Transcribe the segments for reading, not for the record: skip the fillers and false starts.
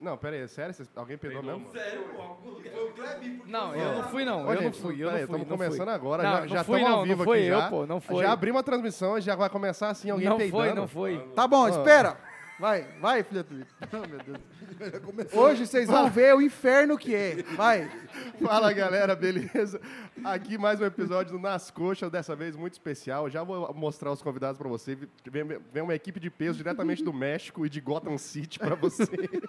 Não, pera aí, sério? Alguém pegou mesmo? Sério, foi o Kleber. Não, eu não fui, não. Ô, Eu não gente, fui. Estamos começando agora. Não, Já não fui, estamos ao não. vivo Não foi aqui eu, já. pô. Não foi. Já abrimos a transmissão e já vai começar assim, alguém Não peidando. foi, não foi. Tá bom, espera. Vai, filha do... Oh, meu Deus. Hoje vocês vão ver o inferno que é. Vai. Fala, galera, beleza? Aqui mais um episódio do Nas Coxas, dessa vez muito especial. Já vou mostrar os convidados para você. Vem uma equipe de peso diretamente do México e de Gotham City para você.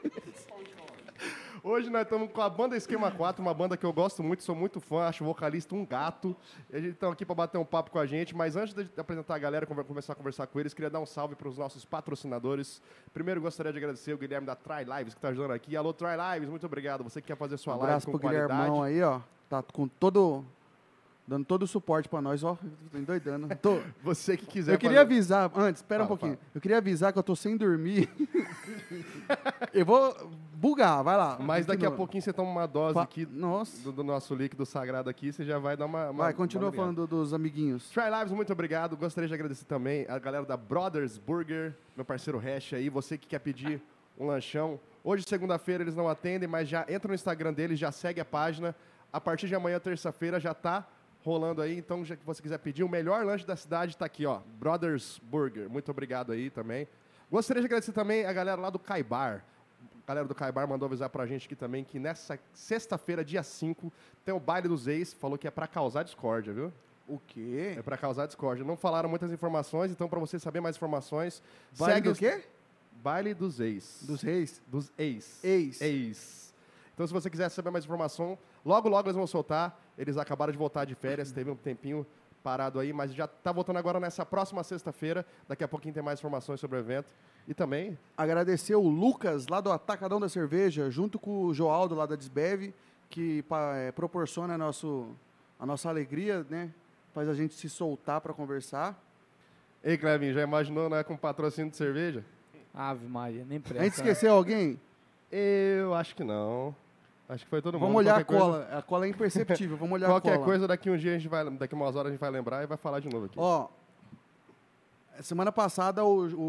Hoje nós estamos com a banda Esquema 4, uma banda que eu gosto muito, sou muito fã, acho o vocalista um gato. Eles estão aqui para bater um papo com a gente, mas antes de apresentar a galera, começar a conversar com eles, queria dar um salve para os nossos patrocinadores. Primeiro, gostaria de agradecer o Guilherme da Try Lives, que está ajudando aqui. Alô, Try Lives, muito obrigado. Você que quer fazer sua live com qualidade. Guilhermão aí, ó. Tá com dando todo o suporte pra nós, ó. Tô endoidando. Você que quiser Eu queria avisar, antes, espera um pouquinho. Fala. Eu queria avisar que eu tô sem dormir. Eu vou bugar, vai lá. Mas daqui a pouquinho você toma uma dose aqui Nossa. do nosso líquido sagrado aqui, você já vai dar uma Vai, continua uma falando dos amiguinhos. Try Lives, muito obrigado. Gostaria de agradecer também a galera da Brothers Burger, meu parceiro Hash aí, você que quer pedir um lanchão. Hoje, segunda-feira, eles não atendem, mas já entra no Instagram deles, já segue a página. A partir de amanhã, terça-feira, já tá rolando aí. Então, já que você quiser pedir o melhor lanche da cidade, tá aqui, ó. Brothers Burger. Muito obrigado aí também. Gostaria de agradecer também a galera lá do Caibar. A galera do Caibar mandou avisar pra gente aqui também que nessa sexta-feira, dia 5, tem o Baile dos Ex. Falou que é pra causar discórdia, viu? O quê? É pra causar discórdia. Não falaram muitas informações, então pra você saber mais informações... Baile segue do quê? Baile dos Ex. Dos reis? Dos ex. Ex. Então, se você quiser saber mais informação, logo eles vão soltar. Eles acabaram de voltar de férias, teve um tempinho parado aí, mas já tá voltando agora nessa próxima sexta-feira. Daqui a pouquinho tem mais informações sobre o evento. E também... Agradecer o Lucas, lá do Atacadão da Cerveja, junto com o Joaldo, lá da Desbev, que proporciona a nossa alegria, né? Faz a gente se soltar para conversar. Ei, Clevinho, já imaginou, né, com patrocínio de cerveja? Ave Maria, nem presta. A gente esqueceu alguém? Eu acho que não. Acho que foi todo mundo. Vamos olhar a Qualquer cola. A cola é imperceptível. Vamos olhar a Qualquer cola. coisa, daqui um dia daqui umas horas a gente vai lembrar e vai falar de novo aqui. Ó, semana passada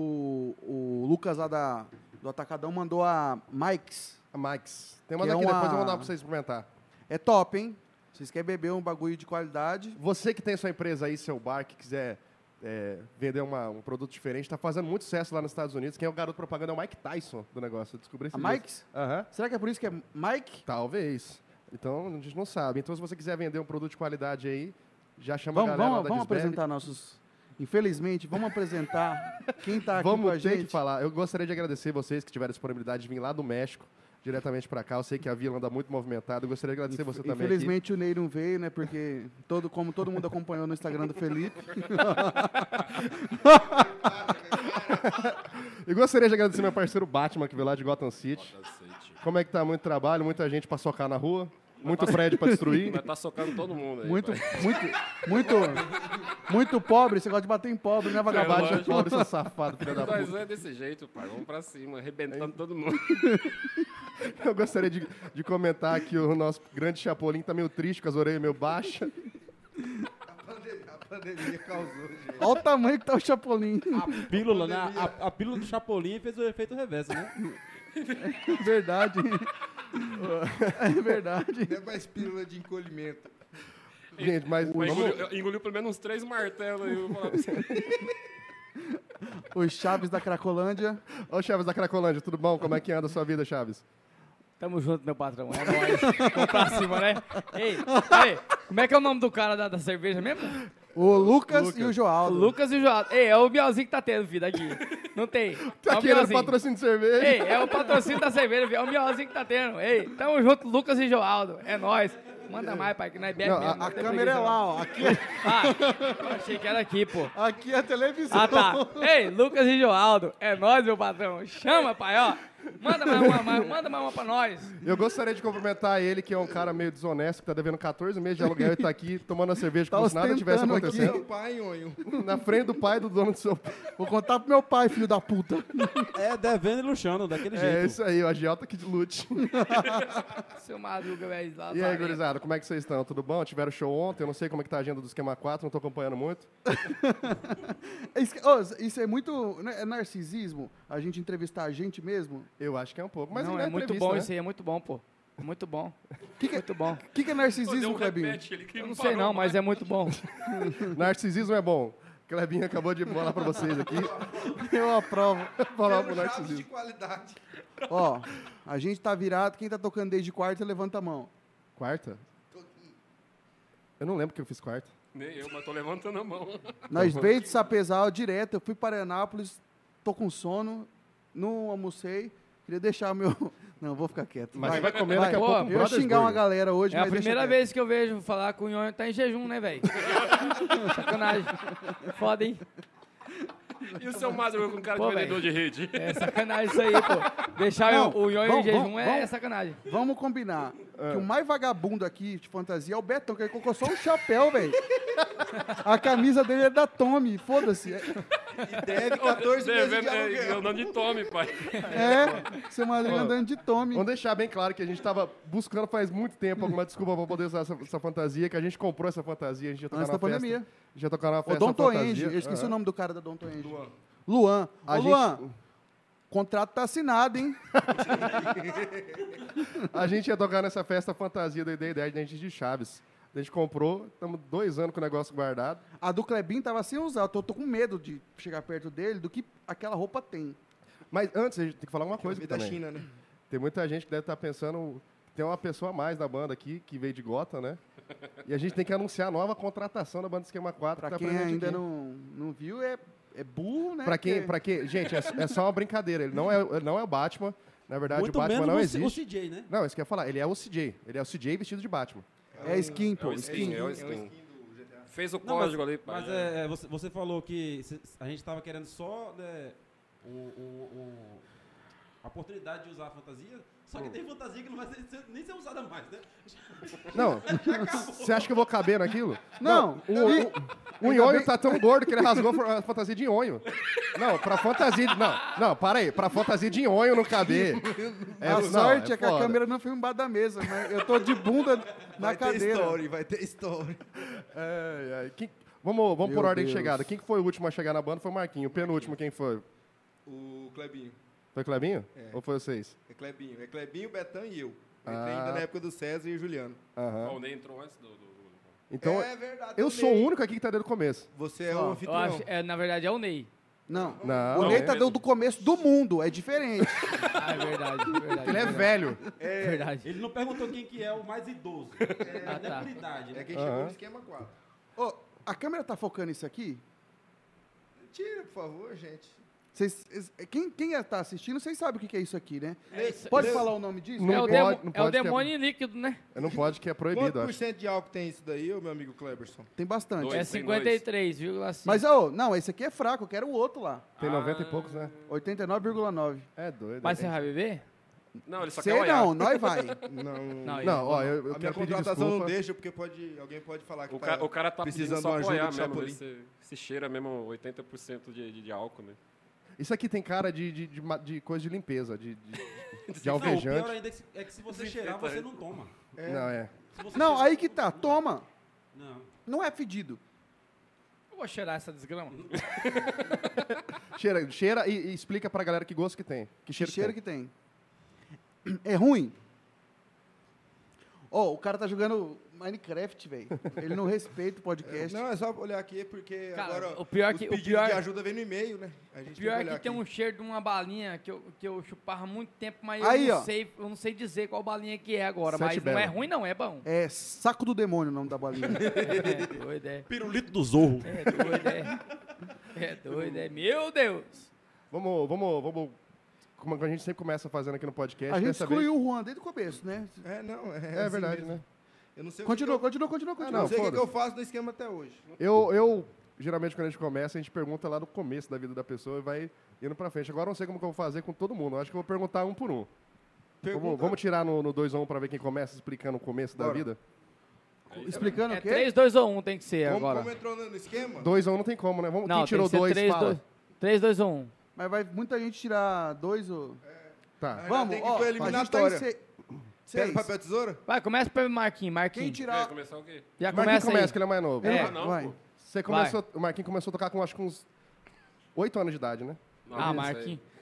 o Lucas lá do Atacadão mandou a Mike's. A Max. Tem uma Que é daqui, uma- depois eu vou mandar pra você experimentar. É top, hein? Vocês querem beber um bagulho de qualidade? Você que tem sua empresa aí, seu bar, que quiser vender um produto diferente, tá fazendo muito sucesso lá nos Estados Unidos. Quem é o garoto propaganda é o Mike Tyson do negócio. Eu descobri esse A dia. Mike's? Aham. Será que é por isso que é Mike? Talvez. Então, a gente não sabe. Então, se você quiser vender um produto de qualidade aí, já chama a galera lá da Vamos Desbev. apresentar nossos... Infelizmente, vamos apresentar quem tá aqui com a Vamos ter que gente. falar. Eu gostaria de agradecer vocês que tiveram a disponibilidade de vir lá do México, diretamente para cá. Eu sei que a vila anda muito movimentada. Eu gostaria de agradecer você também aqui. Infelizmente o Ney não veio, né? Porque como todo mundo acompanhou no Instagram do Felipe. E gostaria de agradecer meu parceiro Batman, que veio lá de Gotham City. Como é que tá? Muito trabalho, muita gente para socar na rua, muito prédio para destruir. Mas tá socando todo mundo aí. Muito pobre. Você gosta de bater em pobre, né, vagabundo? Bate pobre, seu safado, filho da Nós puta. é desse jeito, pai. Vamos pra cima, arrebentando todo mundo. Eu gostaria de comentar que o nosso grande Chapolin tá meio triste, com as orelhas meio baixas. A pandemia causou, gente. Olha o tamanho que tá o Chapolin. A pílula, né? A pílula do Chapolin fez o efeito reverso, né? Verdade. É verdade. Não é mais pílula de encolhimento. Gente, mas Engoliu pelo menos uns 3 martelos aí. Eu vou falar pra você. Os Chaves da Cracolândia. Ô, Chaves da Cracolândia, tudo bom? Como é que anda a sua vida, Chaves? Tamo junto, meu patrão. É nóis. Vamos pra cima, né? Ei, como é que é o nome do cara da cerveja mesmo? O Lucas e o O Joaldo. Lucas e o João. Ei, é o Bielzinho que tá tendo, filho, daqui. Não tem. Tá É o querendo Bielzinho. patrocínio de cerveja? Ei, é o patrocínio da cerveja, filho. É o Bielzinho que tá tendo. Ei, tamo junto, Lucas e Joaldo. É nóis. Manda mais, pai, que nós bebe Não, mesmo. A não tem câmera é preguiça, não. lá, ó. Aqui, Eu achei que era aqui, pô. aqui é a televisão. Ah, tá. Ei, Lucas e Joaldo. É nóis, meu patrão. Chama, pai, ó. Manda mais uma pra nós. Eu gostaria de cumprimentar ele, que é um cara meio desonesto, que tá devendo 14 meses de aluguel e tá aqui tomando a cerveja Tá como se nada tivesse ostentando aqui. acontecendo. Seu pai, Nhonho. Na frente do pai do dono do seu... Vou contar pro meu pai, filho da puta. É devendo e luxando, daquele É jeito. isso aí, o agiota que lute. Seu Madruga, velho. lá E aí, tá gurizada, como é que vocês estão? Tudo bom? Tiveram show ontem, eu não sei como é que tá a agenda do Esquema 4, não tô acompanhando muito. Isso é muito... né, é narcisismo. A gente entrevistar a gente mesmo? Eu acho que é um pouco, mas não, é é muito entrevista, bom né? isso aí, é muito bom, pô. É muito bom. Muito bom. O que é Pô, deu narcisismo, um Clebinho? repete ali que Eu não parou sei não, mas mais. é muito bom. Narcisismo é bom. Clebinho acabou de falar pra vocês aqui. Eu aprovo. Falar pro Tendo chaves de narcisismo. qualidade. Ó, a gente tá virado. Quem tá tocando desde quarta, levanta a mão. Quarta? Eu não lembro que eu fiz quarta. Nem eu, mas tô levantando a mão. Nós veio de Sapezal direto. Eu fui para Anápolis, tô com sono, não almocei. Queria deixar o meu... Não, vou ficar quieto. Mas você vai comer daqui a Pô, pouco um Eu ia Brothers xingar uma Burger. galera hoje, É a mas deixa primeira quieto. vez que eu vejo falar que o Nhonho tá em jejum, né, velho? Sacanagem. Foda, hein? E o seu Márcio com cara Pô, de vendedor de velho. rede? É sacanagem isso aí, pô. Deixar Não, o Nhonho em vamos- jejum é vamos- sacanagem. Vamos combinar que o mais vagabundo aqui de fantasia é o Betão, que ele colocou só um chapéu, velho. A camisa dele é da Tommy, foda-se. E deve 14 meses de Devendo, aluguel. andando de tome, pai. É, seu madrinho andando de Tommy. Vamos deixar bem claro que a gente tava buscando faz muito tempo alguma desculpa pra poder usar essa fantasia, que a gente comprou essa fantasia, a gente ia tocar Antes numa da festa. pandemia. A gente ia tocar numa O festa Dom fantasia. Toenge, eu esqueci Aham. o nome do cara da Dom Toenge. Luan. A Ô, gente- Luan, o contrato tá assinado, hein? A gente ia tocar nessa festa fantasia da ideia de gente de Chaves. A gente comprou, estamos 2 anos com o negócio guardado. A do Clebinho tava sem usar. Eu tô com medo de chegar perto dele do que aquela roupa tem. Mas antes, a gente tem que falar uma coisa Coisa aqui da também. China, né? Tem muita gente que deve estar pensando... Tem uma pessoa a mais da banda aqui, que veio de Gota, né? E a gente tem que anunciar a nova contratação da banda Esquema 4. Pra que tá quem presente ainda aqui. não viu, é burro, né? Pra quem, Porque- pra quem, gente, é só uma brincadeira. Ele não é o Batman. Na verdade, Muito o Batman menos não o existe. CJ, né? Não, isso que eu ia falar. Ele é o CJ. Ele é o CJ vestido de Batman. É skin, É pô. o skin, é o skin. Fez o Não, código ali, pai. Mas você falou que a gente estava querendo só né, a oportunidade de usar a fantasia, só que tem fantasia que não vai nem ser usada mais, né? Não, você acha que eu vou caber naquilo? Não, O Nhonho tá tão gordo que ele rasgou a fantasia de Nhonho. Não, pra fantasia... Não, para aí. Pra fantasia de Nhonho não caber. a sorte é que a foda. câmera não foi embaixo da mesa, mas eu tô de bunda na Vai ter cadeira. story, vai ter story. Vamos Meu por ordem de Deus. chegada. Quem que foi o último a chegar na banda foi o Marquinho. O penúltimo, quem foi? O Clebinho. Foi o Clebinho? É. Ou foi vocês? É Clebinho, Betão e eu. Eu entrei Ah. ainda na época do César e o Juliano. Aham. Ó, o Ney entrou antes do... Então, é verdade. eu o sou o Ney. único aqui que tá desde o começo. Você é Ó, o Eu anfitrião. acho, na verdade, é o Ney. Não. Não, O Ney não. tá do começo do mundo, é diferente. Ah, é verdade, é verdade. ele é velho. É verdade. Ele não perguntou quem que é o mais idoso. Ah, Não é tá. por idade, É né? quem chegou Aham. no esquema 4. Ô, a câmera tá focando isso aqui? Tira, por favor, gente. Quem tá assistindo, vocês sabem o que é isso aqui, né? isso- Pode isso- falar o nome disso? Não é o, pode- demo- não é o pode que é- demônio líquido, né? Não pode, que é proibido, Quanto por acho. cento de álcool tem isso daí, ô, meu amigo Kleberson? Tem bastante. Dois. É tem 53,5. Mas, ô, não, esse aqui é fraco, eu quero o outro lá. Tem 90 e poucos, né? 89,9. É doido. Mas você vai beber? Não, ele só Sei quer olhar. não, nós vai. Não. Não, ó, eu A minha quero pedir contratação não desculpa. deixa, porque alguém pode falar que O cara tá precisando precisando só de uma ajuda apoiar do mesmo. Chapolin. Se cheira mesmo 80% de álcool, né? Isso aqui tem cara de coisa de limpeza, de Não, o pior alvejante. ainda é que se você cheirar, você não toma. Não, é. Se você Não, cheirar- aí que tá, toma. Não. Não é fedido. Eu vou cheirar essa desgrama. Cheira e explica pra galera que gosto que tem. Que cheiro, Que cheiro que que tem. É ruim? Ó, o cara tá jogando Minecraft, velho. Ele não respeita o podcast. Não, é só olhar aqui, porque Cara, agora o pior os que- o pedidos pior- de ajuda vem no e-mail, né? A gente Pior tem que é olhar que tem aqui. um cheiro de uma balinha que eu chupava há muito tempo, mas Aí, eu ó. não sei dizer qual balinha que é agora. Sete Mas não é Belo. ruim, não, é bom. É Saco do Demônio o nome da balinha. É doido, é. Pirulito do Zorro. É doido, é. É doido, é. Meu Deus! Vamos. Como a gente sempre começa fazendo aqui no podcast. A gente dessa excluiu o Juan desde o começo, né? É assim verdade, mesmo. né? Eu não sei Continua, o que continua. eu, não, não sei o que foda-se. eu faço no esquema até hoje. Eu, geralmente, quando a gente começa, a gente pergunta lá no começo da vida da pessoa e vai indo pra frente. Agora eu não sei como que eu vou fazer com todo mundo. Eu acho que eu vou perguntar um por um. Vamos tirar no 2 a 1 pra ver quem começa explicando o começo da Bora. vida? Explicando É o quê? 3, 2 ou 1 tem que ser Como, agora. como entrou no esquema? 2 a 1 não tem como, né? Vamos, Não, quem tirou tem que ser 2, fala. 3, 2 ou 1. Mas vai muita gente tirar 2 ou... Tá. Já Vamos, tem que ir ó, pra a gente tá em eliminatória. se- Pedra, 6. papel, tesoura? Vai, começa pelo Marquinhos. Quem Marquinhos. Quer tirar... começar o quê? Já O Marquinhos começa aí. começa, que ele é mais novo. É, não, vai. pô. O Marquinhos começou a tocar com acho que uns 8 anos de idade, né? Não, Ah, não sei. Marquinhos.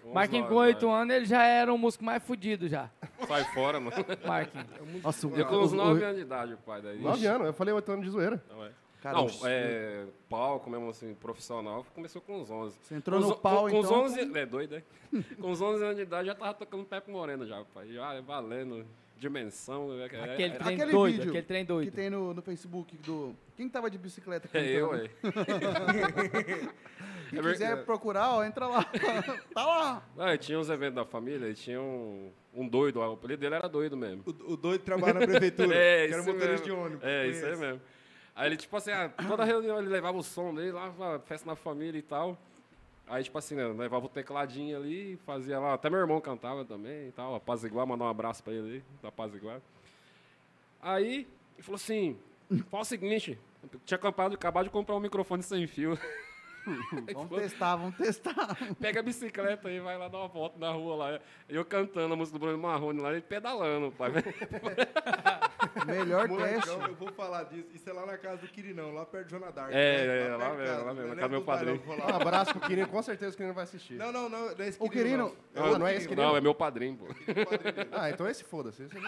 Marquinhos com 8 anos, ele já era um músico mais fudido já. Sai fora, mano. Marquinhos. Nossa, Eu com uns 9 anos de idade, pai. Daí. 9 anos, eu falei 8 anos de zoeira. Não, é. Cara, Não, palco mesmo assim, profissional, começou com uns 11. Você entrou Com no os- pau, com os então, 11, é doido, né? Com os 11 anos de idade já tava tocando Pepe Moreno já, pai. Já valendo, dimensão. Aquele trem Aquele doido, vídeo aquele trem que doido. tem no Facebook do... Quem tava de bicicleta É eu, cantando? é. Quem quiser procurar, ó, entra lá. Tá lá. Ah, tinha uns eventos da família e tinha um doido, o apelido dele era doido mesmo. O doido trabalha na prefeitura. É, que era isso motorista mesmo. de ônibus. É, isso aí mesmo. Aí ele, tipo assim, toda reunião ele levava o som dele lá, pra festa na família e tal. Aí, tipo assim, né, levava o tecladinho ali, fazia lá, até meu irmão cantava também e tal, Apaziguar, mandar um abraço pra ele aí, da Apaziguar. Aí, ele falou assim, fala o seguinte, eu tinha acabado de comprar um microfone sem fio. Vamos testar. Pega a bicicleta aí, vai lá dar uma volta na rua lá. Eu cantando a música do Bruno Marrone lá, ele pedalando, pai. Melhor teste. Molecão, eu vou falar disso. Isso é lá na casa do Quirinão, lá perto do Joana Dark. Lá perto de mesmo, casa, lá mesmo, não na é casa do meu dos bailão, padrinho. vou Um lá. abraço pro Quirino, com certeza o Quirino vai assistir. Não é esse O Quirino... Ah, não é esse Quirino? Não, é meu padrinho, pô. Ah, então esse foda-se. Esse...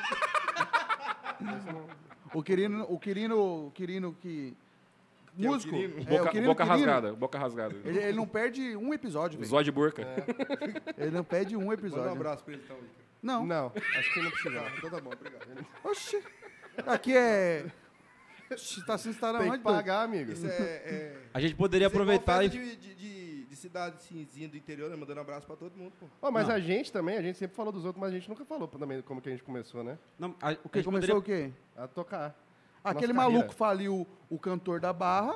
O Quirino que... Que é o Músico. Quirino? O Quirino Boca Quirino. rasgada, boca rasgada. Ele não perde um episódio, velho. Zóio de burca. Ele não perde um Manda um episódio. abraço pra ele então, Ícaro. Não. Não, acho que não precisa. Ah, então tá bom, obrigado. Oxi. Aqui é... Oxi, tá se instalando Tem que onde, doido? pagar, amigo. Isso é... A gente poderia isso é igual aproveitar festa e... de cidade cinzinha do interior, né? Mandando abraço pra todo mundo, pô. Ó, mas Não. a gente também, a gente sempre falou dos outros, mas a gente nunca falou também como que a gente começou, né? Não, O que começou o quê? A tocar. Aquele Nossa maluco carreira. faliu o cantor da Barra.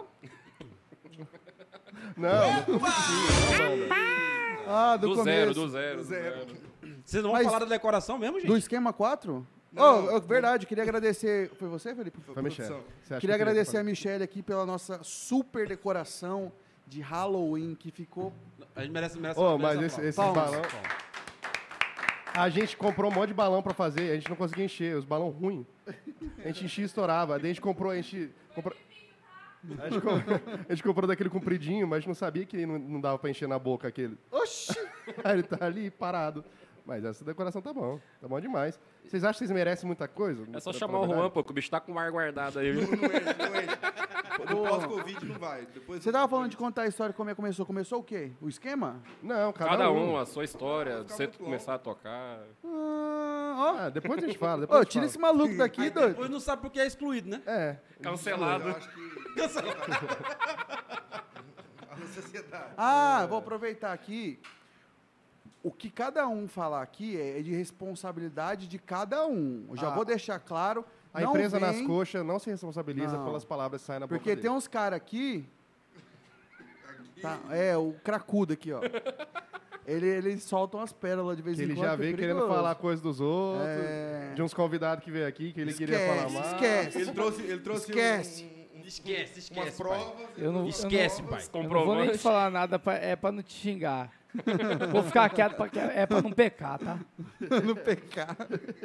Não, Ah, do Do começo. zero. Vocês não vão Mas- falar da decoração mesmo, gente? Do esquema 4? Não, Verdade, queria agradecer. Foi você, Felipe? foi Michel. produção. Você acha Queria que agradecer a Michelle aqui pela nossa super decoração de Halloween que ficou. A gente merece Ô, mas merece esse aplauso. balão... A gente comprou um monte de balão pra fazer, a gente não conseguia encher, os balões ruins. A gente enchia e estourava. Daí a gente comprou, a gente comprou daquele compridinho, mas não sabia que não dava pra encher na boca aquele. Oxi! Aí ele tá ali parado. Mas essa decoração tá bom demais. Vocês acham que vocês merecem muita coisa? É só chamar o Juan, pô, que o bicho tá com o ar guardado aí. Não enche. No pós-Covid não vai. Depois Você tava falando de contar a história como é que começou. Começou o quê? O esquema? Não, Cada um, a sua história, ficar você muito começar a tocar. Ó. Depois a gente fala. Depois Ô, a gente tira fala. esse maluco daqui, Aí doido. depois não sabe porque é excluído, né? É. Cancelado. Eu acho que... A sociedade. Ah, vou aproveitar aqui. O que cada um falar aqui é de responsabilidade de cada um. Eu já Ah. vou deixar claro. A não empresa vem- nas coxas não se responsabiliza Não. pelas palavras que saem na boca Porque dele. tem uns caras aqui. Tá, o cracudo aqui, ó. Ele solta umas pérolas de vez Que em ele quando. já que é veio querendo perigoso. falar coisa dos outros, É. de uns convidados que veio aqui, que ele queria falar mais. Esquece. Ele trouxe Esquece. Esquece, umas pai. provas. Eu não, Esquece, eu pai. não, eu não vou nem te falar nada, pra não te xingar. Vou ficar quieto, pra não pecar, tá? No pecar.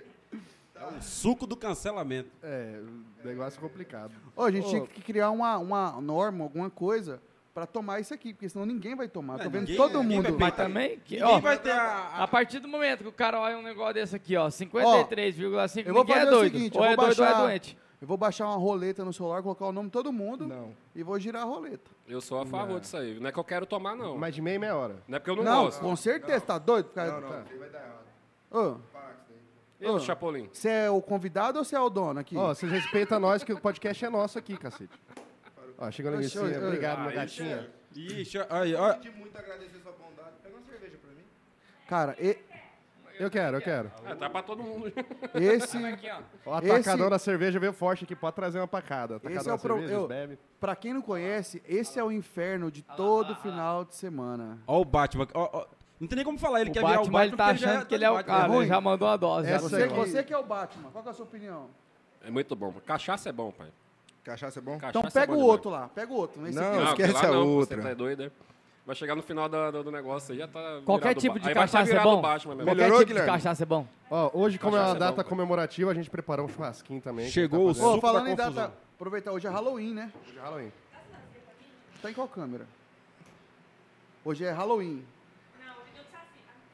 Suco do cancelamento. É, negócio complicado. Ô, a gente tinha que criar uma norma, alguma coisa, pra tomar isso aqui, porque senão ninguém vai tomar. Tô vendo ninguém- todo ninguém mundo. vai Mas também, que, Ninguém ó, vai ter a partir do momento que o cara olha um negócio desse aqui, ó, 53,5, eu vou ninguém é fazer o doido. seguinte, ou eu é vou doido ou é baixar- doente. Eu vou baixar uma roleta no celular, colocar o nome de todo mundo Não. e vou girar a roleta. Eu sou a favor disso aí. Não é que eu quero tomar, não. Mais de meia hora. Não é porque eu não, Não, gosto. com certeza, tá doido? Não, isso aí vai dar errado. Ô, Para com isso daí. E o Chapolin? você é o convidado ou você é o dono aqui? Ó, vocês respeitam nós que o podcast é nosso aqui, cacete. Ó, chegou a Oxe, linguiça. oi, Obrigado, oi. minha gatinha. Ixi, aí, ó. Pedi muito agradecer sua bondade. Pega uma cerveja pra mim. Cara, Eu quero. Tá pra todo mundo. esse, Aqui, ó. O atacador Esse- da cerveja veio forte aqui, pode trazer uma pacada. Esse Atacador é o da pro- cerveja, eu- bebe. pra quem não conhece, esse é o inferno de todo final de semana. Ó o Batman. Ó. Não tem nem como falar, ele O quer virar o Batman, Batman. ele tá porque achando que ele é o Batman. cara, ruim? ele já mandou a dose. Essa já. Você, aqui- você que é o Batman, qual que é a sua opinião? É muito bom. Cachaça é bom, pai. Cachaça é bom? Cachaça Então é pega bom o demais. outro lá, pega o outro. Esse Não, aqui, Não, esquece aquilo lá a não, outra. Você tá doido, né? Vai chegar no final do negócio aí, já tá Qualquer virado tipo ba- de aí vai tá cachaça é virado bom? Batman mesmo. Melhorou, Qualquer tipo de Guilherme? cachaça é bom. Ó, hoje, como é Cachaça uma é data bom, pai. comemorativa, a gente preparou um churrasquinho também. que Chegou a gente o tá Ô, suco falando da em confusão. data, aproveitar, hoje é Halloween, né? fazendo. Halloween. Tá em qual câmera? Hoje é Halloween.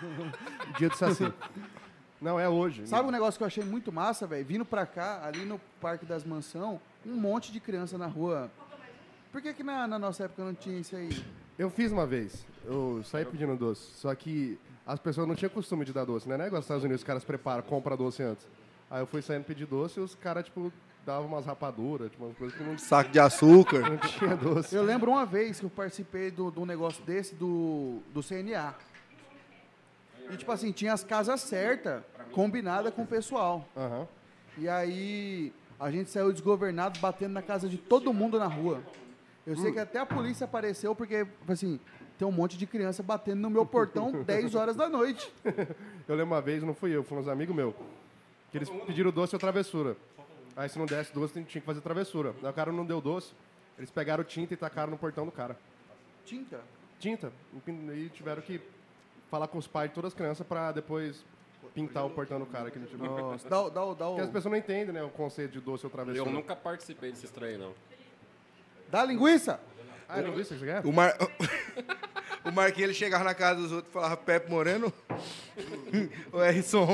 Dia do Saci. Não, é hoje. Sabe um negócio que eu achei muito massa, velho? Vindo pra cá, ali no Parque das Mansão, um monte de criança na rua. Por que na nossa época não tinha isso aí? Eu fiz uma vez. Eu saí pedindo doce. Só que as pessoas não tinham costume de dar doce, né? Não é igual nos Estados Unidos, os caras preparam, compram doce antes. Aí eu fui saindo pedir doce e os caras, tipo, davam umas rapaduras, tipo, umas coisas que não, Saco de açúcar. não tinha doce. Eu lembro uma vez que eu participei de um negócio desse do CNA. E, tipo assim, tinha as casas certas, combinadas com o pessoal. Aham. E aí, a gente saiu desgovernado, batendo na casa de todo mundo na rua. Eu sei que até a polícia apareceu, porque, assim, tem um monte de criança batendo no meu portão 10 horas da noite. Eu lembro uma vez, não fui eu, foi uns amigos meus, que eles pediram doce ou travessura. Aí se não desse doce, tinha que fazer travessura. Aí o cara não deu doce, eles pegaram tinta e tacaram no portão do cara. Tinta? Tinta. E tiveram que falar com os pais de todas as crianças pra depois pintar o portão do cara. Que não tinha... Nossa, dá Porque as o... pessoas não entendem, né, o conceito de doce ou travessura. Eu nunca participei desse trem, não. Dá linguiça? Ah, não viu isso que você quer? O Marquinhos, ele chegava na casa dos outros e falava Pepe Moreno. O Erison.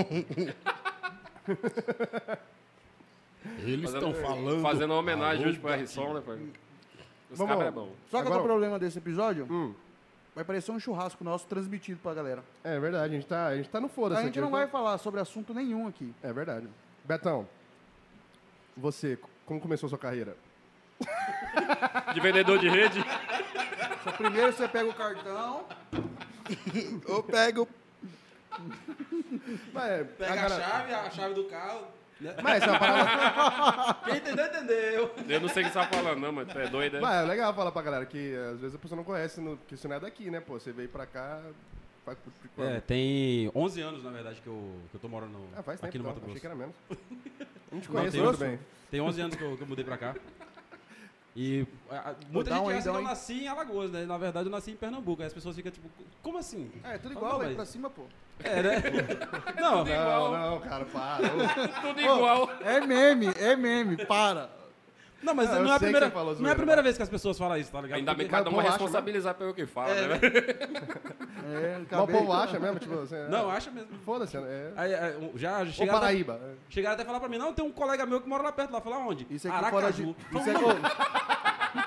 Eles estão falando. Fazendo uma homenagem hoje pro R-Som, né, pai? Os Vamos caras lá. é bom. Sabe qual é Agora- o problema desse episódio? Vai parecer um churrasco nosso transmitido pra galera. É verdade, a gente tá no foda-se A gente aqui, não né? vai falar sobre assunto nenhum aqui. É verdade. Betão, você, como começou a sua carreira? De vendedor de rede. Então, primeiro você pega o cartão, Eu pego. Mas, Pega a chave do carro. Né? mas essa é uma parada... Quem entendeu, entendeu. Eu não sei o que você tá falando, não, mas tu é doido, né? Mas é legal falar pra galera que às vezes a pessoa não conhece, que isso não é daqui, né? Pô, você veio pra cá... Tem 11 anos, na verdade, que eu tô morando Ah, faz tempo, aqui no então. Mato Achei Grosso. que era menos. Não te Não, conheço tem muito outro? bem. Tem 11 anos que eu mudei pra cá. E muita Dá gente um aí, acha dá que um eu aí. nasci em Alagoas, né? Na verdade, eu nasci em Pernambuco. Aí as pessoas ficam tipo, como assim? é tudo Não, igual, vai mas- pra cima, pô. É, né? Não, Não, cara, para. Ô, Tudo igual. É meme, para. não, mas Não, eu não é a sei que primeira, você falou não é zoeira, a primeira mas- vez que as pessoas falam isso, tá ligado? Ainda bem que Porque- cada um Mas o vai povo acha responsabilizar pelo que fala, né? É, Mas o povo acha mesmo, tipo... Assim, Não, acha mesmo. Foda-se, é... Aí, já Ô, chegaram, Paraíba. chegaram até a falar pra mim, não, tem um colega meu que mora lá perto, lá. Falar onde? Isso aqui fora de... Aracaju. Isso é...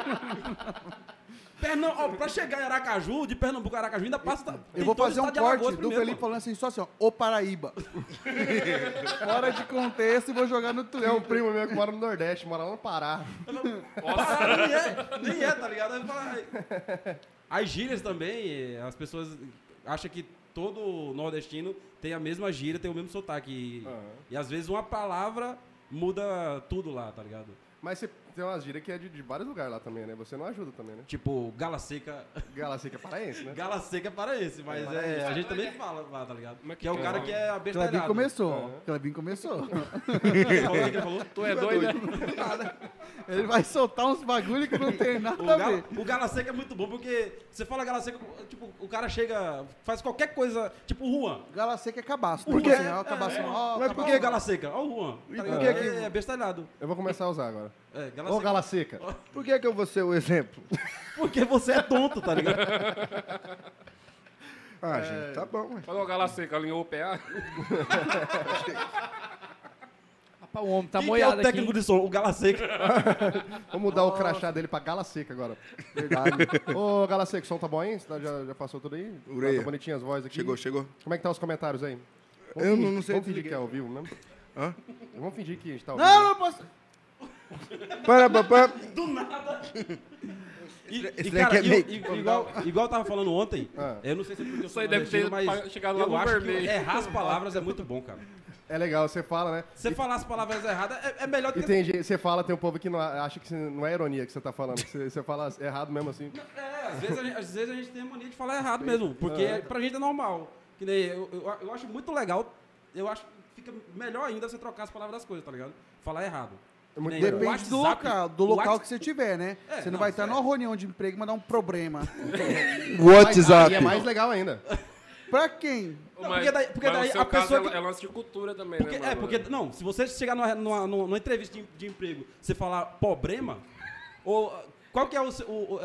Pra chegar em Aracaju, de Pernambuco a Aracaju, ainda passa... Eu tem vou todo o fazer um estado de corte Alagoas do primeiro, Felipe mano. falando assim, só assim, ó, o Paraíba. Fora de contexto e vou jogar no Tem Twitter. um primo meu que mora no Nordeste, mora lá no Pará. Pará, nem é, tá ligado? Aí fala, aí. As gírias também, as pessoas acham que todo nordestino tem a mesma gíria, tem o mesmo sotaque. E às vezes uma palavra muda tudo lá, tá ligado? Mas você tem umas gírias que é de vários lugares lá também, né? Você não ajuda também, né? Tipo, gala seca. Gala seca é paraense, né? Gala seca é paraense, mas a gente também fala lá, tá ligado? Mas Que é o que cara é? que é Clebinho abestalhado. começou. Clebinho começou. Ele falou? Tu é doido, né? Ele vai soltar uns bagulho que não tem nada a ver. O gala seca é muito bom, porque você fala gala seca, tipo, o cara chega, faz qualquer coisa, tipo o Juan. Gala seca é cabaço. Por Tipo quê? assim, ó, cabaço, ó, Mas por cabaço. que gala seca? Ó o Juan. Tá ligado? por que É bestalhado. Eu vou começar a usar agora. É, gala Ô, seca. Gala seca. Por que eu vou ser o exemplo? Porque você é tonto, tá ligado? Ah, gente, tá bom, ué. Falou, Gala Seca, alinhou o PA. Rapaz, o homem tá Quem que é moiado o aqui. técnico de som? O gala seca. Vou mudar o crachá dele pra Gala seca agora. Verdade. Ô, Gala seca, o som tá bom, hein? Você já passou tudo aí? Ureia. Tá bonitinho as vozes aqui. Chegou. Como é que tá os comentários aí? Eu não sei Vamos fingir desligar. que é ao vivo mesmo? Hã? Vamos fingir que a gente tá ao vivo. Não, não posso. Para. Do nada. E, Esse cara, daqui é meio- igual eu tava falando ontem, Ah. eu não sei se é porque eu Isso sou aí deve ter nordestino, mas chegado lá eu no acho vermelho. que errar as palavras é muito bom, cara. É legal, você fala, né? Você falar as palavras erradas é melhor do E que... tem gente, você fala, tem um povo que não, acha que não é ironia que você tá falando, que você fala errado mesmo assim. Às vezes a gente tem a mania de falar errado mesmo, porque pra gente é normal. Que nem eu acho muito legal, eu acho que fica melhor ainda você trocar as palavras das coisas, tá ligado? Falar errado. É muito Nem legal. o Depende do WhatsApp- local, o local Whats- que você tiver, né? É, Você não não, vai estar é. numa reunião de emprego e mandar um problema. WhatsApp. E é mais legal ainda. Pra quem? Não, porque daí no seu a caso pessoa é, que- é lance de cultura também, Porque, né, mano? porque, não, se você chegar numa entrevista de emprego, você falar problema, ou qual que é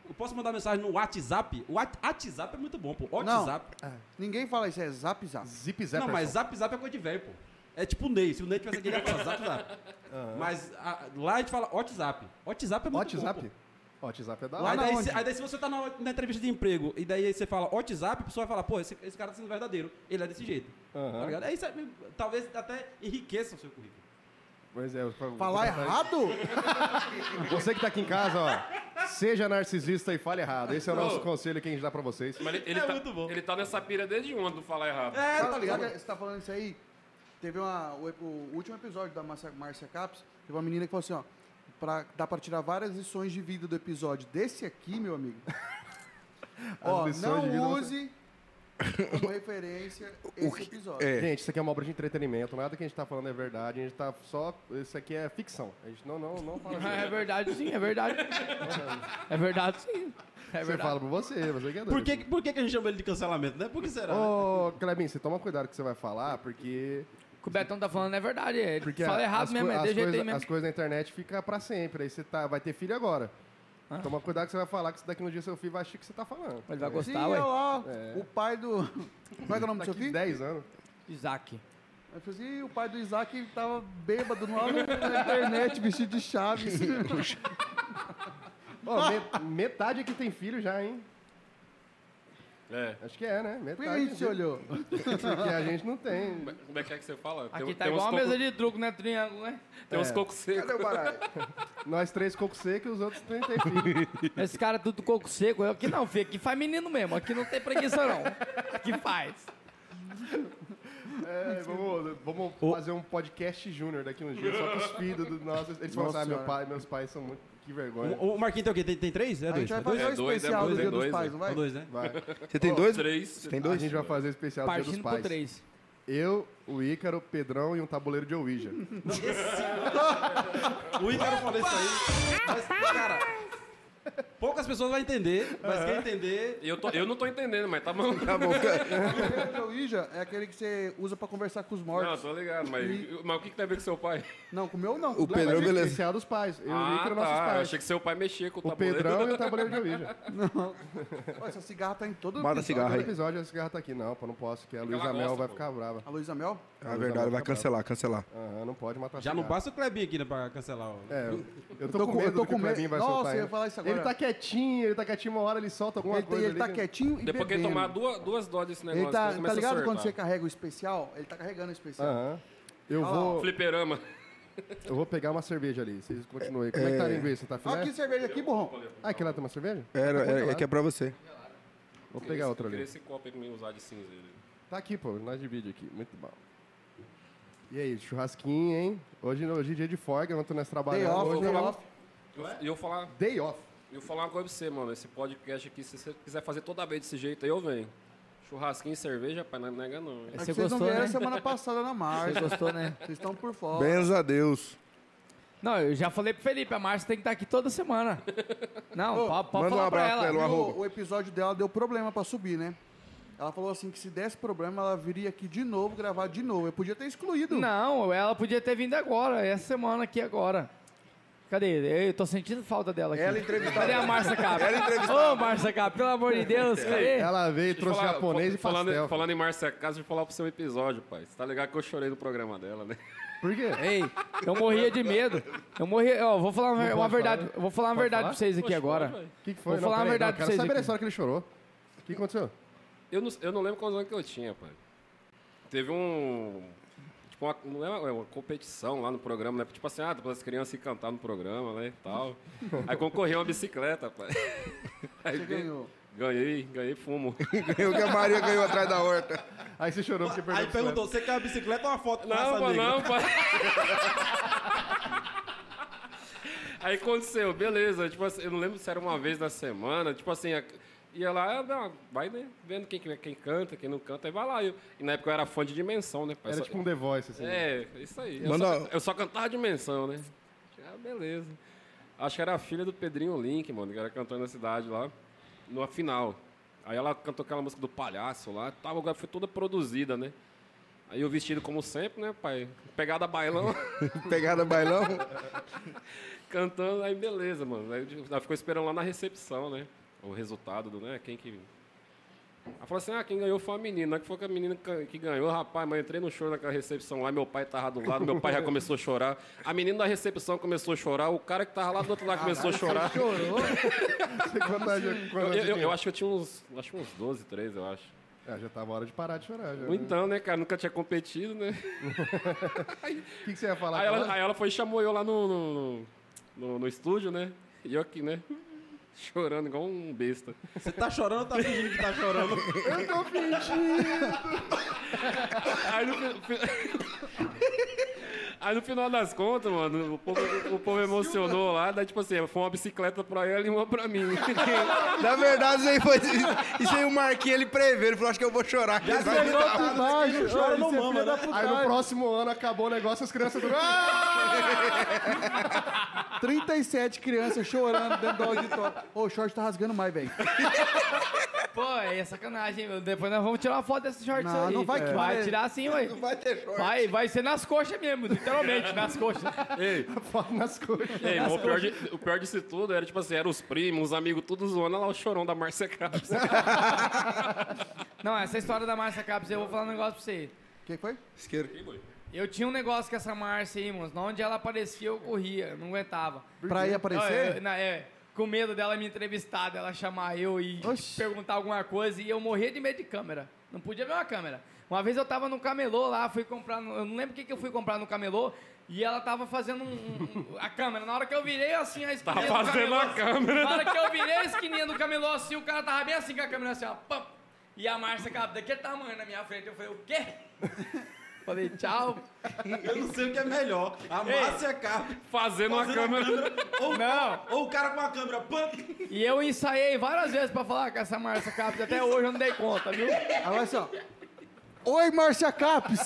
Eu posso mandar mensagem no WhatsApp? O WhatsApp é muito bom, pô. WhatsApp. Ninguém fala isso, é zap zap. Zip Zap. Não, mas Zap é coisa de velho, pô. É tipo o Ney. Se o Ney tivesse aqui, ele ia falar Zap. Mas lá a gente fala WhatsApp. WhatsApp é muito bom, WhatsApp? pô. WhatsApp é da Lá hora. Aí daí se você tá na entrevista de emprego e daí você fala WhatsApp, a pessoa vai falar, pô, esse cara tá sendo verdadeiro. Ele é desse jeito. Tá ligado? Aí isso talvez até enriqueça o seu currículo. Pois é. Falar errado? Você que tá aqui em casa, ó. Seja narcisista e fale errado. Esse é o nosso conselho que a gente dá pra vocês. Mas muito bom. ele tá nessa pira desde ontem, não falar errado. Tá ligado? Você tá falando isso aí? Teve o último episódio da Márcia Caps, teve uma menina que falou assim, ó, dá pra tirar várias lições de vida do episódio. Desse aqui, meu amigo, ó, lições de vida não use como referência esse episódio. Gente, isso aqui é uma obra de entretenimento. Nada que a gente tá falando é verdade. A gente tá só... Isso aqui é ficção. A gente não fala assim. É verdade sim, é verdade. É verdade sim. É Você verdade. fala pra você que é doido. Por que a gente chama ele de cancelamento, né? Por que será? Ô, Clebinho, você toma cuidado com o que você vai falar, porque... O que o Betão tá falando é verdade. Ele Porque fala errado as mesmo, é de jeito aí as mesmo. coisas na internet ficam pra sempre. Aí você vai ter filho agora. Toma cuidado que você vai falar, que daqui no dia seu filho vai achar que você tá falando. Ele vai Sim, gostar, olha ué. lá, o pai do... Como é que é o nome do seu Daqui filho? 10 anos. Isaac. Eu falei assim, o pai do Isaac tava bêbado lá na internet, vestido de Chaves. Ó, metade aqui tem filho já, hein? É. Acho que é, né? Por que Metade. a gente se olhou? Porque a gente não tem. Como é que você fala? Aqui tá tem igual uns uma mesa coco- de truco, né? Triângulo, né? Tem uns cocos secos. Cadê o baralho? Nós 3 coco seco e os outros tem filho. Esse cara é tudo coco seco. Aqui não, filho. Aqui faz menino mesmo. Aqui não tem preguiça, não. Aqui faz. É, vamos fazer um podcast júnior daqui uns dias, só com os filhos do nosso. Eles falam assim, meus pais são muito... Que vergonha. O Marquinhos tem o quê? Tem 3? É A 2? gente vai fazer É o dois, especial é do dois, Dia é dos dois, Pais, não vai? 2, né? Vai. Você tem dois? 3. Você tem A dois? gente vai fazer o especial do Dia dos Partindo por Pais. 3. Eu, o Ícaro, o Pedrão e um tabuleiro de Ouija. O Ícaro falou isso aí. Mas, cara, poucas pessoas vão entender, mas quem entender... Eu não tô entendendo, mas tá bom. Tá bom. O Ouija é aquele que você usa pra conversar com os Não, mortos. tô ligado, mas o que tem a ver com seu pai? Não, com o meu não. O Pedrão, beleza. Especial dos pais. Eu e o Ícaro, nossos Eu pais. achei que seu pai mexia com o O tabuleiro. Pedrão e o tabuleiro de Ouija. Olha, essa cigarra tá em todo Mata a episódio. cigarra Todo aí. episódio a cigarra tá aqui. Não, pô, não posso, que a ela Luísa Mel gosta, vai pô. ficar brava. A Luísa Mel? É verdade, vai cancelar. Aham, não pode matar Já não cigarra. basta o Clebinho aqui, né, pra cancelar o... É, eu tô tô com com- medo eu tô do que com o medo. Clebinho vai Nossa, soltar. eu ia hein? falar isso agora. Ele tá quietinho, uma hora ele solta alguma Ele, coisa ele tá ali. quietinho e Depois que ele bebendo. tomar duas doses desse negócio, Ele tá, ele tá começa a ligado surtar. quando você carrega o especial? Ele tá carregando o especial. Aham. Eu Olha lá, vou, Fliperama. eu vou pegar uma cerveja ali, vocês continuem. Como é que tá a linguiça? Tá Olha filé? que cerveja aqui, burrão. Ah, aqui lá tem uma cerveja? É que é pra você. Vou pegar outra Eu queria ali. esse copo aí pra mim usar de cinza. Tá aqui, pô, nós divide aqui, muito bom. E aí, churrasquinho, hein? Hoje é dia de folga, ontem nós trabalhamos. Day off, hoje day é off. E eu falar, Day off. uma coisa pra você, mano. Esse podcast aqui, se você quiser fazer toda vez desse jeito aí, eu venho. Churrasquinho e cerveja, pai, não nega não. hein? É que Você vocês não gostou, vieram né? semana passada na Você marcha. gostou, né? Vocês estão por fora. Benza a Deus. Não, eu já falei pro Felipe, a Márcia tem que estar aqui toda semana. Não, Ô, pode manda um falar pra abraço pra ela. ela. E o episódio dela deu problema pra subir, né? Ela falou assim que se desse problema, ela viria aqui de novo, gravar de novo. Eu podia ter excluído. Não, ela podia ter vindo agora, essa semana aqui agora. Cadê? Eu tô sentindo falta dela aqui. Ela entrevistada. Cadê a Márcia Cap? Ela entrevistada. Ô, Márcia Cap, pelo amor de Deus, cadê? Ela veio e trouxe japonês e pastel. Falando em Márcia Casa, deixa eu falar pro seu episódio, pai. Você tá ligado que eu chorei no programa dela, né? Por quê? Ei, eu morria de medo. Eu morria, ó, vou falar uma pode verdade, falar? vou falar uma Pode verdade falar? pra vocês aqui agora. O que foi? Vou falar a peraí, verdade eu pra quero vocês saber a aqui. história que ele chorou. O que aconteceu? Eu não lembro quantos anos que eu tinha, pai. Teve tipo, não é uma competição lá no programa, né? Tipo assim, depois as crianças iam cantar no programa, né, e tal. Aí concorreu uma bicicleta, pai. Aí Você ganhou. ganhei fumo. Ganhou que a Maria ganhou atrás da horta. Aí você chorou porque perdeu Aí a bicicleta. perguntou, você quer uma bicicleta ou uma foto com Não, essa pai, negra? não, pai. Aí aconteceu, beleza. Tipo assim, eu não lembro se era uma vez na semana. Tipo assim, ia lá, vai, né, vendo quem canta, quem não canta, aí vai lá. E na época eu era fã de Dimensão, né, pai? Era tipo um The Voice, assim. É, isso aí. Manda- Eu só cantava Dimensão, né? Beleza. Acho que era a filha do Pedrinho Link, mano, que era cantando na cidade lá, numa final. Aí ela cantou aquela música do Palhaço lá, tava, agora foi toda produzida, né? Aí eu vestido como sempre, né, pai? Pegada bailão, Pegada bailão. cantando, aí beleza, mano. Aí ela ficou esperando lá na recepção, né? O resultado do, né? Quem que... Ela falou assim, quem ganhou foi a menina. Que foi a menina que ganhou, rapaz, mas eu entrei no show naquela recepção lá, meu pai tava do lado, meu pai já começou a chorar. A menina da recepção começou a chorar, o cara que tava lá do outro lado começou a chorar. Chorou. Eu acho que eu tinha uns 12, 13, eu acho. Já tava a hora de parar de chorar. Já, Então, né, cara, nunca tinha competido, né? O que você ia falar? Aí ela foi e chamou eu lá no estúdio, né? E eu aqui, né? Chorando igual um besta. Você tá chorando ou tá fingindo que tá chorando? Eu tô fingindo. Aí no final das contas, mano, o povo emocionou lá, daí tipo assim, foi uma bicicleta pra ela e uma pra mim. Na verdade, isso aí o Marquinhos, ele prevê. Ele falou, acho que eu vou chorar. Já Chora no mama, né? Aí no próximo ano acabou o negócio, as crianças... 37 crianças chorando dentro do auditório. Ô, o short tá rasgando mais, velho. Pô, é sacanagem, meu. Depois nós vamos tirar uma foto desse shorts Não, aí. não vai que vai vai. tirar sim, ué. Não vai ter short. Vai ser nas coxas mesmo, literalmente, nas coxas. Ei, Foto nas coxas. ei, mas o pior disso tudo era tipo assim, eram os primos, os amigos, tudo zoando, olha lá o chorão da Márcia Capes. Não, essa história da Márcia Capes, eu vou falar um negócio pra você. Quem foi? Isqueiro. Eu tinha um negócio com essa Márcia aí, moço. Onde ela aparecia, eu corria, eu não aguentava. Pra ir aparecer? Com medo dela me entrevistar, dela chamar eu e Oxi. perguntar alguma coisa, e eu morria de medo de câmera. Não podia ver uma câmera. Uma vez eu tava no camelô lá, fui comprar, eu não lembro o que eu fui comprar no camelô, e ela tava fazendo a câmera. Na hora que eu virei assim a esquininha Tava do fazendo camelô, a câmera. Na hora que eu virei a esquininha do camelô assim, o cara tava bem assim com a câmera assim, ó. Pam, e a Márcia, cara, daquele tamanho na minha frente, eu falei, o quê? Falei, tchau. Eu não sei o que é melhor. A Márcia Carpe Fazendo a câmera. ou o cara com a câmera. Pam! E eu ensaiei várias vezes pra falar com essa Márcia Capes, até hoje eu não dei conta, viu? Agora assim, ó. Oi, Márcia Capes.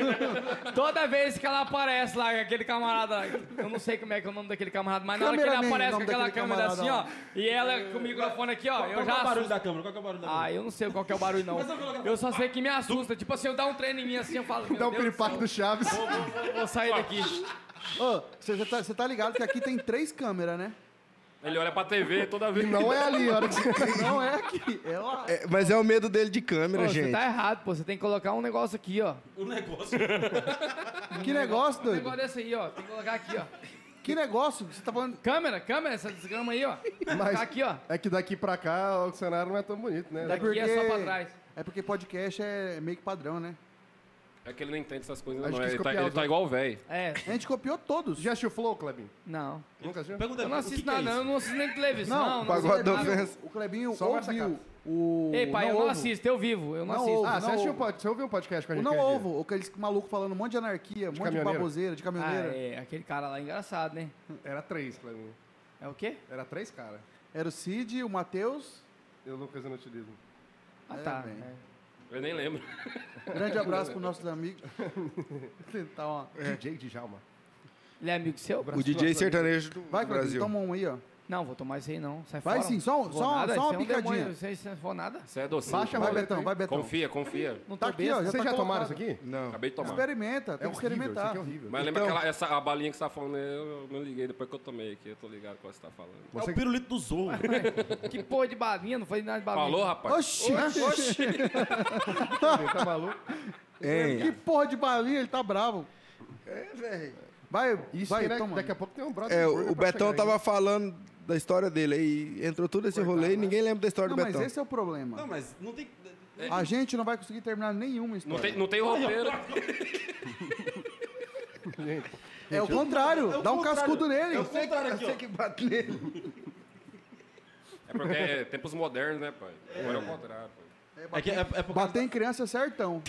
Toda vez que ela aparece lá, aquele camarada, eu não sei como é que é o nome daquele camarada, mas na hora que ele Cameraman, aparece o com nome aquela daquele câmera assim, ó, camarada e ela com o microfone aqui, ó, Qual eu que é já o barulho assusto. da câmera? Qual que é o barulho da câmera? Eu não sei qual que é o barulho, não. Eu só sei que me assusta. Tipo assim, eu dar um treino em mim assim, eu falo, meu Dá um Deus do piripaque céu, do Chaves. vou sair daqui. Ô, você tá ligado que aqui tem 3 câmeras, né? Ele olha pra TV toda vez. Não é ali, a hora que você... Não é aqui, é lá. Mas é o medo dele de câmera, Pô, gente. você tá errado, pô, você tem que colocar um negócio aqui, ó. O negócio. Que negócio, Um doido? negócio desse aí, ó, tem que colocar aqui, ó. Que negócio? Você tá falando... Câmera, essa desgrama aí, ó. Colocar aqui, ó. É que daqui pra cá o cenário não é tão bonito, né? Daqui é só pra trás. É porque podcast é meio que padrão, né? É que ele não entende essas coisas, Acho não. que Ele isso tá, copiar ele os tá igual o velho. É, A gente copiou todos. Já assistiu Flow, Clebinho? não. Nunca assistiu? Pergunta Eu não o assisto que é nada, isso? eu não assisto nem televisão, Não, não pagode assisto da nada. ofensa. O Clebinho Só Márcia ouviu Capes. o... Ei, pai, o eu não Ovo. assisto, eu vivo, eu não Não assisto. ouvo. Ah, não você ouviu um podcast com a O gente? Não aquele dia? Ovo, aquele maluco falando um monte de anarquia, um monte de caminhoneiro? baboseira, de Ah, caminhoneira. é, aquele cara lá é engraçado, né? Era 3, Clebinho. É o quê? Era 3, cara. Era o Cid, o Matheus. E o Lucas Inutilismo. Ah, É, tá. bem. É. Eu nem lembro. Grande abraço para nossos amigos. Tentar uma... DJ Djalma. Ele é amigo seu? O DJ sertanejo do Vai, Clebinho, Brasil. toma um aí, ó. Não, vou tomar isso aí não. Sai Vai fora. sim, só Vou uma nada, isso é um picadinha. demônio, Isso não for nada. Isso é docinho. Baixa a Vai, roleta Betão, aí. vai, Betão. Confia. Não tô Tá aqui, ó. besta. Já Vocês tá já tomaram colocado. isso aqui? Não. Acabei de tomar. Experimenta, É tem que horrível, isso experimentar. aqui é horrível. Mas lembra aquela a balinha que você tá falando, eu me liguei depois que eu tomei aqui, eu tô ligado com o que você tá falando. É o pirulito do Zorro. Que porra de balinha? Não foi nada de balinha. Falou, rapaz? Oxi! Tá maluco? Hein? Que porra de balinha, ele tá bravo. É, velho. Vai, Isso vai, que, né, toma. daqui a pouco tem um brother. É, burger o pra Betão chegar aí. tava falando da história dele aí, entrou todo esse rolê e ninguém lembra da história Não, do mas Betão. esse é o problema. Não, mas não tem... A gente não vai conseguir terminar nenhuma história. Não tem roteiro. É o contrário, dá um cascudo nele. É o contrário aqui, ó. que bate nele. É porque é tempos modernos, né, pai? Agora é o contrário, pai. É por causa Bater em criança é certão.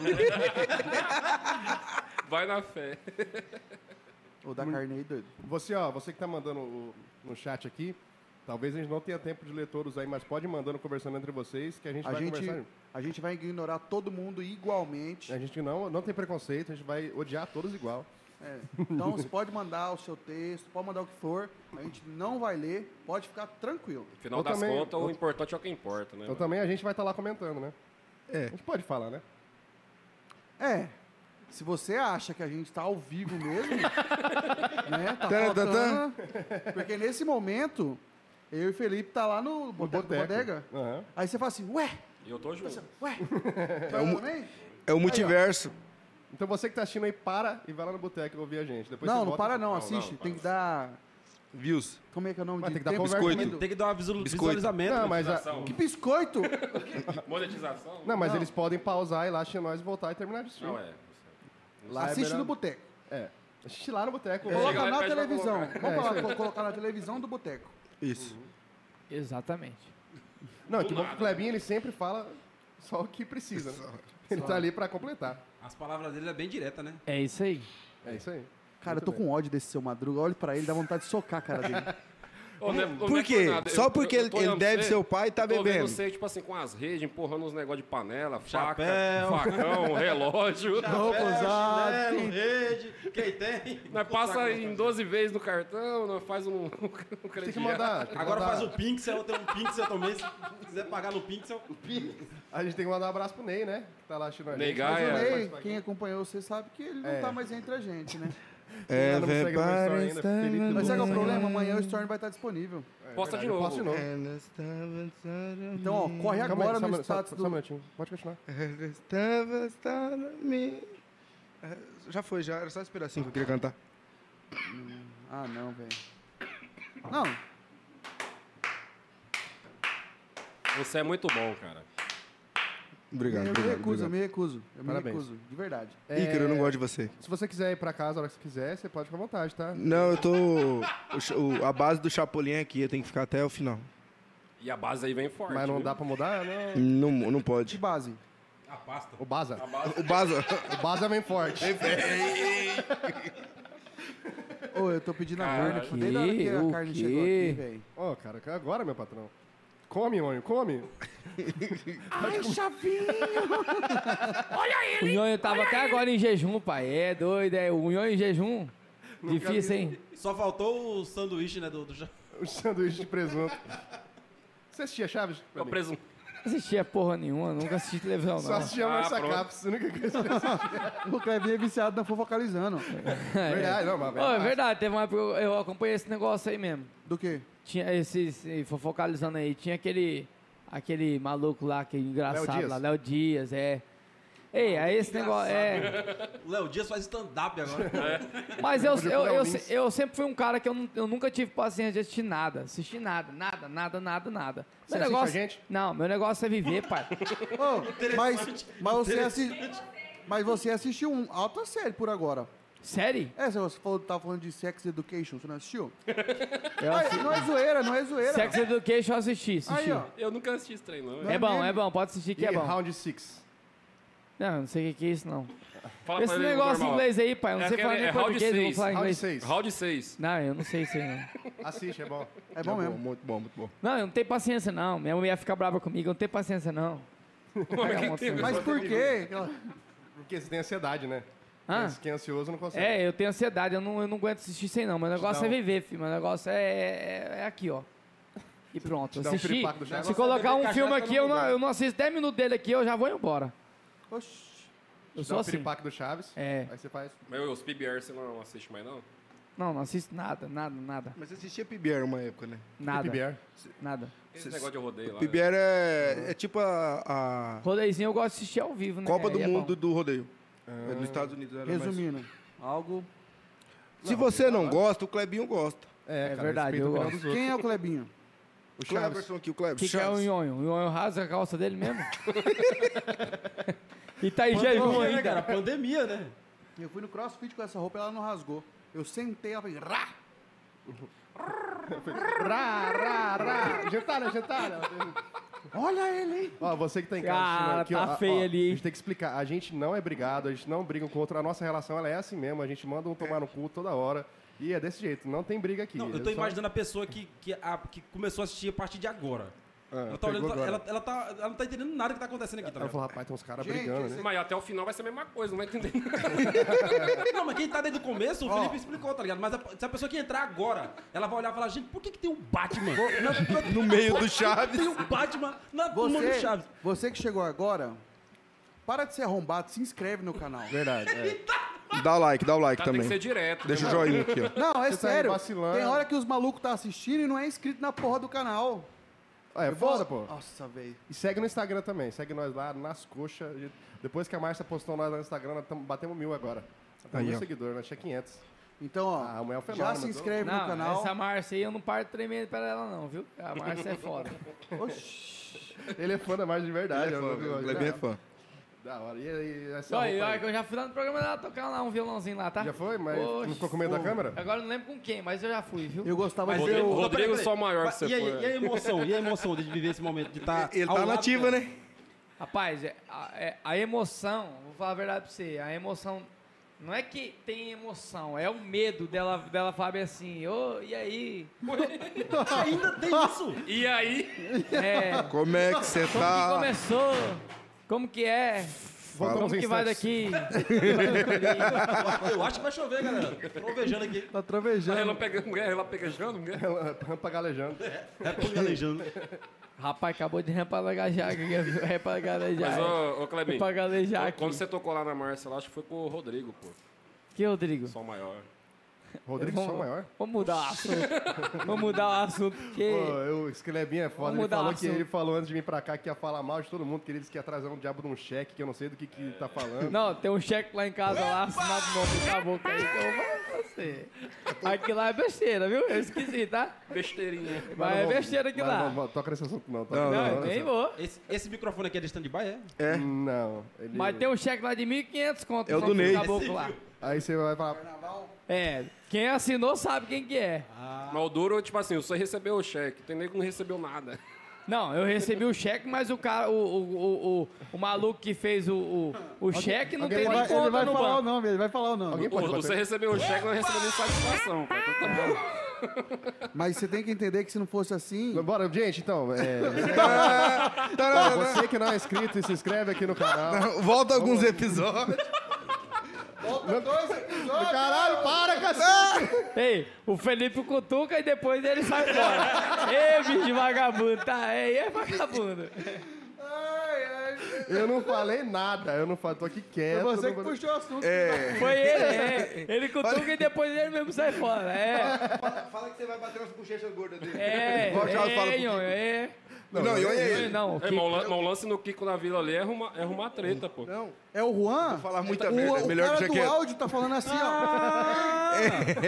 Vai na fé. Ô, da carne aí, doido. Você que tá mandando no chat aqui, talvez a gente não tenha tempo de ler todos aí, mas pode ir mandando, conversando entre vocês, que a gente vai conversar. A gente vai ignorar todo mundo igualmente. A gente não tem preconceito, a gente vai odiar todos igual. É. Então você pode mandar o seu texto, pode mandar o que for, a gente não vai ler, pode ficar tranquilo. Afinal Eu das também- contas, o importante é o que importa, né? Então também a gente vai estar lá comentando, né? É. A gente pode falar, né? É, se você acha que a gente tá ao vivo mesmo, né? Tá Tan, tan, faltando, porque nesse momento, eu e Felipe tá lá no boteco. bodega. Aham. Aí você fala assim, ué, E eu tô junto. também? É o multiverso. Então você que tá assistindo aí, para e vai lá no boteco ouvir a gente. Depois Não, você não volta para e- não, Não, assiste. não, tem para. que dar... Views. Como é que é o nome Mas de tem que dar tempo? convertimento. Tem que dar uma Biscoito. visualizamento. Não, mas, Que biscoito? Monetização? não, mas eles podem pausar e lá assistir nós e voltar e terminar de assistir. Não, é. Lá é Assiste melhor- no boteco. É. Assiste lá no boteco. Chega Coloca lá e na pede pra televisão. colocar. Vamos falar, colocar na televisão do boteco. Isso. Exatamente. Não, que bom que o Clebinho ele sempre fala só o que precisa. Né? Ele tá ali pra completar. As palavras dele é bem direta, né? É isso aí. É isso aí. Cara, eu tô com ódio desse seu Madruga. Olha pra ele, dá vontade de socar a cara dele. Ô, não é- não Por é quê? nada. Só porque tô ele olhando deve você, ser o pai e tá tô vendo bebendo. você, tipo assim, com as redes, empurrando uns negócios de panela, faca, Chapéu. facão, relógio. Roupa usada. Chinelo, rede, quem tem? Nós passa em 12 vezes no cartão, nós faz um Tem que crediário. mandar. tem que Agora mandar- faz o Pixel, tem um Pixel também. Se quiser pagar no Pixel. A gente tem que mandar um abraço pro Ney, né? Que tá lá assistindo a gente. Ney Mas Gaia. o Ney, Mas- quem acompanhou você sabe que ele não É. tá mais entre a gente, né? Ela não segue no meu story ainda, Felipe Mas sabe qual é o Luz. problema? Amanhã o Storm vai estar disponível. Posta de Verdade, eu novo. posto de novo. Então, ó, corre Calma aí, agora só um no minuto, status só um do... minutinho. Pode continuar. Já foi, já. Era só esse pedacinho que eu queria cantar. Ah, não, velho. Não, Você é muito bom, cara. Obrigado, eu me obrigado. recuso, eu obrigado. me recuso. Eu me Parabéns. recuso, de verdade. Ícaro, eu não gosto de você. Se você quiser ir pra casa a hora que você quiser, você pode ficar à vontade, tá? Não, eu tô... a base do Chapolin é aqui, eu tenho que ficar até o final. E a base aí vem forte. Mas não viu? dá pra mudar, não. Não De pode. base. A pasta. O Baza. O Baza... O Baza vem forte. Ô, eu tô pedindo a Cara, carne. Desde a hora que a o carne quê? chegou aqui, velho. Ô, cara, agora, meu patrão. Come, Onho, come. Ai, chavinho! O Nhonho tava até agora em jejum, pai. É doido, é. O Nhonho em jejum. Difícil, hein? Só faltou o sanduíche, né? Do O sanduíche de presunto. Você assistia Chaves? Eu presumo. Não assistia porra nenhuma, nunca assisti televisão, Só não. assistia Marcia pronto. Caps, a única coisa que eu assistia. O Clevinho é viciado na fofocalizando. Verdade, não, mas... Ô, é verdade, teve uma época que eu acompanhei esse negócio aí mesmo. Do quê? Tinha esse fofocalizando aí, tinha aquele maluco lá, que é engraçado Léo Dias. lá, Léo Dias, é. Ei, aí esse negócio, O Léo Dias faz stand-up agora. Mas Podia pro Léo Lins. eu sempre fui um cara que eu nunca tive paciência de assistir nada. Assistir nada. Você Meu assiste a gente? Não, meu negócio é viver, pai. Ô, mas você assistiu um alta série por agora. Série? É, você tava falando de Sex Education, você não assistiu? Eu assisti- Não é zoeira, não é zoeira. Sex Education eu assisti. Aí, ó. Eu nunca assisti esse trem, não. É bom, pode assistir que E é bom. Round 6. Não sei o que é isso, não. Fala Esse pra ele negócio em normal. inglês aí, pai, eu não É sei falar aquele- nem é round português, eu vou seis. falar Round inglês. 6. Round 6. Não, eu não sei isso aí, não. Assiste, é bom. É bom mesmo. Muito bom, muito bom. Não, eu não tenho paciência, não. Minha mulher fica brava comigo, eu não tenho paciência, não. Mas por quê? Porque você tem ansiedade, né? Ah, Quem é ansioso não consegue. é, eu tenho ansiedade, eu não aguento assistir isso aí, não. Meu negócio dá é um- viver, filho. Meu negócio é aqui, ó. E pronto, dá um assisti. piripaque do Chaves. Se colocar um Cachaça filme no aqui, eu lugar. não assisto 10 minutos dele aqui, eu já vou embora. Oxi. Eu Dá sou o assim. piripaque do Chaves. É. Aí você faz. Mas os PBR você não assiste mais, não? Não assisto nada. Mas você assistia PBR uma época, né? Nada. PBR. Nada. Esse negócio de rodeio lá. PBR é tipo a Rodeizinho eu gosto de assistir ao vivo, né? Copa Aí do é Mundo bom. do rodeio. É nos Estados Unidos. Era mais- Resumindo, algo... Se você não gosta, o Clebinho gosta. É, cara, verdade, respeita eu a opinião gosto. dos outros. Quem é o Clebinho? O O Chaves. Cleberson aqui, o O Cleberson. que é o Nhonho? O Nhonho rasga a calça dele mesmo? E tá em jejum Pandemia, né, ainda. cara? Pandemia, né? Eu fui no CrossFit com essa roupa e ela não rasgou. Eu sentei, ela fez... Rá! Rá. Gentalha. Olha ele, hein? Ó, você que tá em casa Cara, assistindo aqui, tá ó, feio ó, ali, hein? A gente tem que explicar. A gente não é brigado, a gente não briga um com o outro. A nossa relação ela é assim mesmo. A gente manda um tomar no cu toda hora. E é desse jeito, não tem briga aqui. Não, eu É tô só- imaginando a pessoa que começou a assistir a partir de agora. Ela tá pegou olhando, agora. ela não tá entendendo nada que tá acontecendo aqui, tá Ela ligado? falou, rapaz, tem uns caras Gente, brigando, né? Mas até o final vai ser a mesma coisa, não vai entender. Não, mas quem tá desde o começo, o Felipe explicou, tá ligado? Mas se a pessoa que entrar agora, ela vai olhar e falar, gente, por que tem um Batman No meio do Chaves. Tem um Batman na turma do Chaves. Você que chegou agora, para de ser arrombado, se inscreve no canal. Verdade. Dá o like Tem também. que ser direto. Deixa o né, joinha aqui, ó. Não, é Você tá aí sério. vacilando. Tem hora que os malucos tá assistindo e não é inscrito na porra do canal. É foda, pô. Nossa, velho. E segue no Instagram também. Segue nós lá, nas coxas. Depois que a Márcia postou nós lá no Instagram, nós batemos 1000 agora. Batemos Aí, 1000 ó. seguidores, nós tinha 500. Então, ó, Ah, amanhã é um já fenômeno, se então. inscreve no Não, canal. essa Márcia aí eu não paro de tremer pra ela não, viu? A Márcia é foda. Ele é fã da Márcia de verdade. Ele é fã, eu não- o Clebinho é fã. Da hora. E essa Olha, roupa olha aí? que eu já fui lá no programa dela tocar lá um violãozinho lá, tá? Já foi? Mas Oxe. não ficou com medo da câmera? Agora eu não lembro com quem, mas eu já fui, viu? Eu gostava Mas de ver Rodrigo, o... Rodrigo Peraí. só maior que você E aí, foi. e a emoção? E a emoção de viver esse momento? De estar Ele tá nativa, né? Rapaz, a emoção, vou falar a verdade pra você, a emoção não é que tem emoção, é o medo dela falar bem assim, ô, e aí? Ainda tem isso? E aí? É, Como é que você como que tá? começou? Como que é? Voltamos Como em que vai instantes. daqui? Eu acho que vai chover, galera. Trovejando aqui. Tá trovejando. Ela pegando, mulher? Rampa galejando. É por galejando. Rapaz, acabou de repalagar aqui, repalagar. Mas, ô Clebinho, Repalagar aqui. quando você tocou lá na Márcia, lá, acho que foi com o Rodrigo, pô. Que, Rodrigo? Som maior. Rodrigo Som maior. Vamos mudar o assunto. Vamos mudar o assunto, porque... Pô, esse Clebinho é foda. Vamos Ele mudar falou, o que, assunto. ele falou antes de vir pra cá que ia falar mal de todo mundo, que ele disse que ia trazer um diabo de um cheque, que eu não sei do que tá falando. Não, tem um cheque lá em casa, lá, assinado no nome da boca aí, que eu vou falar pra você. Aquilo lá é besteira, viu? Eu esqueci, tá? Besteirinha. Mas é besteira aquilo lá. Não, toca nesse assunto não. Não, Não, nem vou. Esse microfone aqui é de stand-by, é? É. Não. Ele... Mas tem um cheque lá de 1.500 conto. É o só do pro Ney. caboclo lá. Aí você vai falar... É, quem assinou sabe quem que é. Mas o duro, tipo assim, você recebeu o cheque, tem nego que não recebeu nada. Não, eu recebi o cheque, mas o cara, o maluco que fez o cheque não alguém tem nem Ele conta vai no falar o banco. nome, ele vai falar o nome. Alguém pode Você bater? recebeu o cheque, não recebeu nem satisfação, pai. Então tá bom. Mas você tem que entender que se não fosse assim... Bora, gente, então. Tá, Você que não é inscrito, se inscreve aqui no canal. Volta alguns episódios. Caralho, para, cacete! Ei, o Felipe cutuca e depois ele sai fora. Ei, bicho de vagabundo, tá? Ei, é vagabundo. Eu não falei nada, eu não falei, tô aqui quieto. Foi você não que vou- puxou o assunto. Foi ele, Ele cutuca e depois ele mesmo sai fora. É, Fala que você vai bater nas bochechas gordas dele. é, Igual o Charles fala pro Nhonho, é. Não, e olha ele. Não, É, mas o lance no Kiko na Vila ali é arrumar treta, pô. Não, É o Juan? vou falar muita O, merda. o Melhor cara que do você quer. áudio tá falando assim, ó.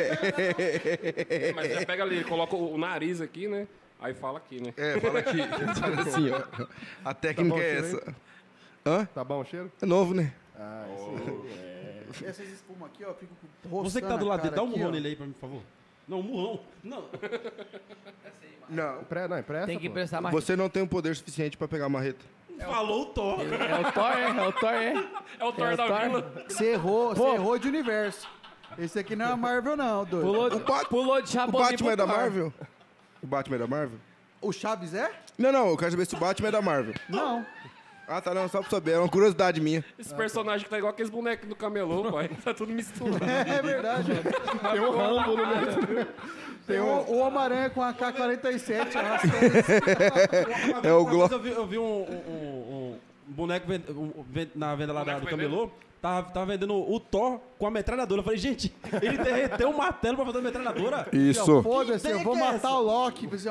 Mas você pega ali, coloca o nariz aqui, né? Aí fala aqui, né? É, fala aqui. Fala assim, ó. A técnica bom, é cheiro, essa. Hã? Tá bom o cheiro? É novo, né? Ah, sim. Essas espumas aqui, ó, fica com Você que tá roçando do a lado dele, cara dá um aqui, murrão ó. nele aí pra mim, por favor. Não, um murrão. Não. Não. Não, empresta, Tem que pô. emprestar mais. Você não tem o poder suficiente pra pegar a marreta. Falou o Thor. É o Thor, é o Thor, é. É o Thor da Vila. Você errou de universo. Esse aqui não é a Marvel, não, doido. Pulou de O chabolim Batman é pro da Thor. Marvel? O Batman é da Marvel? O Chaves é? Não, eu quero saber se o Batman é da Marvel. Não. Ah, tá, não, só pra saber. É uma curiosidade minha. Esse personagem que tá igual aqueles bonecos do camelô, pai. Tá tudo misturado. É verdade. Tem um Rambo no meio. Tem o Homem-Aranha com a AK-47 arrastando. É o Uma Globo. vez eu vi um boneco na venda lá do camelô. Tava vendendo o Thor com a metralhadora. Eu falei, gente, ele derreteu o martelo pra fazer a metralhadora. Isso. Foda-se, eu vou Que ideia matar é o Loki. Assim, ó.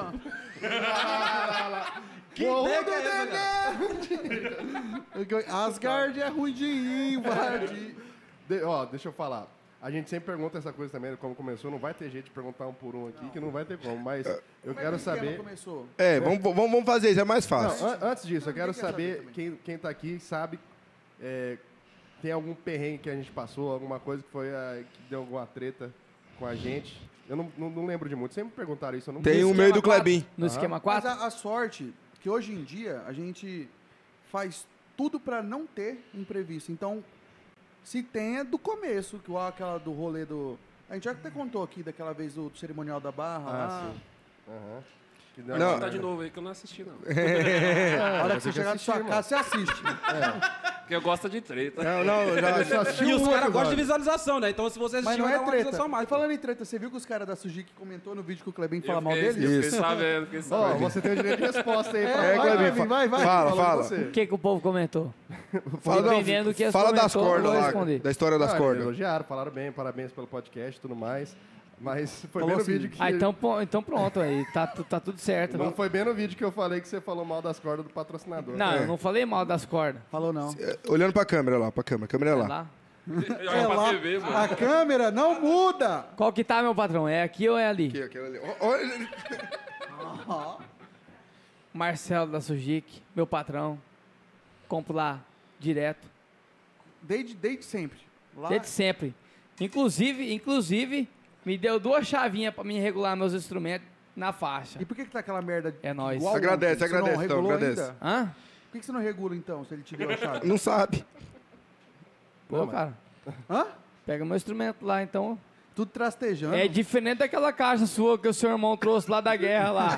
Que ideia que é essa, cara? Asgard é ruim de invadir. Deixa eu falar. A gente sempre pergunta essa coisa também, como começou. Não vai ter jeito de perguntar um por um aqui, que não vai ter como. Mas eu quero saber... Começou. É, vamos fazer isso, é mais fácil. Não, antes disso, eu quero Ninguém quer saber saber quem tá aqui sabe... tem algum perrengue que a gente passou, alguma coisa que foi que deu alguma treta com a gente. Eu não lembro de muito. Sempre perguntaram isso. Eu não Tem o meio do Clebinho. No esquema Mas 4? a sorte que hoje em dia a gente faz tudo pra não ter imprevisto. Então, se tem é do começo, que aquela do rolê do... A gente já até contou aqui daquela vez do cerimonial da Barra. lá. Aham. Que Vai Não. contar de novo aí que eu não assisti, não. A hora que você você chegar na assistir, sua irmão. casa, você assiste. Porque eu gosto de treta. Não, Eu só assisti E os um caras gostam de episódio. visualização, né? Então se você Mas assistir, não vai é dar uma treta. visualização a mais. E falando em treta, você viu que os caras da Sujique comentou no vídeo que o Klebin fala Eu mal fiquei- deles? Eu fiquei sabendo, fiquei Ó, sabendo. você tem o direito de resposta aí. pra É, falar. Klebin, vai. Fala, Falando fala. você. O que o povo comentou? Fala, Dependendo do que eles fala das comentou, eu cordas vou lá, responder. da história das Ah, cordas. Elogiaram, falaram bem, parabéns pelo podcast e tudo mais. Mas foi Falou bem no assim, vídeo que... Então pronto, aí tá tudo certo. Não foi bem no vídeo que eu falei que você falou mal das cordas do patrocinador. Não, eu não falei mal das cordas. Falou não. Olhando pra câmera lá, pra câmera. A câmera é Vai lá. lá. Joga pra TV, mano. A câmera não muda. Qual que tá, meu patrão? É aqui ou é ali? Aqui, aquela ali. Olha. Marcelo da Sujique, meu patrão. Compro lá direto. Desde sempre. Lá, Desde sempre. Inclusive, me deu 2 chavinhas pra mim regular meus instrumentos na faixa. E por que tá aquela merda? É nóis. igual Agradece, ontem? Você não agradece, então, regulou agradece. ainda? Hã? Por que você não regula então, se ele te deu a chave? Não sabe. Pô, cara. Hã? Pega meu instrumento lá, então. Tudo trastejando. É diferente daquela caixa sua que o seu irmão trouxe lá da guerra lá.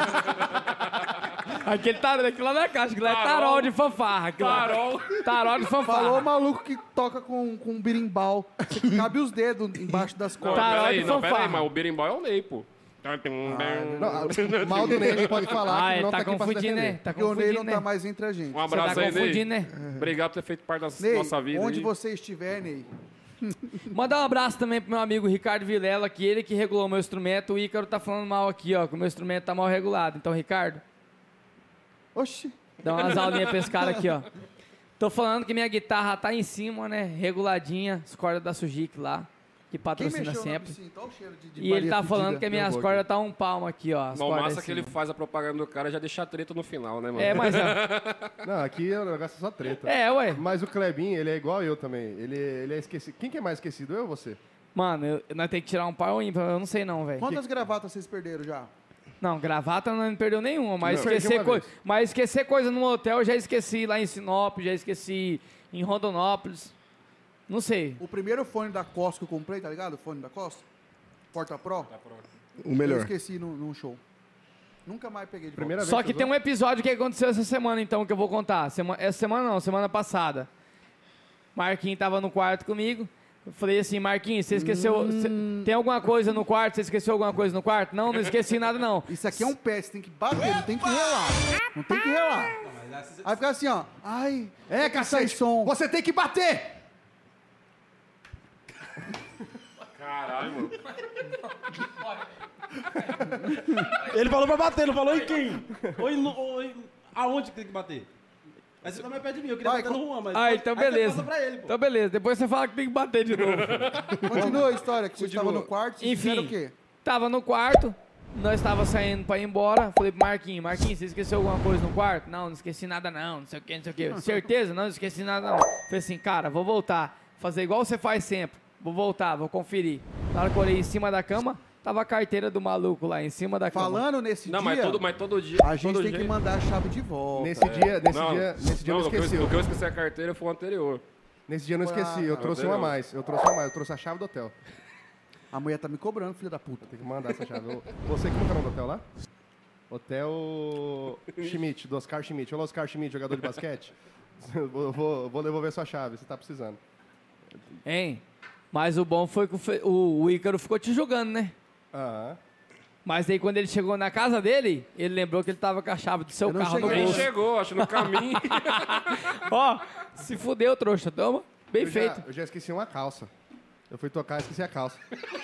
Aquele lá na caixa, que lá é tarol de fanfarra. Tarol de fanfarra. Falou o maluco que toca com um birimbau. Que cabe os dedos embaixo das Não, cordas. Tarol peraí, de não, peraí, fanfarra. mas o berimbau é o Ney, pô. Não, mal do Ney, a gente pode falar Ah, que ele não tá tá aqui pra se confundindo, defender. né? Tá Porque o Ney confundindo, não tá né? mais entre a gente. Um Você abraço tá aí, Ney. confundindo, né? Obrigado por ter feito parte da Ney, nossa vida. onde aí. você estiver, Ney, Mandar um abraço também pro meu amigo Ricardo Vilela, que ele que regulou meu instrumento. O Ícaro tá falando mal aqui, ó, que o meu instrumento tá mal regulado. Então, Ricardo, oxi, dá umas aulinhas pra esse cara aqui, ó. Tô falando que minha guitarra tá em cima, né? Reguladinha, as cordas da Sujique lá, que quem patrocina mexeu no sempre. absinto? Olha o cheiro de E ele Maria tá falando fedida. que as minhas Derrubou cordas tá um palmo aqui, ó. As Não, cordas massa em que ele cima. faz a propaganda do cara já deixa treta no final, né, mano? É, mas... Não, aqui o negócio é só treta. É, ué. Mas o Klebin, ele é igual eu também. Ele é esquecido. Quem que é mais esquecido, eu ou você? Mano, nós temos que tirar um par ou ímpar, eu não sei não, velho. Quantas gravatas vocês perderam já? Não, gravata não perdeu nenhuma, mas Não, perdi uma vez. mas esquecer coisa no hotel eu já esqueci lá em Sinop, já esqueci em Rondonópolis. Não sei. O primeiro fone da Costa que eu comprei, tá ligado? O fone da Costa? Porta Pro? O Eu melhor. esqueci num show. Nunca mais peguei de Primeira Só vez que você tem um usou? episódio que aconteceu essa semana, então, que eu vou contar. Essa semana não, semana passada. Marquinhos tava no quarto comigo. Eu falei assim, Marquinhos, você esqueceu... tem alguma coisa no quarto? Você esqueceu alguma coisa no quarto? Não, não esqueci nada, não. Isso aqui é um pé, você tem que bater, não tem que relar. Não tem que relar. Aí fica assim, ó. Ai, É, sai cacete, som. você tem que bater! Caralho, mano. Ele falou pra bater, não falou em quem? Aonde que tem que bater? Aí você também pede de mim, eu queria Vai, bater no Juan, mas... Ah, então aí você beleza. passa pra ele, pô. Então beleza, depois você fala que tem que bater de novo. Continua a história, que vocês Continua. estavam no quarto, vocês fizeram o Enfim, quê? tava no quarto, nós estava saindo pra ir embora. Falei pro Marquinhos, você esqueceu alguma coisa no quarto? Não, não esqueci nada não, não sei o que, não sei o que. Certeza? Não esqueci nada não. Falei assim, cara, vou voltar, fazer igual você faz sempre. Vou voltar, vou conferir. Na hora que eu olhei em cima da cama, tava a carteira do maluco lá em cima da cama. Falando nesse Não, dia, mas todo dia. a gente todo tem que dia- mandar a chave de volta. Nesse dia eu Não, não esqueci. o que eu esqueci a carteira foi o anterior. Nesse dia eu não Foi a- esqueci. Eu trouxe uma a mais. Eu trouxe a chave do hotel. A mulher tá me cobrando, filha da puta. Tem que mandar essa chave. Você que não tá no hotel lá? Hotel Schmidt, do Oscar Schmidt. Olha o Oscar Schmidt, jogador de basquete. Vou devolver sua chave, você tá precisando. Hein? Mas o bom foi que o Ícaro ficou te julgando, né? Aham. Mas daí quando ele chegou na casa dele, ele lembrou que ele tava com a chave do seu Eu não carro no cheguei. Nem bolso. chegou, acho, no caminho. Ó, se fudeu, trouxa. Toma. Bem feito. Eu já esqueci uma calça. Eu fui tocar e esqueci a calça.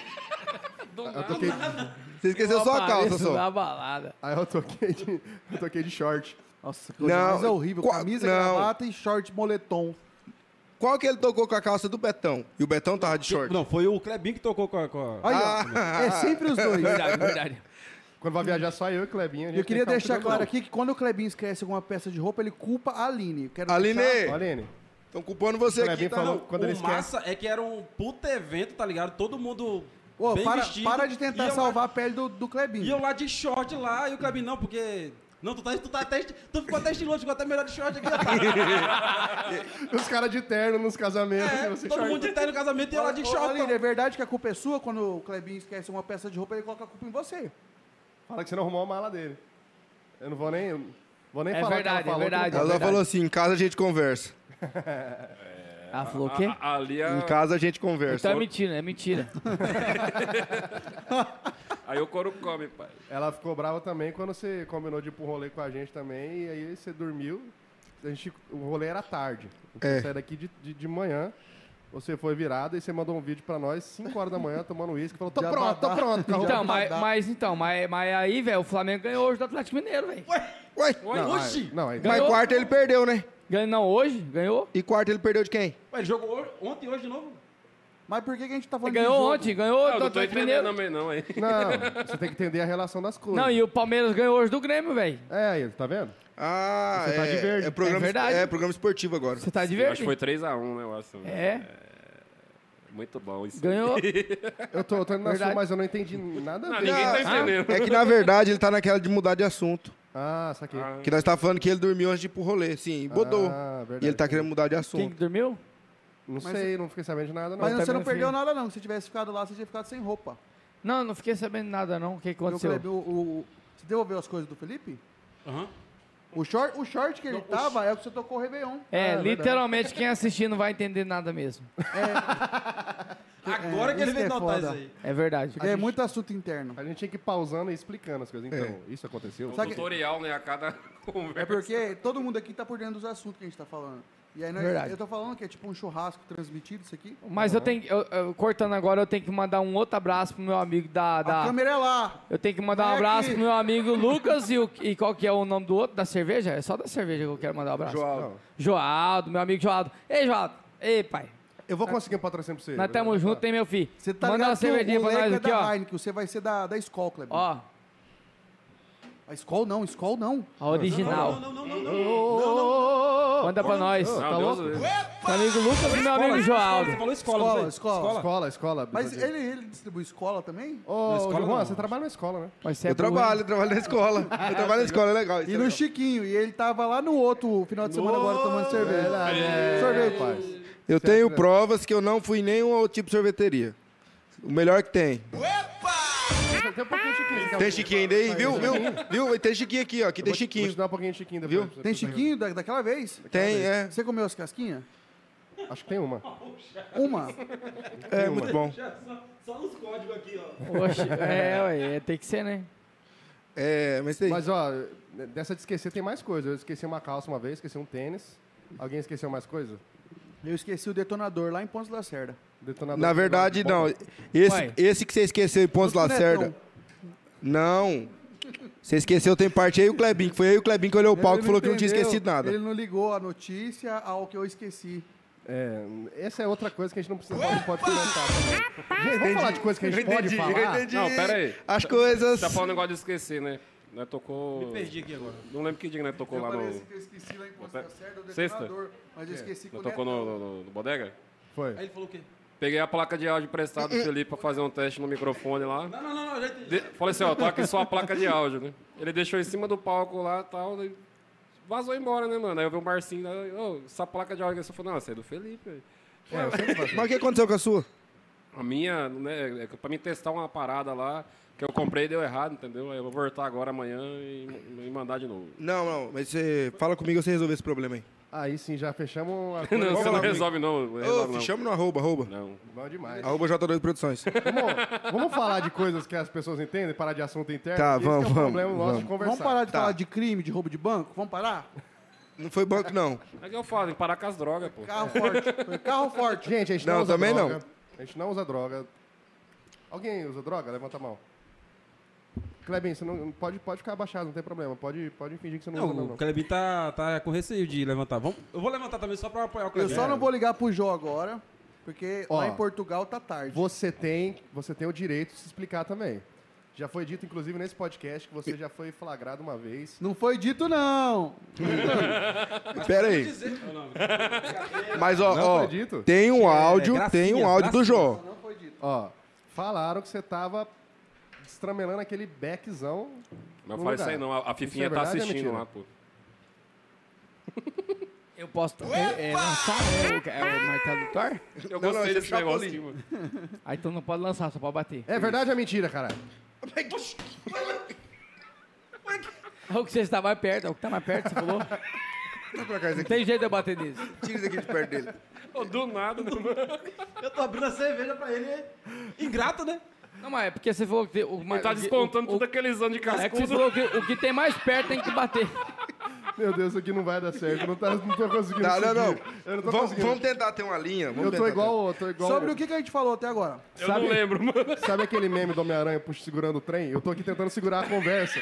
Eu toquei, Você esqueceu só a calça, Apareço só. da balada. aí eu toquei de short. Nossa, que coisa Não, mais horrível. qual- Camisa, não. gravata e short moletom. Qual que ele tocou com a calça do Betão? E o Betão tava de short. Não, foi o Klebin que tocou com a... Aí, ó. É sempre os dois. Verdade. Quando vai viajar só eu e o Clebinho. a gente Eu queria tem que ficar deixar um claro cuidado. aqui que quando o Klebin esquece alguma peça de roupa, ele culpa a Aline. Eu quero Aline! deixar- Ó, Aline, Estão culpando você Klebin aqui, tá? falou Não. quando ele O esquece. massa é que era um puta evento, tá ligado? Todo mundo Ô, bem vestido. para de tentar iam salvar a pele do Klebin. Lá, iam lá de short lá, e o Klebin não, porque... Não, tu ficou até estiloso, ficou até melhor de short aqui, rapaz. Os caras de terno nos casamentos. e você Todo short. mundo de terno no casamento e ia lá de Ô, short. Aline, é verdade que a culpa é sua quando o Klebin esquece uma peça de roupa, ele coloca a culpa em você. Fala que você não arrumou a mala dele. Eu não vou nem... Vou nem É falar verdade, que ela falou. é verdade. que não- Ela falou assim, em casa a gente conversa. Ela falou o quê? Ali Em casa a gente conversa. Então é mentira, é mentira. Aí o couro come, pai. Ela ficou brava também quando você combinou de ir pro rolê com a gente também. E aí você dormiu. O rolê era tarde. Então É. você saía daqui de manhã. Você foi virado e você mandou um vídeo pra nós, 5 horas da manhã, tomando uísque. Falou, tô Já pronto, tô vai dar. pronto. Carro. Então, mas aí, velho, o Flamengo ganhou hoje do Atlético Mineiro, velho. Ué, Não, Oxi! Não, aí, mas Ganhou. quarta ele perdeu, né? Ganhou não hoje? Ganhou? E quarta ele perdeu de quem? Ué, ele jogou ontem e hoje de novo? Mas por que que a gente tá falando Ganhou de jogo? ontem, ganhou Eu do não tô Atlético entendendo Mineiro. também, não, hein? não, você tem que entender a relação das coisas. Não, e o Palmeiras ganhou hoje do Grêmio, velho. É, aí, tá vendo? Ah, Você tá de verde. programa, É verdade. programa esportivo agora. Você tá de Eu acho verde? que foi 3x1, né, eu acho. É, Muito bom isso. ganhou. Eu tô indo na Verdade. sua, mas eu não entendi nada a Não, ver. ninguém tá entendendo. É que na verdade ele tá naquela de mudar de assunto. Ah, saquei. Que nós tá falando que ele dormiu antes de ir pro rolê, sim, bodou. Verdade. E ele tá querendo mudar de Quem assunto. que dormiu? Não sei, não fiquei sabendo de nada, não. Mas você não também perdeu fui. nada, não. Se tivesse ficado lá, você tinha ficado sem roupa. Não, não fiquei sabendo nada, não. O que Meu aconteceu? Kleber, você devolveu as coisas do Felipe? Aham. O short que ele tava é o que você tocou o Réveillon. É, Ah, literalmente quem assistir não vai entender nada mesmo. Agora que ele isso veio que é notar foda. isso aí. É verdade. É muito assunto interno. A gente tinha que ir pausando e explicando as coisas. Então, isso aconteceu? O Sabe que- tutorial, né, a cada É conversa. porque todo mundo aqui tá por dentro dos assuntos que a gente tá falando. E aí Verdade. eu tô falando que é tipo um churrasco transmitido isso aqui. Mas eu tenho, cortando agora, eu tenho que mandar um outro abraço pro meu amigo A câmera é lá. Eu tenho que mandar um Vai abraço aqui. pro meu amigo Lucas e qual que é o nome do outro? Da cerveja? É só da cerveja que eu quero mandar um abraço. João. Joaldo, meu amigo Joaldo. Ei, Joaldo. Ei, pai. Eu vou conseguir um patrocínio pra você. Nós estamos juntos, hein, meu filho? Você tá Manda ligado uma cervejinha que o pra nós moleque aqui, é ó. da Heineken, você vai ser da Skol, Kleber. Ó, A Skol não, Skol não. a original. Não. Manda pra nós. Não, Tá Deus louco? do céu. Meu amigo Lucas e meu amigo Joaldo. Você falou escola, não Escola, foi? escola. Escola. Mas ele distribui escola também? Ô, escola João, não. você trabalha na escola, né? Mas você é Eu burro, trabalho na escola. Eu trabalho na escola, é legal. isso E é no legal. Chiquinho, e ele tava lá no outro final de semana agora tomando cerveja. Sorvete. Rapaz. Eu tenho provas que eu não fui em nenhum outro tipo de sorveteria. O melhor que tem. Tem um pouquinho de chiquinho. Você quer Tem um- chiquinho ainda aí, viu? Tem chiquinho aqui, ó. Aqui tem Vou te chiquinho. dar um pouquinho de chiquinho Viu? depois. Tem Chiquinho daquela vez? Tem, é. Você comeu as casquinhas? Acho que tem uma. Uma. É muito bom. Só nos códigos aqui, ó. Oxe, ué, tem que ser, né? É, mas tem. Mas, ó, dessa de esquecer tem mais coisa. Eu esqueci uma calça uma vez, esqueci um tênis. Alguém esqueceu mais coisa? Eu esqueci o detonador lá em Pontes da Cerda. Detonador. Na verdade, Bom, não. Ué. Esse que você esqueceu em Pontos Do Lacerda. Netão. Não. Você esqueceu, tem parte aí o Klebin, que foi aí o Klebin que olhou o palco e Ele falou que não tinha entendeu, esquecido nada. Ele não ligou a notícia ao que eu esqueci. É, essa é outra coisa que a gente não precisa, pode comentar também. Gente, vamos falar de coisa que a gente pode falar? Não, pera aí. As coisas. Você tá falando negócio de esquecer, né? Nós tocou... Perdi aqui agora. Não lembro que dia que nós tocou lá no... que eu esqueci lá em Pontes da Cerda o Sexta? detonador, mas eu esqueci Nós com o tocou Netão. no bodega? Foi. Aí ele falou o quê? Peguei a placa de áudio emprestada do Felipe pra fazer um teste no microfone lá. Não, já entendi. Falei assim, ó, tô aqui só a placa de áudio, né? Ele deixou em cima do palco lá e tal, daí vazou embora, né, mano? Aí eu vi o Marcinho, ô, essa placa de áudio aqui, eu falei, não, essa é do Felipe, velho. Mas o que aconteceu com a sua? A minha, né, é pra mim testar uma parada lá, que eu comprei e deu errado, entendeu? Aí eu vou voltar agora amanhã e mandar de novo. Não, mas você fala comigo e você resolver esse problema aí. Aí sim, já fechamos a Não, coisa. você não lá, resolve não. não resolve, Ô, não. chama no arroba. Não. Bom demais. Arroba J2 Produções. Vamos falar de coisas que as pessoas entendem, parar de assunto interno? Tá, Esse que é vamos, o problema vamos, nosso de vamos. conversar. Vamos parar de Tá. falar de crime, de roubo de banco? Vamos parar? Não foi banco, não. É que eu falo, tem que parar com as drogas, pô. Carro forte. Foi carro forte. Gente, a gente Não, não usa também droga. não. A gente não usa droga. Alguém usa droga? Levanta a mão. Clebin, você não pode ficar abaixado, não tem problema. Pode fingir que você não usa, Não, não. o Klebin tá com receio de levantar. Eu vou levantar também só pra apoiar o Eu Klebin. só não vou ligar pro Jô agora, porque Ó, lá em Portugal tá tarde. Você tem o direito de se explicar também. Já foi dito, inclusive, nesse podcast, que você já foi flagrado uma vez. Não foi dito, não. Pera aí. Mas, Não ó, foi dito? tem um áudio, gracinhas, tem um áudio do Jô. Não foi dito. Ó, falaram que você tava destramelando aquele beckzão. Mas no fala isso lugar. aí não, a Fifinha Isso é tá verdade ou é assistindo mentira? lá, pô. Eu posso lançar, né? O martelo do Thor? Eu Não, gostei esse é desse negócio Chapolin. aqui, mano. Ah, então não pode lançar, só pode bater. É verdade ou é mentira, caralho? É o que você está mais perto, é o que tá mais perto, você falou. Dá pra cá isso Não aqui. tem jeito de eu bater nisso. Tira isso aqui de perto dele. Ô, do nada, né, mano? Eu tô abrindo a cerveja pra ele. Ingrato, né? Não, mas é porque você falou que... Ele tá descontando tudo aqueles anos de É que você cascudo. falou que o que tem mais perto tem que bater. Meu Deus, isso aqui não vai dar certo. Eu não tô conseguindo Não, seguir. não. Eu não tô Vamos, conseguindo. vamos tentar ter uma linha. Eu tô igual... Sobre o que a gente falou até agora? Eu não lembro, mano. Sabe aquele meme do Homem-Aranha segurando o trem? Eu tô aqui tentando segurar a conversa.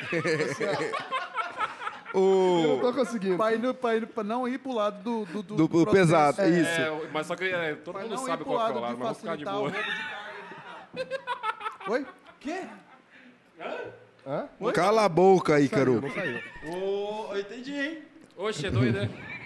Eu não tô conseguindo. Pra não ir pro lado do Do processo. pesado, isso. É, mas só que todo Pra mundo não ir sabe pro qual que é o lado lado, de mas vou ficar de facilitar o boa. roubo de carga. Oi? Quê? Hã? Cala a boca, Ícaro. Não saiu. Ô, eu entendi, hein? Oxe, é doido, né?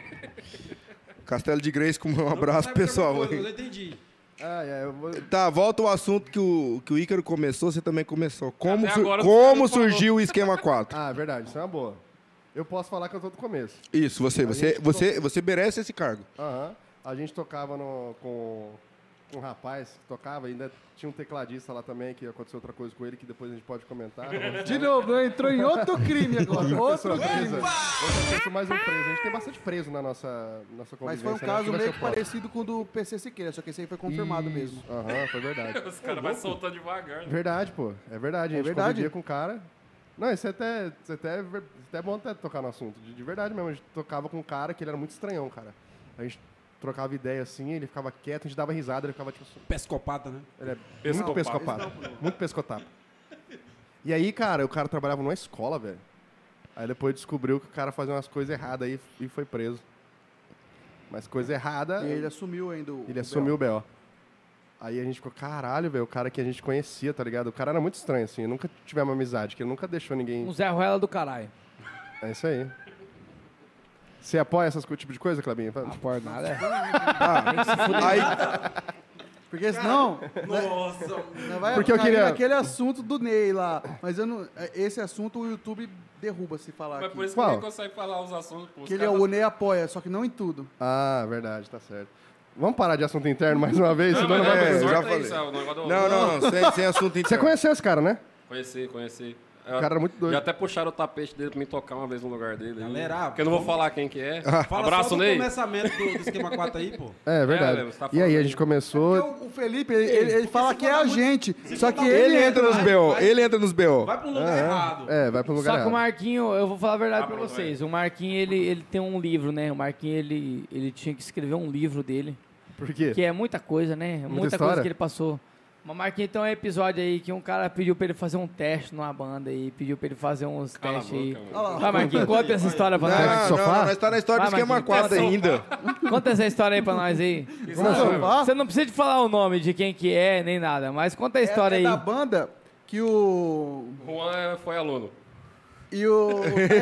Castelo de Grace, com um abraço, pessoal. Mas eu entendi. Eu vou... Tá, volta ao assunto que o Ícaro começou, você também começou. Como, Até agora você como não falou. surgiu o Esquema 4? Ah, verdade, isso é uma boa. Eu posso falar que eu tô do começo. Isso, você merece esse cargo. Aham. A gente tocava com um rapaz que tocava, ainda tinha um tecladista lá também, que aconteceu outra coisa com ele, que depois a gente pode comentar. De novo, né? Entrou em outro crime agora. Outro crime. Outra pessoa, mais um preso. A gente tem bastante preso na nossa Mas convivência. foi um né? caso Acho que vai meio ser que foda. parecido com o do PC Siqueira, só que esse aí foi confirmado mesmo. Aham, foi verdade. Os caras vão soltando devagar. Né? Verdade, pô. É verdade. A gente verdade. convivia com o cara. Não, isso é até bom até tocar no assunto. De verdade mesmo. A gente tocava com um cara que ele era muito estranhão, cara. A gente trocava ideia assim, ele ficava quieto, a gente dava risada, ele ficava tipo... Pescopata, né? Ele é Pescopata. muito pescopata. Muito pescotapa. E aí, cara, o cara trabalhava numa escola, velho. Aí depois descobriu que o cara fazia umas coisas erradas aí e foi preso. Mas coisa errada... E ele assumiu ainda o Ele assumiu o B.O. Aí a gente ficou, caralho, velho, o cara que a gente conhecia, tá ligado? O cara era muito estranho, assim, nunca tivemos amizade, que ele nunca deixou ninguém... Um Zé Ruela do caralho. É isso aí. Você apoia essas tipo de coisa, Clebinho? Por nada, é. Aí, Porque senão... Nossa. Não vai Porque eu cair queria- naquele assunto do Ney lá. Mas eu não, esse assunto o YouTube derruba se falar Mas aqui. por isso que Qual? ninguém consegue falar os assuntos. Pô. Os Que ele, caras- o Ney apoia, só que não em tudo. Ah, verdade, tá certo. Vamos parar de assunto interno mais uma vez, senão não vai é, pra eu frente. já Sorte aí, falei. sabe, o negócio do- não, sem assunto Você interno. conheceu esse cara, né? Conheci. O cara era muito doido. Já até puxaram o tapete dele pra me tocar uma vez no lugar dele. Galera, Porque eu não vou falar quem que é. Fala Abraço, só do Ney. começamento do Esquema 4 aí, pô. É verdade. você tá E aí falando a aí. gente começou... Porque o Felipe, ele fala que é a gente. Só que Ele entra nos vai- BO, vai- ele entra nos BO. Vai pro lugar errado. É, vai pro lugar Só que o errado. Marquinho, eu vou falar a verdade pra pronto, vocês. O Marquinho, ele tem um livro, né? O Marquinho, ele tinha que escrever um livro dele. Por quê? Que é muita coisa, né? Muita história? coisa que ele passou. Mas Marquinhos, tem um episódio aí que um cara pediu pra ele fazer um teste numa banda aí. Pediu pra ele fazer uns Cala a testes aí. boca, mano. Vai, Marquinhos, conta essa história pra Não, nós. Teste de sofá? nós tá na história do Vai, Esquema Marquinhos, 4 teste de ainda. Conta essa história aí pra nós aí. Sofá? Você não precisa de falar o nome de quem que é, nem nada. Mas conta a história é aí. da banda que o... Juan foi aluno. E o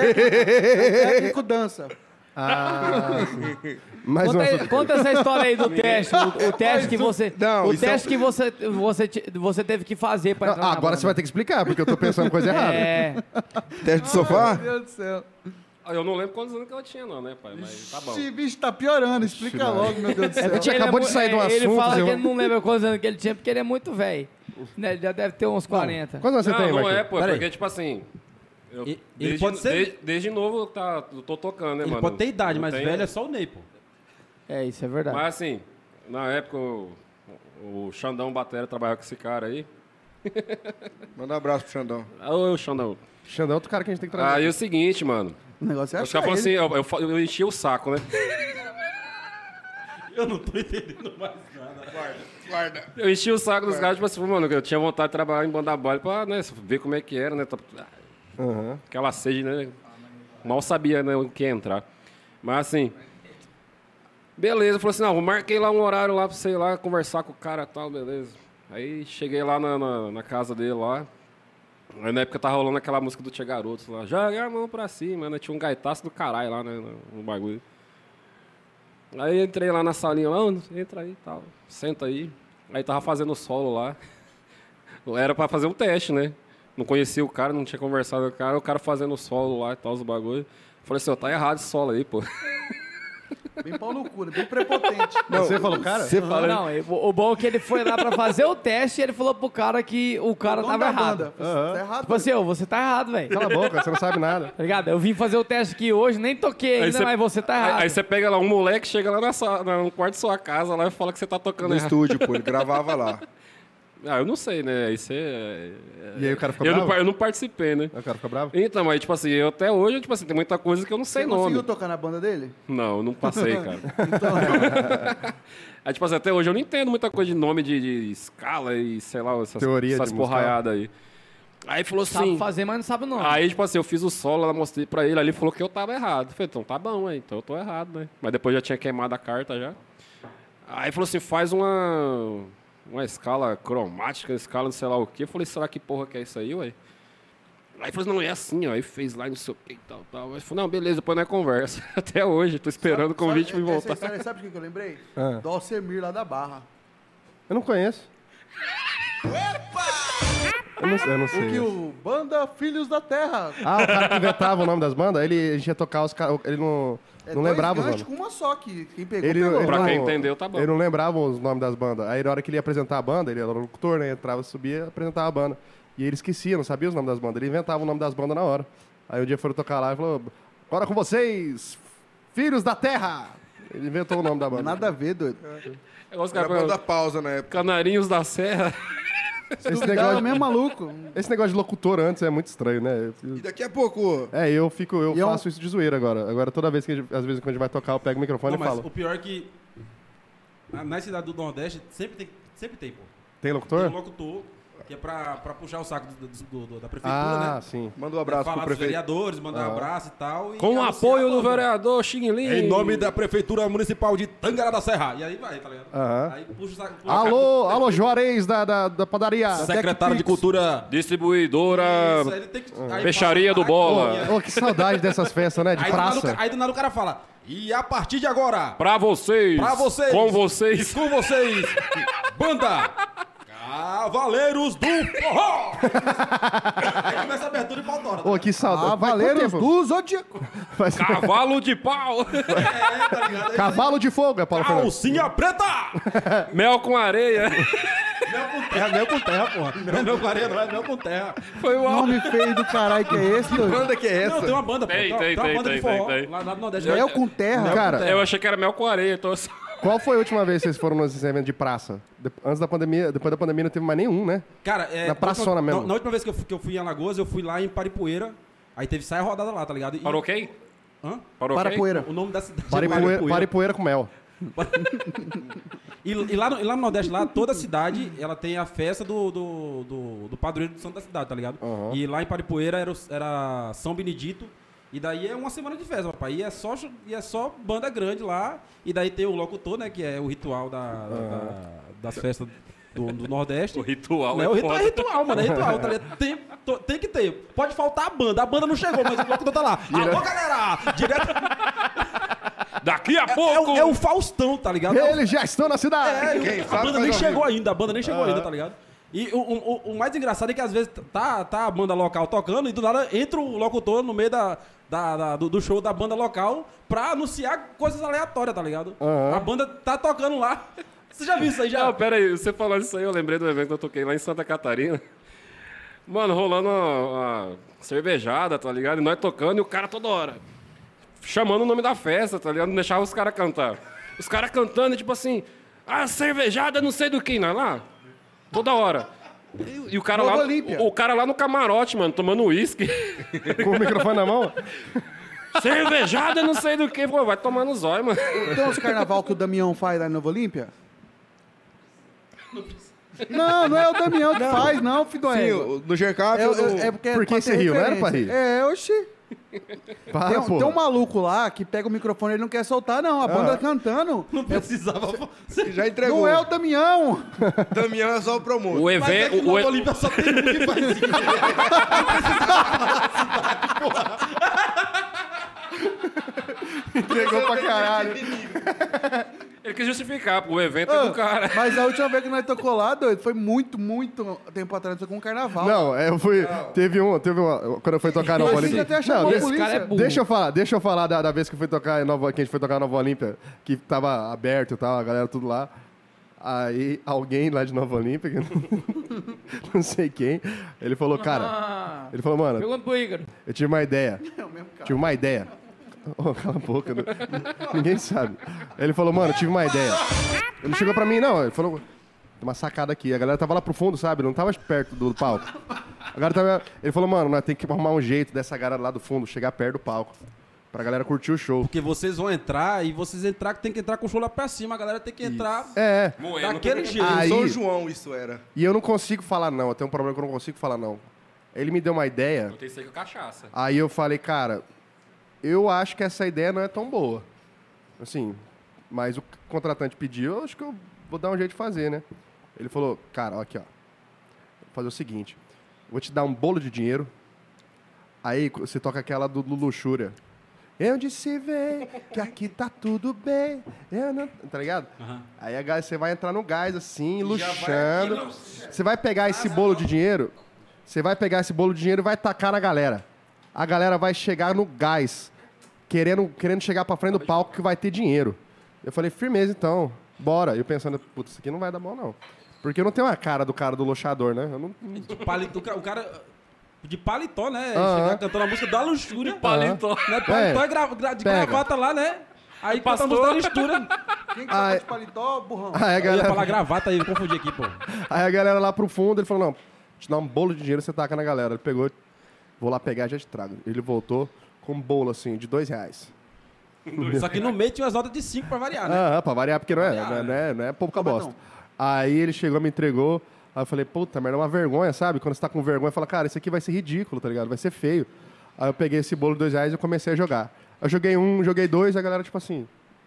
técnico dança. Ah, sim. Mais Conta, um aí- assunto. conta essa história aí do teste. O teste que você. Não, o isso é teste que você teve que fazer pra Não, entrar na agora você vai banda. ter que explicar, porque eu tô pensando coisa errada. É. Teste de sofá? Meu Deus do céu. Eu não lembro quantos anos que ela tinha, não, né, pai? Mas tá bom. Esse bicho tá piorando. Explica Ixi, logo, meu Deus do céu. Porque ele acabou é de sair do Ele assunto, fala Zé que Juan. ele não lembra quantos anos que ele tinha, porque ele é muito velho. Né? Ele já deve ter uns 40. Quantos anos você Não, tem, não Marquinhos? é, pô. Pera aí. Porque, tipo assim... Eu, Ele desde, pode ser- desde novo eu tô tocando, né, Ele mano? pode ter idade, Não mas tem- velho é só o Ney, pô. É, isso é verdade. Mas assim, na época o Xandão Batera trabalhava com esse cara aí. Manda um abraço pro Xandão. Ô, Xandão. Xandão é outro cara que a gente tem que trazer. Aí é o seguinte, mano. O negócio é Os caras achar falaram assim, ele. eu enchi o saco, né? Eu não tô entendendo mais nada. Eu enchi o saco dos caras, tipo assim, mano, eu tinha vontade de trabalhar em banda baile pra, né, ver como é que era, né? Aham. Aquela sede, né? Mal sabia, né, o que ia entrar. Mas assim, beleza, falou assim, não, eu marquei lá um horário lá pra você ir lá conversar com o cara e tal, beleza. Aí cheguei lá na casa dele lá. Aí na época tava rolando aquela música do Tia Garotos lá, joga a mão pra cima, né? Tinha um gaitaço do caralho lá, né, no bagulho. Aí entrei lá na salinha, lá, entra aí e tal, senta aí. Aí tava fazendo solo lá. Era pra fazer um teste, né? Não conhecia o cara, não tinha conversado com o cara fazendo solo lá e tal, os bagulho. Falei assim, ó, tá errado esse solo aí, pô. Bem pau no cu, né? Bem prepotente. Você falou, cara? Você fala... Não, o bom é que ele foi lá pra fazer o teste e ele falou pro cara que o cara Dono tava da errado. banda. Tá errado. Tipo assim, ô, você tá errado, velho. Cala a boca, você não sabe nada. Tá ligado? Eu vim fazer o teste aqui hoje, nem toquei ainda, mas você tá errado. Aí você pega lá um moleque, chega lá no quarto de sua casa lá e fala que você tá tocando No errado. estúdio, pô, ele gravava lá. Ah, eu não sei, né? Aí você... E aí o cara fica eu bravo? não participei, né? Aí o cara fica bravo? Então, mas tipo assim, eu até hoje, tipo assim, tem muita coisa que eu não sei Você nome. conseguiu tocar na banda dele? Não, eu não passei, cara. Então, Aí, tipo assim, até hoje eu não entendo muita coisa de nome de escala e, sei lá, Teoria essas de musical. porraiadas aí. Aí falou Sabe assim... fazer, mas não sabe o nome. Aí, tipo assim, eu fiz o solo, ela mostrei pra ele, ali falou que eu tava errado. Eu falei, então tá bom, hein? Então eu tô errado, né? Mas depois já tinha queimado a carta já. Aí falou assim, faz uma escala cromática, escala não sei lá o quê. Eu falei, será que porra que é isso aí, ué? Aí falou assim, não, é assim, ó. Aí fez lá, não sei o que e tal. Aí falou, não, beleza, depois nós conversa. Até hoje, tô esperando o convite pra me Essa voltar. história, sabe o que eu lembrei? Ah. Do Alcemir lá da Barra. Eu não conheço. Eu não O que sei. o Banda Filhos da Terra. Ah, o cara que inventava o nome das bandas, a gente ia tocar os caras, ele não lembrava os dois nomes. ganchos com uma só, que quem pegou, Ele, pegou. ele Pra não- quem entendeu, tá bom. Ele não lembrava os nomes das bandas. Aí na hora que ele ia apresentar a banda, ele era o locutor, né? Entrava, subia, apresentava a banda. E ele esquecia, não sabia os nomes das bandas. Ele inventava o nome das bandas na hora. Aí um dia foram tocar lá e falou, agora com vocês, Filhos da Terra! Ele inventou o nome da banda. Nada a ver, doido. Os Era caras banda pausa na época. Canarinhos da Serra. Esse Duvidava negócio, mesmo maluco. esse negócio de locutor antes é muito estranho, né? E daqui a pouco... Eu E é um- faço isso de zoeira agora. Agora toda vez que às vezes quando a gente vai tocar, eu pego o microfone Não, e mas falo. o pior é que na cidade do Nordeste sempre tem, pô. Tem Tem locutor? um locutor que é pra puxar o saco da prefeitura, né? Sim. Manda um abraço Falar pro dos prefeito. vereadores, mandar um abraço e tal. E Com o anunciar apoio a do banda. vereador Xinglin. Em nome da Prefeitura Municipal de Tangará da Serra. E aí vai, tá ligado? Aham. Aí puxa o saco. Alô, Juarez da padaria. Secretário de Cultura. Distribuidora. Isso, aí ele tem que- aí Peixaria fala, do Bola. "Ai, Ô, que saudade dessas festas, né? De Aí praça. do nada o cara fala, e a partir de agora, Pra vocês. pra vocês, Com vocês. com vocês, banda Cavaleiros do Forró. Aí começa a abertura e pau tora. Ô, que saudade. Faz quanto Cavaleiros tempo? do Zodíaco. Faz- Cavalo de pau. Tá ligado? Cavalo de fogo, é Paulo Fernandes. Calcinha preta. Mel com areia. Mel com terra, porra. Não é mel com areia, não é mel com terra. Foi o Nome feio do caralho que é esse, Que doido. banda que é Não, essa? tem uma banda, pô. Tem, uma tem, banda tem, de forró tem. lá no Nordeste. Mel com terra. Cara, Eu achei que era mel com areia. Então... qual foi a última vez que vocês foram nesses eventos de praça? Antes da pandemia, depois da pandemia não teve mais nenhum, né? Cara, Na praçona mesmo. Na última vez que eu fui em Alagoas, eu fui lá em Paripoeira. Aí teve saia rodada lá, tá ligado? E- Parou quem? Hã? Parou Para quem? poeira. O nome da cidade Pare poeira com mel. E lá no Nordeste, lá, toda cidade, ela tem a festa do padroeiro do santo da cidade, tá ligado? Aham. E lá em Paripoeira era São Benedito. E daí é uma semana de festa, papai. E é só banda grande lá. E daí tem o locutor, né? Que é o ritual das festas do Nordeste. O ritual Não, é o ritual foda. é ritual, mano. É ritual, tá ligado? Tem que ter. Pode faltar a banda. A banda não chegou, mas o locutor tá lá. Alô, galera! Direto. Daqui a pouco. É o Faustão, tá ligado? Eles já estão na cidade. Quem A sabe banda faz nem ao chegou ainda, a banda nem chegou ainda, tá ligado? E o mais engraçado é que às vezes tá a banda local tocando e do nada entra o locutor no meio do show da banda local pra anunciar coisas aleatórias, tá ligado? Aham. A banda tá tocando lá. Você já viu isso aí já? Não, pera aí, você falando isso aí, eu lembrei do evento que eu toquei lá em Santa Catarina. Mano, rolando uma cervejada, tá ligado? E nós tocando e o cara toda hora chamando o nome da festa, tá ligado? Não deixava os caras cantar. Os caras cantando, tipo assim, cervejada não sei do que, não é lá? Toda hora. E o cara Nova lá, Olímpia. o cara lá no camarote, mano, tomando uísque. Com o microfone na mão. Cervejada não sei do que. Pô, vai tomar no zóio, mano. Tem uns carnaval que o Damião faz lá em Nova Olímpia? Não é o Damião que faz, não, filho do Sim, égua. no Gercap, É porque Por que pra você ter riu? Não era pra referência. rir? É, oxi. Para, pô. Tem um maluco lá que pega o microfone e ele não quer soltar, não. A banda cantando. Não precisava. já entregou. Não é o Damião. Damião é só o promotor. O Mas é que evento. no Nova Olímpia só tem um que faz isso. Entregou pra caralho. Ele quis justificar, pô, o evento é do cara. Mas a última vez que nós tocou lá, doido, foi muito tempo atrás, foi com o carnaval. Não, eu fui. Teve uma. Quando eu fui tocar na Nova Mas Olímpia. até chamou a esse cara é polícia. burro. Deixa eu falar da vez que eu fui tocar que a gente foi tocar na Nova Olímpia, que tava aberto e tal, a galera tudo lá. Aí alguém lá de Nova Olímpia, que não sei quem, ele falou, cara. Ele falou, mano, Pergunta pro Ícaro. eu tive uma ideia. É o mesmo cara. Tive uma ideia. Oh, cala a boca, ninguém sabe. Ele falou, mano, tive uma ideia. Ele chegou pra mim, não, ele falou, tem uma sacada aqui. A galera tava lá pro fundo, sabe? Não tava perto do palco. Ele falou, mano, nós temos que arrumar um jeito dessa galera lá do fundo chegar perto do palco. Pra galera curtir o show. Porque vocês vão entrar e vocês tem que entrar com o show lá pra cima. A galera tem que entrar Moendo. daquele jeito. Aí- São João isso era. E eu não consigo falar não, eu tenho um problema que eu não consigo falar não. Ele me deu uma ideia, Eu tenho que ser com cachaça. aí eu falei, cara, eu acho que essa ideia não é tão boa. Assim, mas o contratante pediu, eu acho que eu vou dar um jeito de fazer, né? Ele falou, cara, ó, aqui, ó. Vou fazer o seguinte, vou te dar um bolo de dinheiro, aí você toca aquela do Luxúria. Eu disse, vem, que aqui tá tudo bem. Eu não... Tá ligado? Aí você vai entrar no gás, assim, luxando. Você vai pegar esse bolo de dinheiro, e vai tacar na galera. A galera vai chegar no gás, querendo chegar pra frente do palco que vai ter dinheiro. Eu falei, firmeza então, bora. Eu pensando, putz, isso aqui não vai dar bom não. Porque eu não tenho a cara do luxador, né? Eu não... O cara de paletó, né? Aham. Chegar cantando a música da luxúria. Paletó. Né? Paletó de Pega. gravata lá, né? Aí canta a pastor. música da luxúria. Quem que tá de paletó, burrão? Aí a Eu ia galera... falar gravata aí, eu confundi aqui, pô. Aí a galera lá pro fundo, ele falou, não, te dá um bolo de dinheiro, você taca na galera. Ele pegou, vou lá pegar e já te trago. Ele voltou com um bolo, assim, de R$2. Só que no meio tinha umas notas de 5 pra variar, né? Ah, pra variar, porque não é, Variar, não é pouca Tá bom, bosta. Aí ele chegou, me entregou, aí eu falei, puta merda, é uma vergonha, sabe? Quando você tá com vergonha, fala, cara, isso aqui vai ser ridículo, tá ligado? Vai ser feio. Aí eu peguei esse bolo de R$2 e comecei a jogar. Eu joguei um, joguei dois, a galera, tipo assim...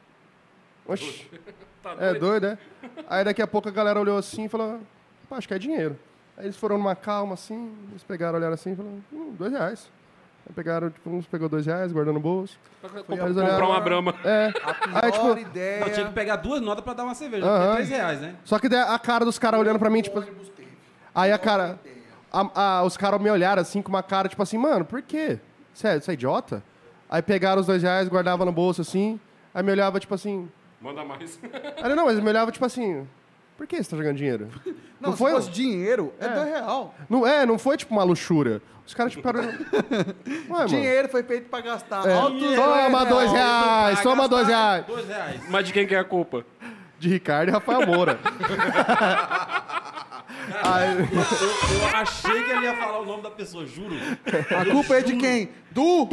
Oxi, é doido, é? Aí daqui a pouco a galera olhou assim e falou, pá, acho que é dinheiro. Aí eles foram numa calma, assim, eles pegaram, olharam assim e falaram, R$2. Aí pegaram, tipo, uns pegou R$2, guardou no bolso. Comprar uma brama. É. Aí, tipo, Não, tinha que pegar 2 notas pra dar uma cerveja. Aham. Porque é R$3, né? só que daí a cara dos caras olhando pra mim, tipo... Aí a cara... os caras me olharam assim, com uma cara, tipo assim, mano, por quê? Você é idiota? Aí pegaram os R$2, guardavam no bolso, assim. Aí me olhava, tipo assim... Manda mais. Aí, não, mas me olhava, tipo assim... Por que você tá jogando dinheiro? Não, se foi... fosse dinheiro, é R$2. Não foi, tipo, uma luxúria. Os caras, tipo, pararam... Ué, mano... Dinheiro foi feito pra gastar. É. Altos Toma R$2. R$2, toma R$2. R$2. Mas de quem que é a culpa? De Ricardo e Rafael Moura. Aí... Eu achei que ele ia falar o nome da pessoa, juro. A culpa é de quem? Do...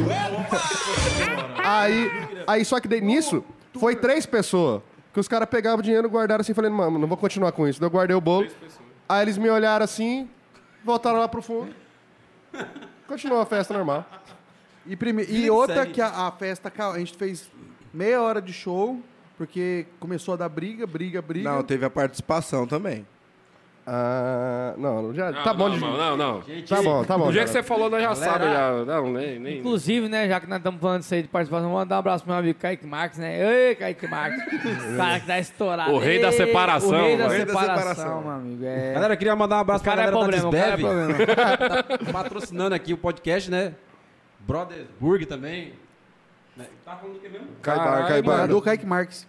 Aí só que daí, nisso, foi 3 pessoas. Que os caras pegavam o dinheiro, guardaram assim, falando, mano, não vou continuar com isso. Daí eu guardei o bolo. Aí eles me olharam assim, voltaram lá pro fundo. Continuou a festa normal. E outra que a festa, a gente fez meia hora de show, porque começou a dar briga. Não, teve a participação também. Ah, não, já Não, tá bom não, de... Não, não. Tá bom. O dia que cara. você falou, nós já sabemos. Já. Não, nem. Inclusive, né, já que nós estamos falando disso aí de participação, vou mandar um abraço pro meu amigo Kaique Marques, né? Ei, Kaique Marques. O cara que dá estourado. O rei da Ei, separação, O rei da mano. separação, meu amigo. É. Galera, eu queria mandar um abraço O pra cara é galera problema, da o cara é Disbev. problema. Tá patrocinando aqui o podcast, né? Brothers Burg também. Né? Tá falando do que mesmo? Caibar. Do Kaique Marques.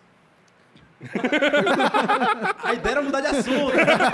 A ideia era mudar de assunto.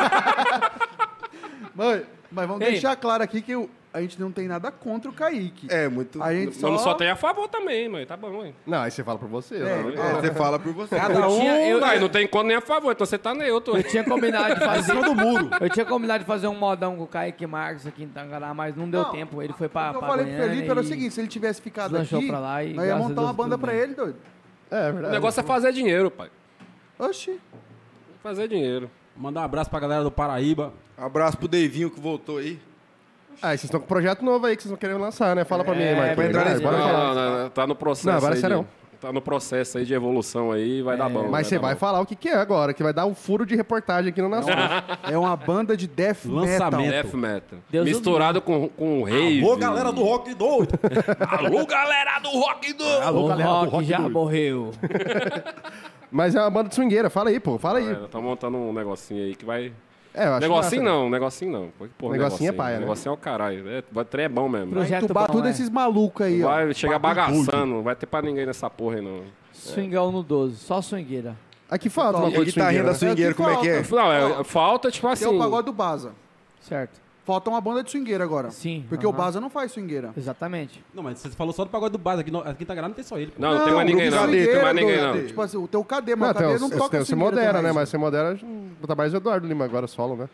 Mas vamos Ei. deixar claro aqui que a gente não tem nada contra o Kaique. É, muito... A gente Mas só tem a favor também, mas tá bom, hein? Não, aí você fala pra você. É, não. Você fala por você. Cada um... Não, não tem conta nem a favor, então você tá neutro. Eu tinha combinado de fazer. do muro. Eu tinha combinado de fazer um modão com o Kaique Marques aqui em Tangará, mas não deu Não, tempo. Ele foi pra. O que eu pra falei pro Goiânia Felipe era o e seguinte, se ele tivesse ficado deslanchou aqui, pra lá e nós ia graças a montar Deus uma banda tudo pra bem. ele, doido. É O verdade. negócio é fazer dinheiro, pai. Oxi. Fazer dinheiro. Mandar um abraço pra galera do Paraíba. Abraço pro Deivinho que voltou aí. Ah, vocês estão com um projeto novo aí que vocês vão querer lançar, né? Fala pra mim, Marcos. pra entrar nesse Bora projeto. falar. Não, tá no processo. Não, agora aí sério. Tá no processo aí de evolução aí, vai dar bom. Mas você dar vai bom. falar o que é agora, que vai dar um furo de reportagem aqui no Nação. É uma banda de death Lançamento. metal. Death Metal. Deus Misturado com rave. Ô, galera do rock doido. Alô, galera do rock doido! O rock já morreu. Mas é uma banda de swingueira, fala aí, pô, fala aí. Tá montando um negocinho aí que vai... É, eu acho Negocinho massa. não, negocinho não. Pô, Negocinho é paia, né? Negocinho é o caralho. O trem é bom mesmo. Projeto Vai entubar bom, tudo é. esses malucos aí, ó. Vai chegar bagaçando, não vai ter pra ninguém nessa porra aí, não. Swingão no 12, só swingueira. Aqui falta E uma E a coisa de guitarrinha da swingueira, né? swingueira, como é que é? Não, falta, tipo assim... Tem o pagode do Baza. Certo. Falta uma banda de swingueira agora. Sim. Porque o aham. Baza não faz swingueira. Exatamente. Não, mas você falou só do pagode do Baza. Aqui em Itagrá não tem só ele. Pô. Não tem mais ninguém grupo não. Não Swingueira, tem mais ninguém doido. não. Tipo assim, o teu KD, mas Não, o KD não toca você swingueira modera, também. né? Mas você modera, botar mais o Eduardo Lima agora, solo, né?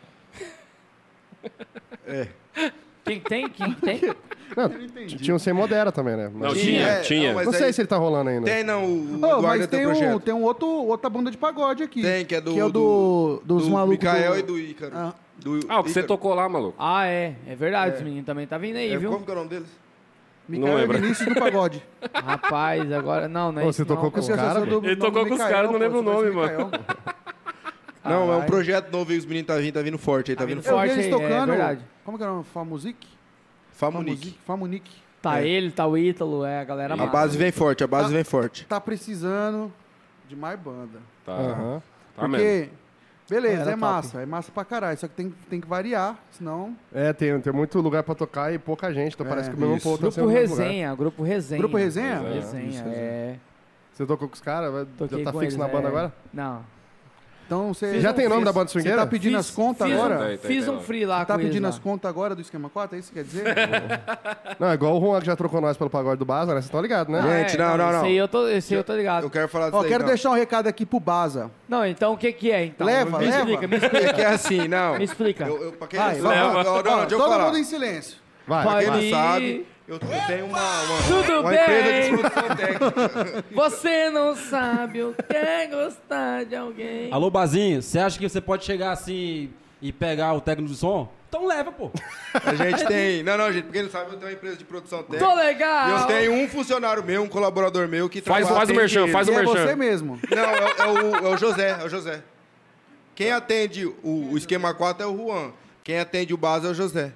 Quem tem? Quem tem? Não, tinha um sem modera também, né? Não, Mas- tinha. Não, mas não sei aí- se ele tá rolando ainda. Tem, não. O Oh, Eduardo mas tem tem, um projeto. tem outra banda de pagode aqui. Tem, que é do... dos do malucos. Mikael do... e do Ícaro. Ah. Do Ah, o que você Ícaro. tocou lá, maluco. Ah, é verdade, os meninos também tá vindo aí, viu? Como que é o nome deles? Mikael Não e lembro. Vinícius do pagode. Rapaz, agora... Não é Ô, isso você tocou não. com os Eu esqueci caras, do velho? nome Ele do tocou com os Mikael, caras, não pô, lembro o você conhece nome, Mikael? Não, é um Caralho. projeto novo e os meninos tá vindo forte aí, tá vindo vindo Eu forte. vi Forte eles aí, é tocando. verdade. Como que era o nome? Famusic? Famunique. Famunique. Tá É. ele, tá o Ítalo, a galera A massa. base vem forte, a base vem forte. Tá precisando de mais banda. Tá, Aham. tá mesmo. Porque, beleza, Era é massa. É massa pra caralho. Só que tem que variar, senão... É, tem muito lugar pra tocar e pouca gente, então parece que o mesmo isso. povo tá Grupo sendo no mesmo lugar. Resenha, Grupo Resenha. Grupo Resenha? Resenha, é. Você tocou com os caras? Toquei Já tá com fixo eles, na banda é. agora? Não. Então você... Já tem nome da banda Você swingueira? tá pedindo as contas agora? Tem, Fiz tem um lá. free lá Tá com eles pedindo lá. as contas agora do Esquema 4? É isso que quer dizer? Não, é igual o Juan que já trocou nós pelo pagode do Baza, né? Vocês estão ligados, né? Gente, não. Esse aí eu tô ligado. Eu quero falar disso Ó, aí, quero não. deixar um recado aqui pro Baza. Não, então o que que é, então? Leva, me leva. explica, me É explica. que é assim, não. Me explica. Pra quem Vai, não vai, sabe, vai. não, deixa eu todo falar. mundo em silêncio. Vai. Vai. Quem não Aí. sabe, eu tenho Tudo uma bem. empresa de produção técnica. Você não sabe o que é gostar de alguém. Alô, Bazinho, você acha que você pode chegar assim e pegar o técnico de som? Então leva, pô. A gente tem... Não, gente, pra quem não sabe, eu tenho uma empresa de produção técnica. Tô legal. E eu tenho um funcionário meu, um colaborador meu que Faz trabalha... o merchan, faz E o é você merchan. mesmo. Não, é o José. Quem atende o Esquema 4 é o Juan. Quem atende o Baza é o José.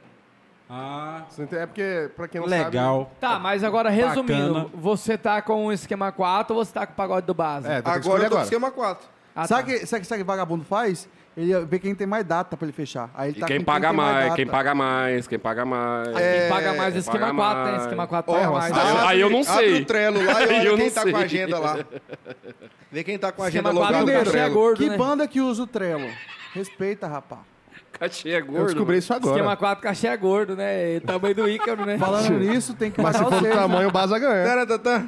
Ah, É porque, pra quem não legal. Tá, mas agora resumindo, Bacana. você tá com o esquema 4 ou você tá com o pagode do base? sabe... É, tem que Agora escolher eu tô com o agora. Esquema 4. Ah, Sabe tá. o que o vagabundo faz? Ele vê quem tem mais data pra ele fechar. Aí ele E tá quem com paga tem mais, data. quem paga mais, quem paga mais. Quem paga mais o quem esquema paga 4, né? mais. Esquema 4 Ó, paga mais. Aí eu não Abre sei. o Trello lá e Aí olha eu quem não tá sei. com a agenda lá. Vê quem tá com a agenda Esquema 4 logada no cachê é Trello. gordo, Que né? banda que usa o Trello? Respeita, rapá. Cachê é gordo. Eu descobri isso agora. Esquema 4 cachê é gordo, né? E tamanho do Ícaro, né? Falando nisso, tem que Mas se pagar for do vocês. tamanho, o Baza ganha. Taratata.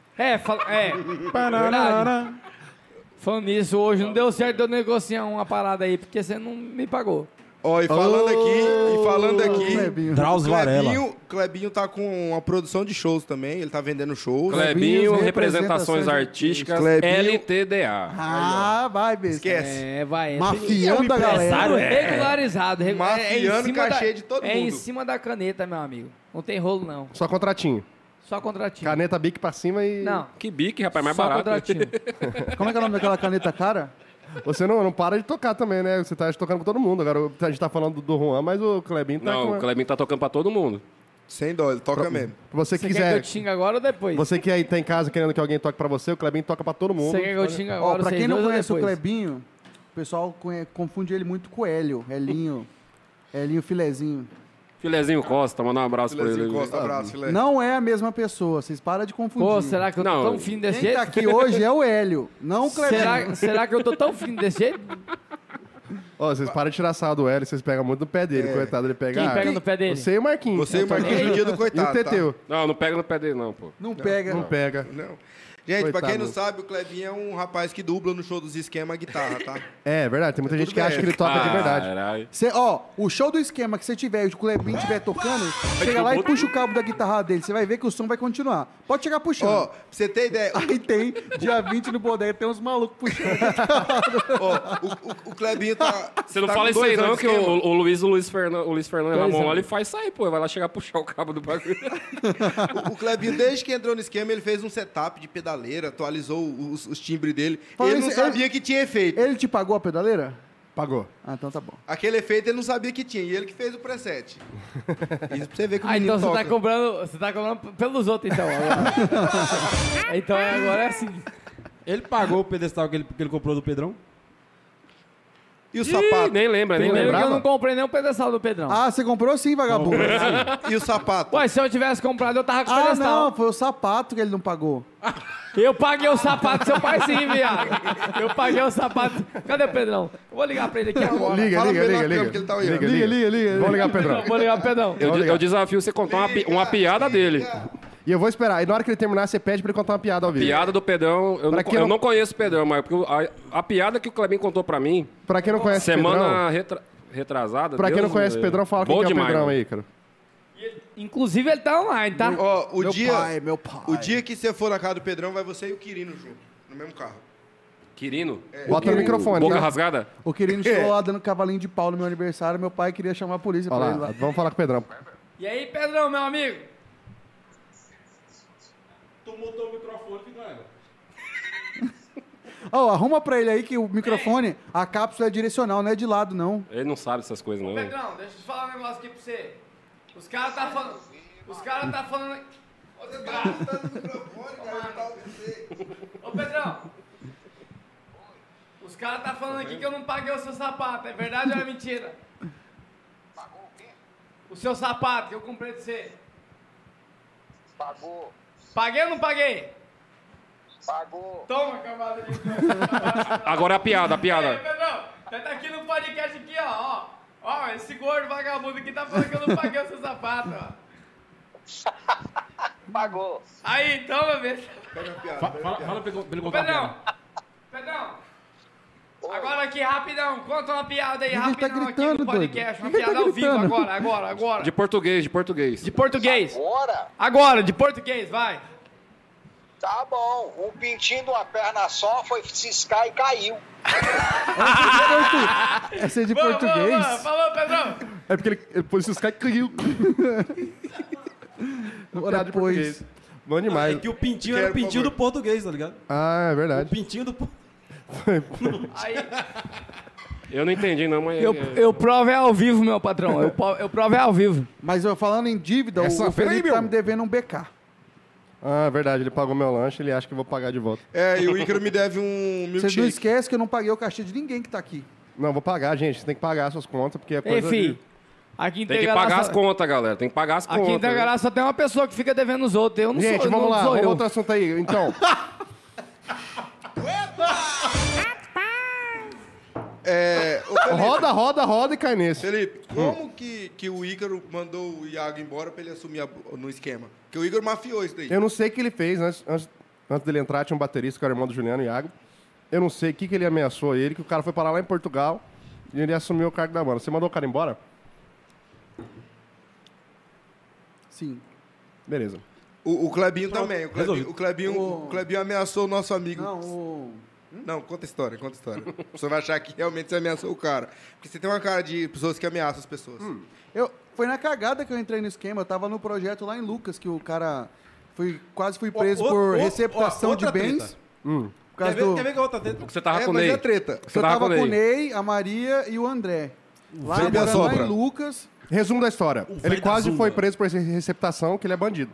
Verdade. Falando nisso, hoje não deu certo de eu negociar uma parada aí, porque você não me pagou. Ó, e falando aqui, Clebinho. Drauzio Varela. Clebinho tá com uma produção de shows também, ele tá vendendo shows. Clebinho, Representações representações artísticas, Clebinho. LTDA. Ah, vai, besta. Esquece. É, vai. Mafiando a galera. Regularizado. Mafiando cachê de todo É em mundo. cima da caneta, meu amigo. Não tem rolo, não. Só contratinho. Só contratinho. Caneta bique pra cima e... Não. Que bique, rapaz, mais Só barato. contratinho. Como é que é o nome daquela caneta cara? Você não para de tocar também, né? Você tá tocando com todo mundo. Agora a gente tá falando do Juan, mas o Clebinho tá Não, com... o Clebinho tá tocando pra todo mundo. Sem dó, ele toca mesmo. Se você Você quer que quiser... eu te xingue agora ou depois? Você que aí tá em casa querendo que alguém toque pra você, o Clebinho toca pra todo mundo. Você quer que eu te xingue Ó, agora, pra vocês quem não dois ou conhece o depois? Clebinho, o pessoal confunde ele muito com o Hélio. Helinho Filezinho. Filezinho Costa, mandar um abraço pra Filezinho ele. Costa, abraço, filé. Não é a mesma pessoa, vocês param de confundir. Pô, será que eu tô Não, tão fino desse Quem jeito? tá aqui hoje é o Hélio, não o Clebinho. Será que eu tô tão fino desse jeito? Ó, vocês param de tirar sal do Hélio, vocês pegam muito no pé dele, coitado. Ele pega... Quem pega no pé dele? Você e o Marquinhos. Você e o Marquinhos no dia do E coitado, o Teteu. Não, não pega no pé dele, não, pô. Não pega. Não pega. Tá? Não. Gente, pra Coitado. quem não sabe, o Clebinho é um rapaz que dubla no show dos Esquema a guitarra, tá? É verdade, tem muita gente tudo que acha bem. que ele toca de verdade. Caralho. Ó, o show do Esquema que você tiver e o Clebinho estiver tocando, chega lá e puxa o cabo da guitarra dele. Você vai ver que o som vai continuar. Pode chegar puxando. Ó, pra você ter ideia, Aí tem, dia 20 no Bodega, tem uns malucos puxando. ó, o Clebinho tá... Você não tá fala com isso aí 2 não, anos que de esquema. o Luiz Fernando Dois Ramon anos. lá, ele faz isso aí, pô. Vai lá chegar a puxar o cabo do bagulho. O Clebinho, desde que entrou no esquema, ele fez um setup de pedaleira, atualizou os timbres dele. Falando Ele não isso, sabia que tinha efeito. Ele te pagou a pedaleira? Pagou. Ah, então tá bom. Aquele efeito ele não sabia que tinha, e ele que fez o preset. Isso pra você ver que o Ah, menino então toca. você tá cobrando pelos outros, então. Agora. Então agora é assim. Ele pagou o pedestal que ele comprou do Pedrão? E o Ih, sapato? nem lembra, nem Primeiro que lembra. eu não comprei nem o pedestal do Pedrão. Ah, você comprou sim, vagabundo. E o sapato? Ué, se eu tivesse comprado, eu tava com o Ah, pedestal. não, foi o sapato que ele não pagou. Eu paguei o sapato do seu pai sim, viado. Eu paguei o sapato. Cadê o Pedrão? Eu vou ligar pra ele aqui agora. Liga, Fala liga, pra ele liga, na câmera liga. que ele tá olhando. Liga. Vamos ligar pro Pedrão. Eu vou ligar pro Pedrão. Eu desafio você contar uma piada dele. E eu vou esperar. E na hora que ele terminar, você pede pra ele contar uma piada ao vivo. Piada do Pedrão, Pra quem eu não- não conheço o Pedrão, mas porque a piada que o Clebinho contou pra mim, Pra quem não conhece o Pedrão, semana retrasada. pra quem não Deus conhece o me Pedrão, livre. fala quem Bom que é o demais, Pedrão mano. aí, cara. Inclusive, ele tá online, tá? Ó, o Meu pai. dia que você for na casa do Pedrão, vai você e o Quirino junto, no mesmo carro. Quirino? Bota no microfone. Boca tá? rasgada? O Quirino chegou lá dando cavalinho de pau no meu aniversário, meu pai queria chamar a polícia Olha pra ele lá, lá. vamos falar com o Pedrão. E aí, Pedrão, meu amigo? Tu mutou o microfone, fica ela. Ó, arruma pra ele aí que o microfone, a cápsula é direcional, não é de lado, não. Ele não sabe essas coisas, não. Pedrão, deixa eu te falar um negócio aqui pra você. Os caras tá falando... Os caras tá falando... Ô, desgraça. Ô, Pedrão. Os caras tá falando aqui que eu não paguei o seu sapato. É verdade ou é mentira? Pagou o quê? O seu sapato que eu comprei de você. Pagou. Paguei ou não paguei? Pagou. Toma, camada de... Agora a piada, a Ei, piada. Pedrão, você tá aqui no podcast aqui, ó. Ó, esse gordo vagabundo aqui tá falando que eu não paguei o seu sapato, ó. Pagou. Aí, toma, vê. Fala pra ele contar a Pedrão, piada. Pedrão. Agora aqui, rapidão, conta uma piada aí, Por que ele tá rapidão aqui gritando, no podcast. Uma doido? Por que ele piada tá ao vivo gritando? agora. De português, de português. De português. Agora? Agora, de português, vai. Tá bom. Um pintinho de uma perna só foi ciscar e caiu. Essa é de Vamos, português. vamos. Falou, Pedrão. É porque ele pôs os caras caiu. Ora, pois. Bom É demais. que o pintinho era o Quero, por pintinho favor. do português, tá ligado? Ah, é O verdade. pintinho do Aí, Eu não entendi, não, mas. eu provo é ao vivo, meu patrão. Eu provo é ao vivo. Mas eu falando em dívida, Essa o feira aí, Felipe tá meu. me devendo um BK. Ah, é verdade. Ele pagou meu lanche, ele acha que eu vou pagar de volta. É, e o Ícaro me deve um Vocês não milkshake. esquecem que eu não paguei o cachê de ninguém que tá aqui. Não, vou pagar, gente. Você tem que pagar suas contas, porque é Ei, coisa fi. de... Aqui em Tem que Tegará pagar as só- contas, galera. Tem que pagar as Aqui em contas. né? Tegará só tem uma pessoa que fica devendo os outros. Eu não Gente, sou, vamos não lá. sou Vamos eu. outro assunto aí. Então, roda e cai nesse. Felipe, como que o Ícaro mandou o Iago embora pra ele assumir no esquema? Porque o Ícaro mafiou isso daí. Eu não sei o que ele fez antes dele entrar. Tinha um baterista, que era irmão do Juliano, Iago. Eu não sei o que ele ameaçou ele, que o cara foi parar lá em Portugal e ele assumiu o cargo da banda. Você mandou o cara embora? Sim. Beleza. O Clebinho também. resolvido. O Clebinho ameaçou o nosso amigo. Não, o... Não, conta a história, conta a história. Você vai achar que realmente você ameaçou o cara. Porque você tem uma cara de pessoas que ameaçam as pessoas. Foi na cagada que eu entrei no esquema. Eu tava no projeto lá em Lucas, que o cara quase fui preso por receptação de outra bens. treta. Por causa Quer do... ver que outra treta? Porque você tava com o mas Ney. é treta. Você Eu tava tava com com o o Ney. Ney, a Maria e o André. Lá Felipe morando lá Assopra. em Lucas. Resumo da história. velho Ele da quase Zumba. foi preso por receptação, que ele é bandido.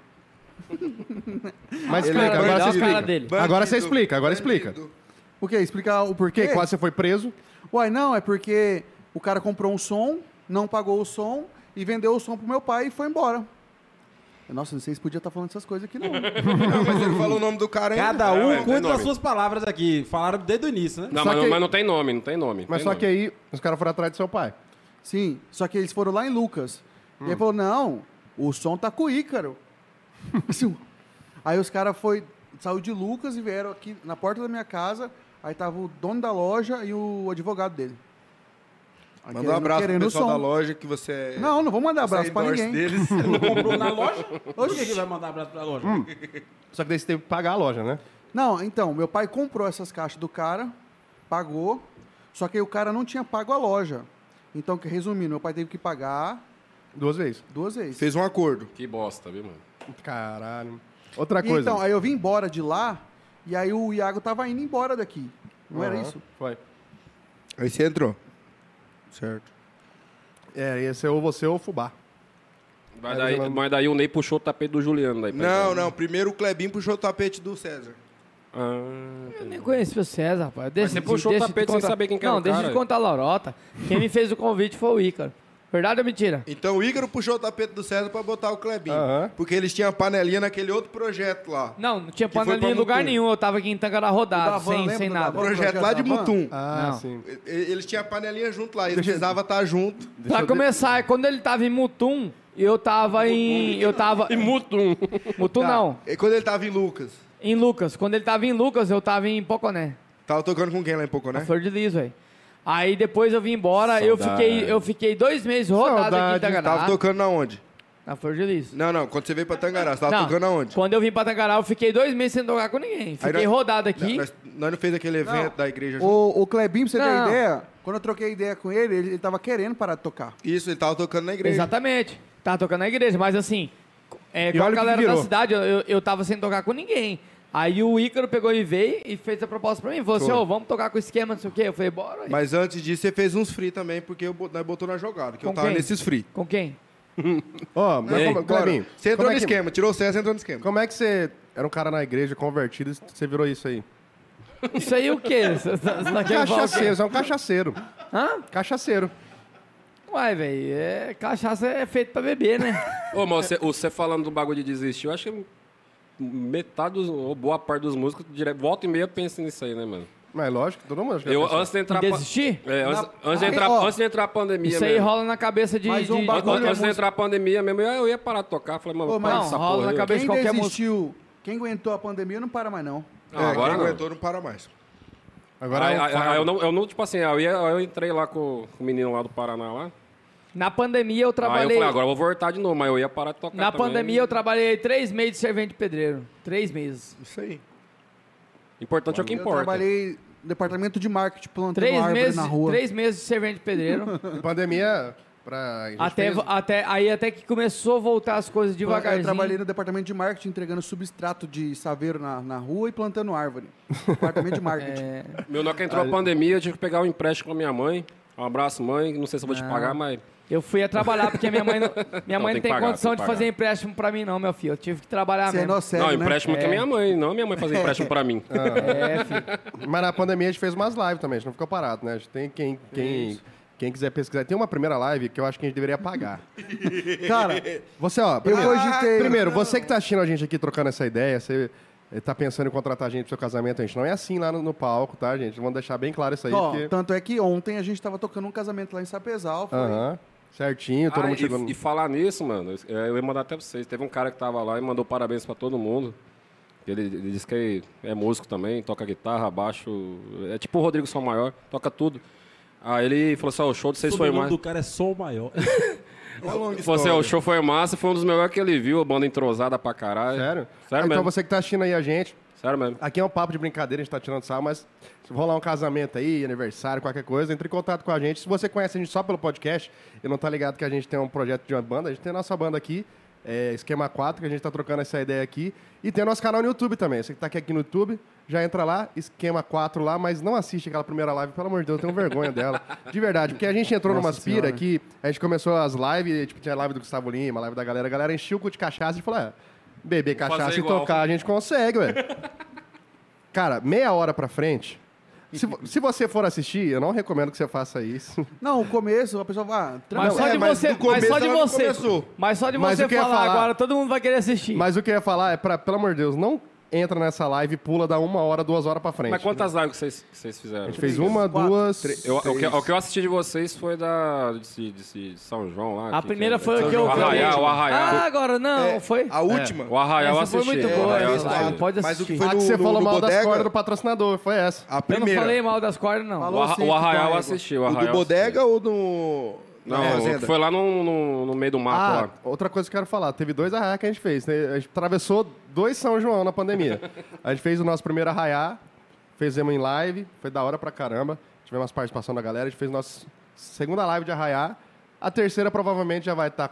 Mas Ele explica, é agora bandido. você Olha a cara explica. dele. Agora você explica, agora explica. O quê? Explicar o porquê? Quase você foi preso. Uai, não, é porque o cara comprou um som, não pagou o som e vendeu o som pro meu pai e foi embora. Nossa, não sei se podia estar falando essas coisas aqui, não. Não, mas ele falou o nome do cara ainda. Cada um não tem cuida das nome. suas palavras aqui. Falaram desde o início, né? Não, Só mas, que- mas não tem nome, não tem nome. Mas tem só nome. que aí, os caras foram atrás do seu pai. Sim, só que eles foram lá em Lucas. E ele falou, não, o som tá com o Ícaro. Assim, aí os caras saiu de Lucas e vieram aqui na porta da minha casa. Aí tava o dono da loja e o advogado dele. Aí Manda um abraço pro querendo pessoal som. da loja que você é... Não vou mandar você é abraço pra endorse ninguém. deles. Ele não comprou na loja? Por que ele vai mandar abraço pra loja? Só que daí você teve que pagar a loja, né? Não, então, meu pai comprou essas caixas do cara, pagou, só que aí o cara não tinha pago a loja. Então, resumindo, meu pai teve que pagar 2 vezes. 2 vezes. Fez um acordo. Que bosta, viu, mano? Caralho. Outra E coisa. então, aí eu vim embora de lá, e aí o Iago tava indo embora daqui. Não era Aham, isso? Foi. Aí você entrou. Certo. Ia ser ou você ou o Fubá. Mas daí o Ney puxou o tapete do Juliano daí. pra ele. Não. Primeiro o Clebinho puxou o tapete do César. Eu nem conheci o César, rapaz. Deixa você puxou o tapete sem saber quem que era Não, o deixa cara. de contar a Lorota. Quem me fez o convite foi o Ícaro. Verdade ou mentira? Então o Ícaro puxou o tapete do César pra botar o Clebinho. Aham. Porque eles tinham a panelinha naquele outro projeto lá. Não tinha Que foi panelinha em pra lugar Mutum. nenhum. Eu tava aqui em Tangará rodado, Da van, sem lembra da nada. van? Projeto lá de da van? Mutum. Ah, Não. sim. Eles tinham a panelinha junto lá. Eles precisavam estar junto. Pra começar, quando ele tava em Mutum, eu tava em... Eu tava... E Mutum. Mutum não, E quando ele tava em Lucas, em Lucas. Quando ele tava em Lucas, eu tava em Poconé. tava tocando com quem lá em Poconé? Na Flor de Lis, velho. Aí depois eu vim embora, eu fiquei 2 meses rodado aqui em Saudade. Tangará. Tava tocando na onde? Na Flor de Lis. Não. Quando você veio pra Tangará, você tava Não, tocando aonde? Quando eu vim pra Tangará, eu fiquei 2 meses sem tocar com ninguém. Fiquei rodado aqui. Nós não fez aquele evento da igreja junto? O Clebinho, pra você ter Não. ideia, quando eu troquei ideia com ele, ele tava querendo parar de tocar. Isso, ele tava tocando na igreja. Exatamente. Tava tocando na igreja, mas assim, com a olha o que galera da virou. cidade, eu tava sem tocar com ninguém. Aí o Ícaro pegou e veio e fez a proposta pra mim. Falou assim, Foi. ô, vamos tocar com o esquema, não sei o quê. Eu falei, bora. Aí. Mas antes disso, você fez uns free também, porque nós botou na jogada, que Com eu tava quem? nesses free. Com quem? Ó, mas Ei, Clebinho, Você entrou como no é que- esquema, tirou o César, entrou no esquema. Como é que você era um cara na igreja convertido e você virou isso aí? Isso aí o quê? Você tá querendo falar o quê? Cachaceiro, você é um cachaceiro. Hã? Cachaceiro. Uai, velho, cachaça é feito pra beber, né? Ô, mas você falando do bagulho de desistir, eu acho que metade ou boa parte dos músicos, volta e meia, pensa nisso aí, né, mano? Mas lógico, todo mundo acha que é Eu, cachaceiro. antes de entrar... Desistir? Antes de entrar a pandemia Isso aí mesmo. rola na cabeça de... Mas um de- bagulho- Antes de entrar a pandemia mesmo, eu ia parar de tocar. Falei, mano, Ô, para mas essa rola porra na aí. cabeça de Quem qualquer desistiu, quem aguentou a pandemia não para mais não. Não, agora quem não. aguentou não para mais. Agora Aí, é um aí, fardo. eu não, tipo assim, eu entrei lá com o menino lá do Paraná lá. Na pandemia eu Aí eu trabalhei... falei, agora eu vou voltar de novo, mas eu ia parar de tocar Na também. pandemia eu trabalhei 3 meses de servente de pedreiro. 3 meses. Isso aí. Importante é o que Eu importa. trabalhei no departamento de marketing, plantando 3 árvore meses, na rua. 3 meses de servente de pedreiro. Pandemia, a gente fez- até que começou a voltar as coisas Eu devagarzinho. trabalhei no departamento de marketing, entregando substrato de saveiro na rua e plantando árvore. Departamento de marketing. Meu não que entrou a pandemia, eu tive que pegar um empréstimo com a minha mãe. Um abraço, mãe. Não sei se eu vou te pagar, mas... Eu fui a trabalhar porque minha mãe não, tem que tem pagar, condição tem que de pagar. fazer empréstimo pra mim não, meu filho. Eu tive que trabalhar Você é mesmo. inocente, Não, né? empréstimo que é minha mãe, não minha mãe fazer empréstimo pra mim. É, filho. Mas na pandemia a gente fez umas lives também, a gente não ficou parado, né? A gente tem quem quiser pesquisar. Tem uma primeira live que eu acho que a gente deveria pagar. Cara, Você, ó, eu primeiro, cogitei... primeiro, você que tá assistindo a gente aqui trocando essa ideia, você tá pensando em contratar a gente pro seu casamento, a gente não é assim lá no palco, tá, gente? Vamos deixar bem claro isso aí, Ó, porque... tanto é que ontem a gente tava tocando um casamento lá em Sapezal. Foi... Aham, certinho, todo mundo chegou... E falar nisso, mano, eu ia mandar até pra vocês. Teve um cara que tava lá e mandou parabéns pra todo mundo. Ele disse que é músico também, toca guitarra, baixo. É tipo o Rodrigo Som Maior, toca tudo. Aí ele falou assim: ó, o show de vocês O foi nome mais. do cara é Sol Maior. Falou assim: ó, o show foi massa, foi um dos melhores que ele viu, a banda entrosada pra caralho. Sério? Sério Então mesmo. você que tá assistindo aí a gente, Sério mesmo. aqui é um papo de brincadeira, a gente tá tirando sarro, mas se rolar um casamento aí, aniversário, qualquer coisa, entre em contato com a gente. Se você conhece a gente só pelo podcast e não tá ligado que a gente tem um projeto de uma banda, a gente tem a nossa banda aqui, Esquema 4, que a gente tá trocando essa ideia aqui. E tem o nosso canal no YouTube também. Você que tá aqui no YouTube, já entra lá, Esquema 4 lá, mas não assiste aquela primeira live, pelo amor de Deus, eu tenho vergonha dela. De verdade, porque a gente entrou numa aspira que a gente começou as lives, tipo, tinha a live do Gustavo Lima, a live da galera, a galera encheu o cu de cachaça e falou, beber Vou fazer cachaça e igual. tocar, a gente consegue, ué. Cara, meia hora pra frente, se você for assistir, eu não recomendo que você faça isso. Não, o começo, a pessoa vai... Mas só de mas você, do começo mas só de ela não você, começou. mas só de Mas você o que eu ia falar falar- agora, todo mundo vai querer assistir. Mas o que eu ia falar é, pelo amor de Deus, não entra nessa live e pula da 1 hora, 2 horas pra frente. Mas quantas lives que vocês fizeram? A gente fez uma, duas... O que eu assisti de vocês foi de São João lá. A primeira foi o que eu O Arraial, o Arraial. Ah, agora não, foi. A última. O Arraial eu Essa foi assisti. muito o boa, Arraial eu essa assisti. live. Pode Mas o assistir. que foi A que no, você falou no mal das Bodega, cordas do patrocinador, foi essa. a Eu não primeira. falei mal das cordas, não. Falou sim, O Arraial eu Égua. assisti. O O Arraial do eu assisti. Bodega ou no... Não, na o Fazenda? que foi lá no meio do mato lá. Outra coisa que eu quero falar. Teve 2 arraiá que a gente fez. Né? A gente atravessou 2 São João na pandemia. A gente fez o nosso primeiro arraiá, fizemos em live, foi da hora pra caramba. Tivemos participação da galera, a gente fez nossa segunda live de arraiá. A terceira provavelmente já vai estar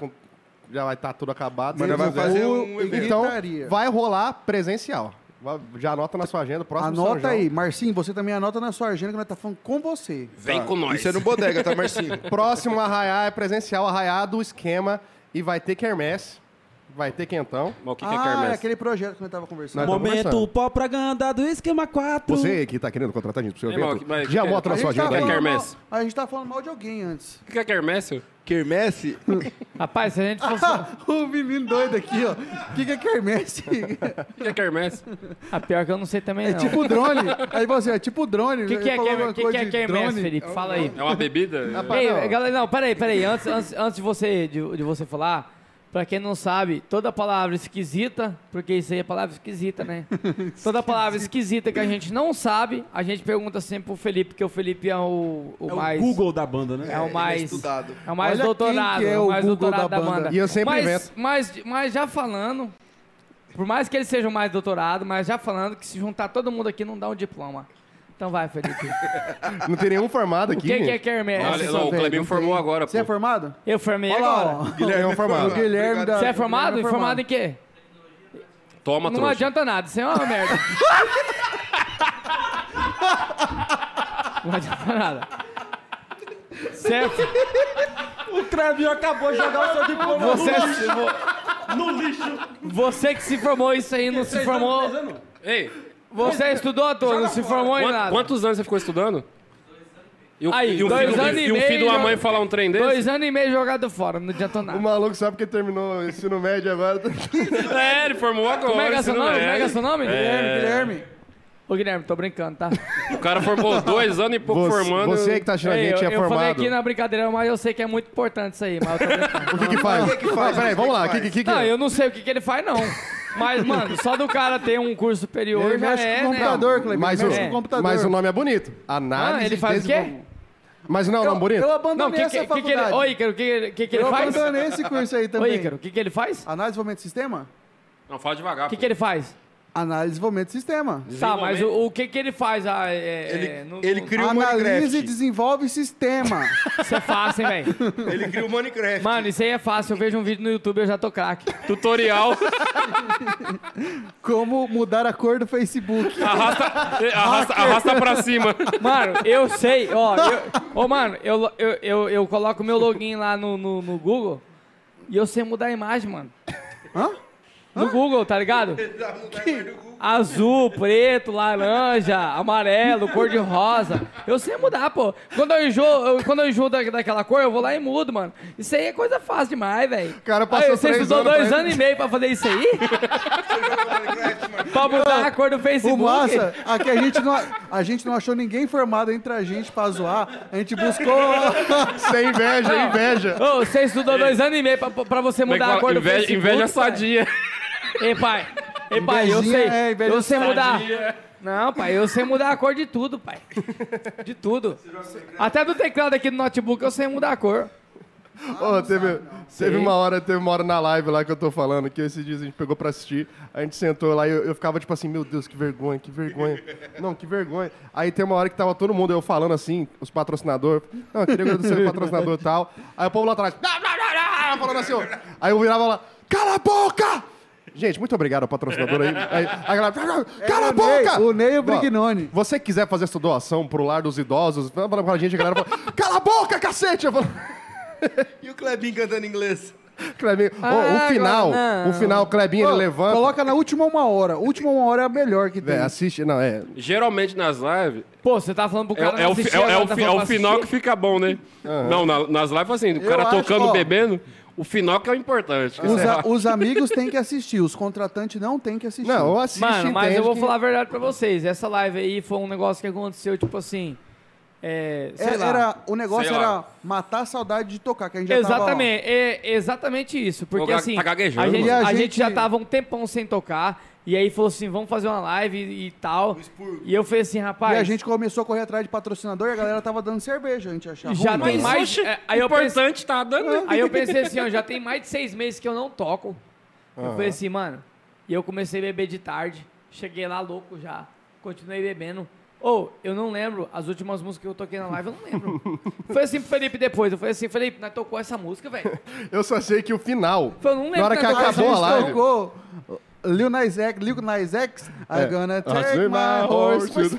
tudo acabado. Mas Se nós vai Deus fazer quiser. um evento. Então, Gritaria. vai rolar presencial. Já anota na sua agenda, próximo São Anota João. aí. Marcinho, você também anota na sua agenda que nós tá falando com você. Vem com nós. Isso é no Bodega, tá, Marcinho? Próximo arraiá é presencial, arraiá do Esquema, e vai ter quermesse. Vai ter quentão. Mas o que é É quermesse? aquele projeto que eu tava conversando. Nós estamos Momento propaganda do Esquema 4. Você que tá querendo contratar a gente pro seu Ei, evento, mas já que- mostra a A sua gente, agenda tava aí. é falando mal, quermesse? a gente tava falando mal de alguém antes. O que é quermesse? Quermesse? Rapaz, se a gente fosse... O menino doido aqui, ó. O que é quermesse? O que é quermesse? A pior que eu não sei também, É não. tipo drone. Aí você, é tipo drone. O que é quermesse, quermesse, Felipe? Fala aí. É uma bebida? Ei, galera, não, peraí. Antes de você falar, pra quem não sabe, toda palavra esquisita, porque isso aí é palavra esquisita, né? Toda palavra esquisita que a gente não sabe, a gente pergunta sempre pro Felipe, porque o Felipe é o É mais... o Google da banda, né? É o mais... estudado. É o mais Olha doutorado, quem que é o o mais Google doutorado da da banda. banda. E eu sempre invento. Mas já falando, por mais que ele seja o mais doutorado, mas já falando que se juntar todo mundo aqui não dá um diploma. Então vai, Felipe. Não tem nenhum formado O aqui. que é quermesse? Olha, não, o velho, Clebinho não formou tem. agora, Você é pô. formado? Eu formei Olha lá, agora. ó. Guilherme é um formado. O Guilherme da... Você é formado? Guilherme Formado em quê? Toma, Não trouxa. adianta nada, isso é uma merda. Não adianta nada. Certo? O Clebinho acabou de jogar o seu diploma no lixo. Você que se formou isso aí, não se formou. Ei, Você estudou à toa, não se formou em nada. quantos anos você ficou estudando? E um, Aí, e um 2 filho, anos e e um filho de uma meio, mãe falar um trem desse? 2 anos e meio jogado fora, não adiantou O nada. maluco sabe porque terminou o ensino médio agora. É, ele formou agora. Como é que é seu ensino nome? Como é que é médio. seu nome? Guilherme. Ô, Guilherme, tô brincando, tá? O cara formou 2 anos e pouco formando. Você que tá achando a Ei, gente é eu falei formado. aqui na brincadeira, mas eu sei que é muito importante isso aí, mas eu tô brincando. O que que faz? O que que faz? Não, peraí, vamos lá. O O que que que Não, é? eu não sei o que ele faz, não. Mas, mano, só do cara ter um curso superior Ele já mexe é, com o né? computador, Clebinho. Mas, Mexe o, com o computador. mas o nome é bonito. Análise. Ah, ele faz o quê? Mas não é um nome bonito? Eu Não, abandonei essa que ele... faculdade. Ô, Ícaro, o que ele Eu faz? abandonei esse curso aí Ô, também. Ícaro, o que ele faz? Análise de desenvolvimento de sistema? Não, fala devagar. O que ele faz? Análise de desenvolvimento de sistema. Tá, mas o que ele faz? Ele cria o Analisa e Minecraft. desenvolve sistema. Isso é fácil, hein, velho? Ele cria o Minecraft. Mano, isso aí é fácil. Eu vejo um vídeo no YouTube e eu já tô craque. Tutorial. Como mudar a cor do Facebook. Arrasta pra cima. Mano, eu sei, ó. Mano, eu coloco meu login lá no Google e eu sei mudar a imagem, mano. Hã? No Google, tá ligado? Azul, preto, laranja, amarelo, cor de rosa. Eu sei mudar, pô. Quando eu enjoo daquela cor, eu vou lá e mudo, mano. Isso aí é coisa fácil demais, velho. O cara passou Você 3 estudou anos 2 pra anos e meio pra fazer isso aí? Pra mudar a cor do O Facebook? massa, aqui a gente não achou ninguém formado entre a gente pra zoar. A gente buscou... Sem inveja, inveja. Ô, você estudou 2 anos e meio pra você mudar a cor do Facebook? Inveja pai? sadia. Ei, pai, eu Invejinha, sei. inveja Eu sei mudar. sadia. Não, pai, eu sei mudar a cor de tudo, pai. De tudo. Até do teclado aqui do notebook eu sei mudar a cor. Ô, teve uma hora na live lá que eu tô falando, que esses dias a gente pegou pra assistir, a gente sentou lá e eu ficava tipo assim, meu Deus, que vergonha, que vergonha. Não, que vergonha. Aí tem uma hora que tava todo mundo, eu falando assim, os patrocinadores, não, eu queria agradecer o patrocinador e tal. Aí o povo lá atrás, falando assim, ó. Aí eu virava lá, cala a boca! Gente, muito obrigado ao patrocinador aí. A galera, cala a boca! O Ney e o Ó, Brignone. você quiser fazer essa doação pro lar dos idosos, fala pra gente, a galera fala, cala a boca, cacete! Eu falo, E o Clebinho cantando inglês? Clebinho, o final, o Clebinho, ele levanta. Coloca na última 1 hora. Última 1 hora é a melhor que tem. Assiste, não, Geralmente nas lives, Pô, você tá falando pro cara é não o assistir agora, tá falando pra final que assistir? fica bom, né? Não, nas lives assim, o Eu cara acho, tocando, ó, bebendo, o final que é o importante. Os amigos têm que assistir, os contratantes não têm que assistir. Não, assiste, Mano, mas entende eu vou que- falar a verdade pra vocês. Essa live aí foi um negócio que aconteceu, tipo assim... sei lá. O negócio Sei lá. era matar a saudade de tocar, que a gente já tava, ó, Exatamente, é exatamente isso. Porque Ô, assim, tá gaguejando, a, gente, mano. a E a gente gente- já tava um tempão sem tocar. E aí falou assim, vamos fazer uma live e tal. E eu falei assim, rapaz... E a gente começou a correr atrraz de patrocinador e a galera tava dando cerveja, a gente achava Já ruim. tem Mas, mais... oxe, aí eu pensei, importante tá dando. aí eu pensei assim, ó, já tem mais de 6 meses que eu não toco. Eu falei assim, mano... E eu comecei a beber de tarde. Cheguei lá louco já. Continuei bebendo. Eu não lembro as últimas músicas que eu toquei na live, eu não lembro. Foi assim pro Felipe depois. Eu falei assim, Felipe, nós tocou essa música, velho. Eu só sei que o final, Eu não lembro na hora que nós tocou essa acabou a música, live... Tocou Lil Nas X, I'm gonna take Assim, my horse. Mas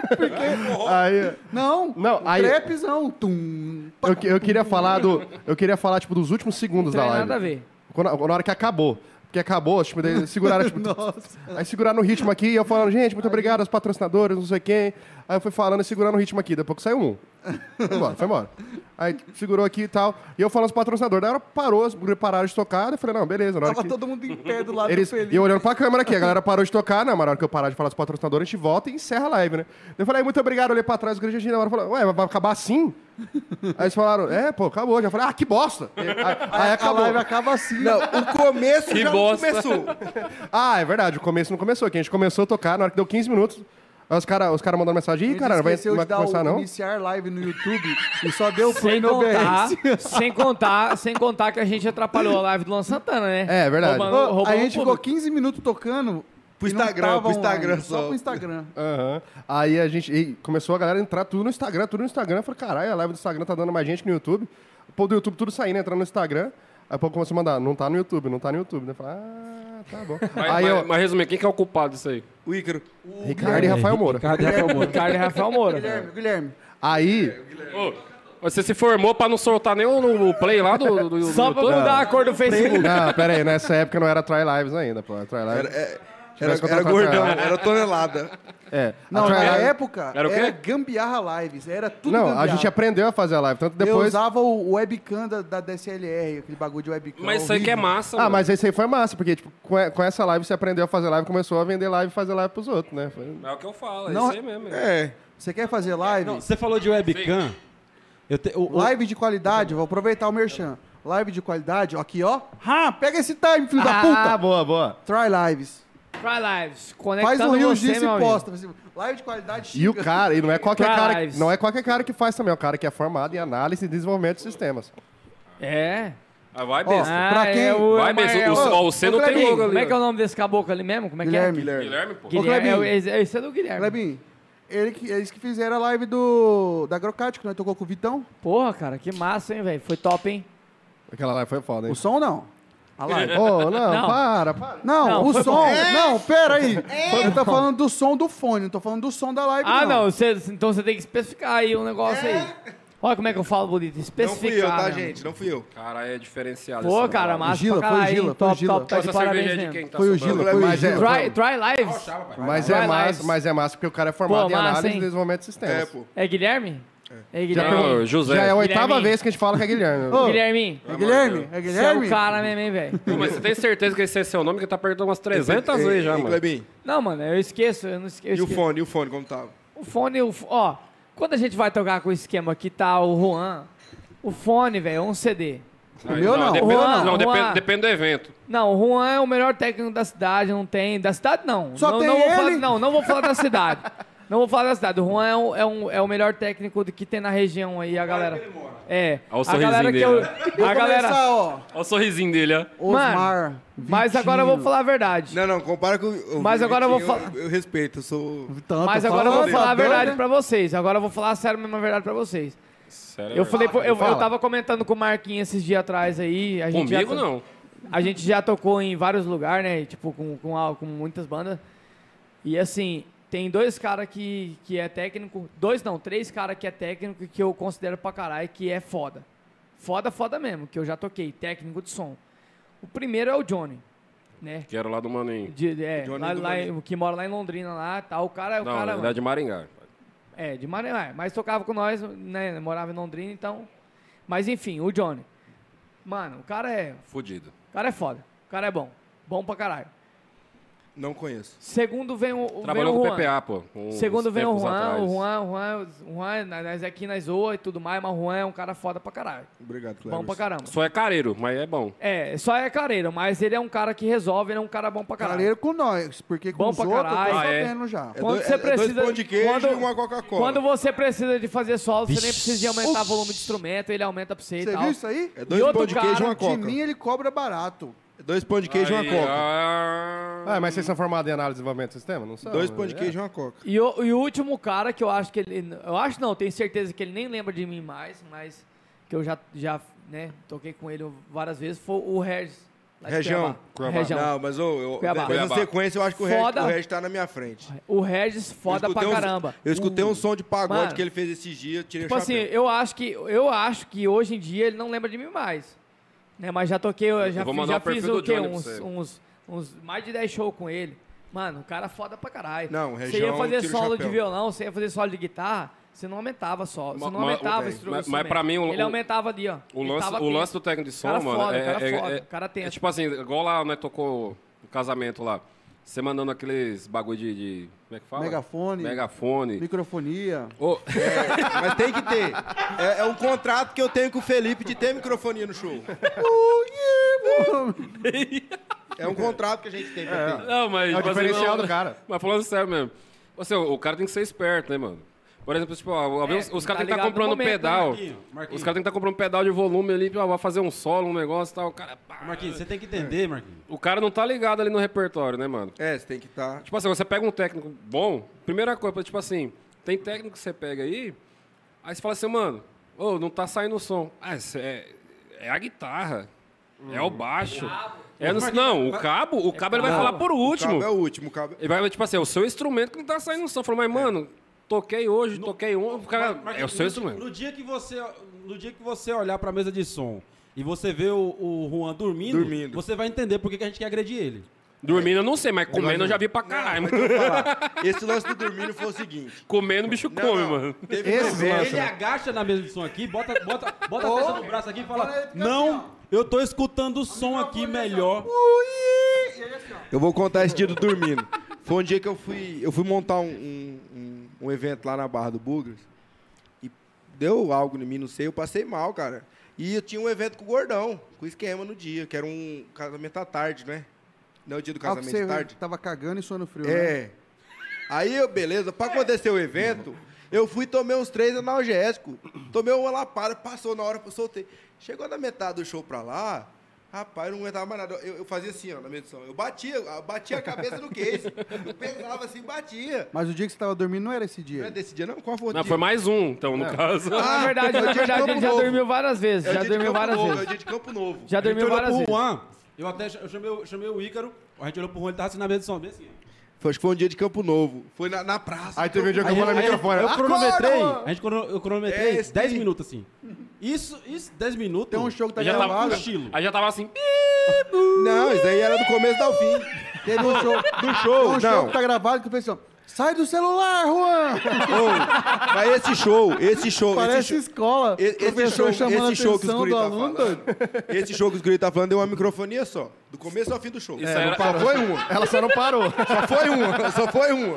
Aí, não, aí- trapzão. Tum. eu queria falar tipo, dos últimos segundos Não da tem live. nada a ver. Na hora que acabou. porque acabou, tipo, daí seguraram, tipo, aí seguraram o ritmo aqui, e eu falando, gente, muito obrigado aos patrocinadores, não sei quem. Aí eu fui falando e segurando o ritmo aqui, daqui a pouco saiu um. Foi embora. Aí segurou aqui e tal, e eu falando os patrocinadores, daí a hora parou, os guri pararam de tocar, eu falei, não, beleza. Na hora Tava que... todo mundo em pé do lado Eles, do Felipe. e eu olhando pra câmera aqui, a galera parou de tocar, não, mas na hora que eu parar de falar dos patrocinadores, a gente volta e encerra a live, né? Eu falei, muito obrigado, eu olhei pra trás, o Grande na hora falou, ué, vai acabar assim? Aí eles falaram, pô, acabou. Já falei, que bosta. Aí acabou. A live acaba assim. Não, o começo Que já não bosta. começou. É verdade, o começo não começou aqui. A gente começou a tocar, na hora que deu 15 minutos, aí os cara mandando mensagem, A ih, gente cara, não vai esqueceu de dar começar não? iniciar live no YouTube e só deu play Sem no contar, OBS. sem contar que a gente atrapalhou a live do Luan Santana, né? É verdade. Roubando A o gente ficou público. 15 minutos tocando Pro e não Instagram, tava pro Instagram online, só. pro Instagram. Aham. Aí a gente começou a galera a entrar tudo no Instagram. Eu falei, caralho, a live do Instagram tá dando mais gente que no YouTube. O povo do YouTube tudo saindo, entrando no Instagram. Aí o povo começou a mandar, não tá no YouTube. Eu falei, tá bom. Mas resumindo, quem que é o culpado disso aí? O Ícaro. Ricardo e Rafael Moura. Ricardo e Rafael Moura. Guilherme. Aí, Ô, você se formou pra não soltar nem o play lá do Só pra YouTube? mudar a cor do Facebook. não, pera aí, nessa época não era Try Lives ainda, pô. Try Lives. Era gordão, era tonelada. Não, a Try na Lives- época Era o quê? Gambiarra Lives. Era tudo Não, gambiarra. a gente aprendeu a fazer a live. Tanto Eu depois. usava o webcam da DSLR, aquele bagulho de webcam. Mas isso aí que é horrível. massa, Ah, mano. mas esse aí foi massa, porque tipo, com essa live você aprendeu a fazer live, começou a vender live e fazer live pros outros, né? É o que eu falo, é Não, isso aí mesmo. Você quer fazer live? Não, você falou de webcam. Live de qualidade, vou aproveitar o merchan. Live de qualidade, aqui ó. Pega esse time, filho da puta. boa. Try Lives. Try Lives. Faz Conectando um Rio você, Gis e meu amigo. posta. Live de qualidade, E o xinga. cara, e não é qualquer Try cara, Lives. não é qualquer cara que faz também, é o cara que é formado em análise e desenvolvimento de sistemas. É. Ah, vai Ó, besta. pra quem... Vai mesmo. O C não tem Clebinho, logo ali. como é que é o nome desse caboclo ali mesmo? Como é Guilherme. que é? Guilherme, pô. Guilherme. Clebinho. Esse é do Guilherme. Clebinho, eles que fizeram a live da Agrocate, que nós tocou com o Vitão. Porra, cara, que massa, hein, velho. Foi top, hein? Aquela live foi foda, hein? O som não. A live. Não, Não. para. Não, Não, o foi som. bom. Não, pera aí. Eu tô falando do som do fone, não tô falando do som da live. Ah, não. Então você tem que especificar aí um negócio aí. Olha como é que eu falo bonito. Não Especificar. fui eu, tá, né, gente? Não fui eu. Cara, é diferenciado. Pô, essa cara, parada. massa Gila, pra foi o caralho, Gila, hein? foi o Top, Gila. top, tá de Essa cerveja parabéns é de mesmo. quem tá Foi o sobrando? Gila, foi o Mas é- Gila. Try Lives? Mas é massa porque o cara é formado Pô, em massa, análise hein? e desenvolvimento de sistemas. Pô. É Guilherme? É Não, Guilherme. José. Já é a oitava Guilherme. vez que a gente fala que é Guilherme. Ô, Guilherme. É Guilherme? É Você é Guilherme? o cara mesmo, hein, velho? Pô, mas você tem certeza que esse é seu nome? Que tá perguntando umas 300 vezes já, E mano. Clebinho, Não, mano, eu esqueço. Eu não esqueço. e o fone, como tava? O fone, ó, quando a gente vai tocar com o esquema que tá o Juan, o fone, velho, é um CD. O meu não. Depende, Juan, não, Juan. depende do evento. Não, o Juan é o melhor técnico da cidade, não tem. Da cidade, não. Só não, tem não vou ele? falar, não vou falar da cidade. Não vou falar da cidade. O Juan é o melhor técnico que tem na região aí, a galera. É. Olha o a sorrisinho galera que dele, eu. né? A galera. Começar, ó. Olha o sorrisinho dele, ó. Osmar. Mas agora eu vou falar a verdade. Não, compara com o Mas agora eu vou Vitinho, falar- eu respeito, eu sou... Mas agora eu vou falar a verdade pra vocês. Agora eu vou falar sério mesmo a verdade pra vocês. Sério, Eu falei, eu fala. tava comentando com o Marquinhos esses dias atrás aí. A gente Comigo, já, não. A gente já tocou em vários lugares, né? Tipo, com muitas bandas. E assim, tem dois caras que é técnico. Três caras que é técnico que eu considero pra caralho que é foda. Foda mesmo, que eu já toquei, técnico de som. O primeiro é o Johnny, né? Que era lá do Maninho. Johnny Lá, do lá, Maninho. que mora lá em Londrina lá, tá? O cara é o Não, cara. na verdade, de Maringá. De Maranhão, mas tocava com nós, né? Morava em Londrina, então. Mas enfim, o Johnny. Mano, o cara é Fudido. foda. O cara é bom. Bom pra caralho. Não conheço. Segundo vem o Trabalhou vem o com o Juan. PPA, pô. Segundo vem o tempos Juan. atrás. O Juan, nós aqui na zoa e tudo mais, mas o Juan é um cara foda pra caralho. Obrigado, Cleber. Bom pra caramba. Só é careiro, mas é bom. Só é careiro, mas ele é um cara que resolve, ele é um cara bom pra caralho. Careiro com nós, porque com Bom os pra outros eu tô caralho. sabendo já. Quando você precisa- dois pão de queijo quando- e uma Coca-Cola. Quando você precisa de fazer solo, você nem precisa de aumentar o volume de instrumento, ele aumenta pra você e Você tal. viu isso aí? É 2 E outro pão de queijo e cara, uma De Coca. mim ele cobra barato. 2 pão de queijo e uma Aí, Coca. Mas vocês são formados em análise de desenvolvimento de sistema? Não são? 2 pão de É. queijo e uma Coca. E o último cara que eu acho que ele. Eu acho não, tenho certeza que ele nem lembra de mim mais, mas que eu já né, toquei com ele várias vezes, foi o Regis. lá de Região. Cuiabá. Região. Não, mas Cuiabá. depois na Cuiabá. sequência eu acho que o Foda. Regis tá na minha frente. O Regis, foda Eu pra escutei caramba. Eu escutei um som de pagode Mano, que ele fez esses dias, tirei Tipo o assim, chapéu. eu acho que hoje em dia ele não lembra de mim mais. Né, mas já toquei, eu já, vou mandar já o perfil fiz o do quê? Johnny pra você. Uns mais de 10 shows com ele. Mano, o cara foda pra caralho. Não, Você ia Região, fazer tira o solo de chapéu. violão, você ia fazer solo de guitarra, você não aumentava solo. Você não Mas- aumentava mas- esse instrumento. mas pra mim, Ele aumentava ali, ó. O Ele lance, tava o lance tenso. do técnico de som, Cara mano, foda, cara foda, cara é tenso. tipo assim, igual lá, né, tocou no casamento lá. Você mandando aqueles bagulho de como é que fala? Megafone. Megafone. Microfonia. Ô, Mas tem que ter. É um contrato que eu tenho com o Felipe de ter microfonia no show. É um contrato que a gente tem pra ter. não, mas... É o tipo assim, diferencial não, do cara. Mas falando sério mesmo. Você, o cara tem que ser esperto, né, mano? Por exemplo, tipo, ó, os tá caras têm que estar ligado no comprando momento, né, pedal. Marquinhos, Os caras têm que estar comprando pedal de volume ali, ó, vai fazer um solo, um negócio e tal. O cara, pá, Marquinhos, você tem que entender, Marquinhos. o cara não tá ligado ali no repertório, né, mano? É, você tem que estar. Tipo assim, você pega um técnico bom, primeira coisa, tipo assim, tem técnico que você pega aí você fala assim, mano, ô, não tá saindo o som. Ah, é a guitarra, é o baixo. Não, o cabo ele vai falar por O último. cabo é o último, o cabo. Ele vai, tipo assim, é o seu instrumento que não tá saindo o som. Falou, mas, mano, toquei hoje, toquei ontem, o cara, é o seu instrumento. No dia que você olhar pra mesa de som e você vê o Juan dormindo, você vai entender por que a gente quer agredir ele. Dormindo eu não sei, mas comendo eu já vi pra caralho. Mas deixa eu falar. Esse lance do dormindo foi o seguinte. Comendo o bicho come, mano. Teve um Esse evento- lance, Ele agacha na mesa de som aqui, bota a testa no braço aqui e fala: Não, eu tô escutando o som aqui melhor. Eu vou contar esse dia do dormindo. Foi um dia que eu fui montar um evento lá na Barra do Bugres. E deu algo em mim, não sei, eu passei mal, cara. E eu tinha um evento com o Gordão, com esquema no dia, que era um casamento à tarde, né? Não é o dia do Ah, que casamento você de tarde? tava cagando e suando frio, né? É. Aí, beleza, pra acontecer o evento, eu fui e tomei uns 3 analgésicos. Tomei uma lapada, passou na hora que eu soltei. Chegou na metade do show pra lá, rapaz, eu não aguentava mais nada. Eu fazia assim, ó, na medição. Eu batia a cabeça no case. Eu pegava assim, batia. Mas o dia que você tava dormindo não era esse Não dia. é desse dia, não? Qual foi o Não, dia? foi mais um, então, no caso. Na verdade, é o dia de Campo ele já Novo. dormiu várias vezes. É o Já dia de dormiu Campo várias Novo, vezes. É o dia de Campo Novo. Já A gente dormiu olhou várias pro vezes. Juan, eu chamei o Ícaro, a gente olhou pro Juan, ele tava assim na mesa de som, bem assim. Acho que foi um dia de Campo Novo. Foi na praça. Aí teve um dia que eu vou no microfone. Eu cronometrei, Acorda, eu cronometrei É esse 10 aí. minutos assim. Isso, 10 minutos. Tem um show que tá Já gravado. tava, estilo. aí já tava assim, Não, isso daí era do começo ao fim. Teve um show, Do show, tem um show não. que tá gravado que eu falei assim, ó, sai do celular, Juan! Ô, mas esse show... Parece escola. Professor chamando a esse show que os atenção guri do tá aluno, falando, esse show que os guri tá falando deu uma microfonia só. Do começo ao fim do show. Isso era- Só foi uma. Ela só não parou. Só foi uma.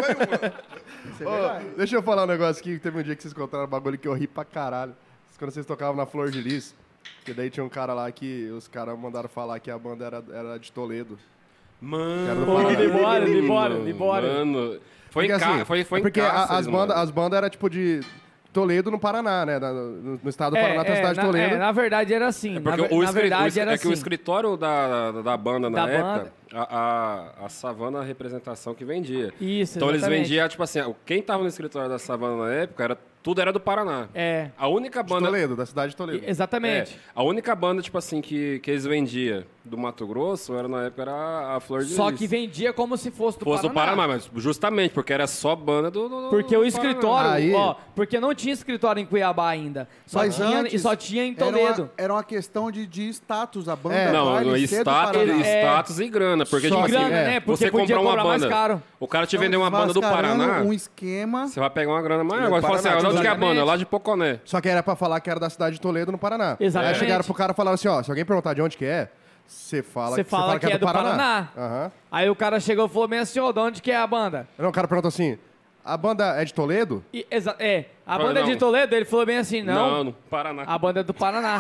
Ô, deixa eu falar um negócio aqui, que teve um dia que vocês contaram um bagulho que eu ri pra caralho. Quando vocês tocavam na Flor de Lis, que daí tinha um cara lá que os caras mandaram falar que a banda era de Toledo. Que era do mano. Paraná. Embora. Mano, foi Porque, em assim, foi em porque Cáceres, mano. as bandas eram tipo de Toledo no Paraná, né? No estado do Paraná tem a cidade de Toledo. na verdade era assim. Porque na verdade era é assim. que o escritório da banda na Da época, banda. a Savana representação que vendia. Isso, Então eles exatamente. vendiam, tipo assim, quem tava no escritório da Savana na época, tudo era do Paraná. É, A única De banda... Toledo, da cidade de Toledo. exatamente. A única banda, tipo assim, que eles vendiam do Mato Grosso, na época, era a Flor de Só Lis. que vendia como se fosse do Fosse Paraná. do Paraná, mas justamente, porque era só banda do Porque o Paraná. escritório, Aí- porque não tinha escritório em Cuiabá ainda. Mas antes, Só tinha em era Toledo. Era uma questão de status, a banda É, Não, vai ser do Paraná. status e grana. Porque, Só tipo que assim, grana, né? Porque você podia comprar uma cobrar mais banda, caro. o cara te vendeu uma banda do Mascarando Paraná, um esquema. você vai pegar uma grana maior. do Agora você fala assim, Paraná, onde que é a exatamente. banda? Lá de Poconé. Só que era pra falar que era da cidade de Toledo, no Paraná. Exatamente. Aí chegaram pro cara e falaram assim, ó, se alguém perguntar de onde que é, você fala que é do Paraná. Aham. Aí o cara chegou e falou bem assim, ó, de onde que é a banda? Não, o cara perguntou assim, a banda é de Toledo? A banda é de não. Toledo? Ele falou bem assim, não, no Paraná. a banda é do Paraná.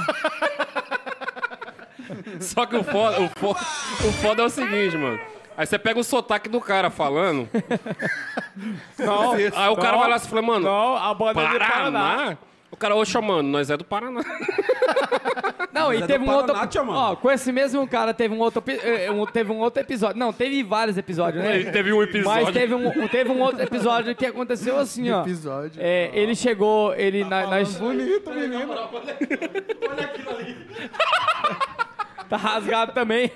Só que o foda é o seguinte, mano. Aí você pega o sotaque do cara falando, Não, aí o cara vai lá e fala, mano, não, a banda é do Paraná. Paraná? O cara, ô, mano, nós é do Paraná. Não, e é teve do um outro. Paraná, tio, mano. Ó, com esse mesmo cara teve um outro, teve um outro episódio. Não, teve vários episódios, né? Teve um episódio. Mas teve um outro episódio que aconteceu assim, ó. Episódio. Ele chegou, ele nas. Bonito, menino. Olha aquilo ali. Tá rasgado também.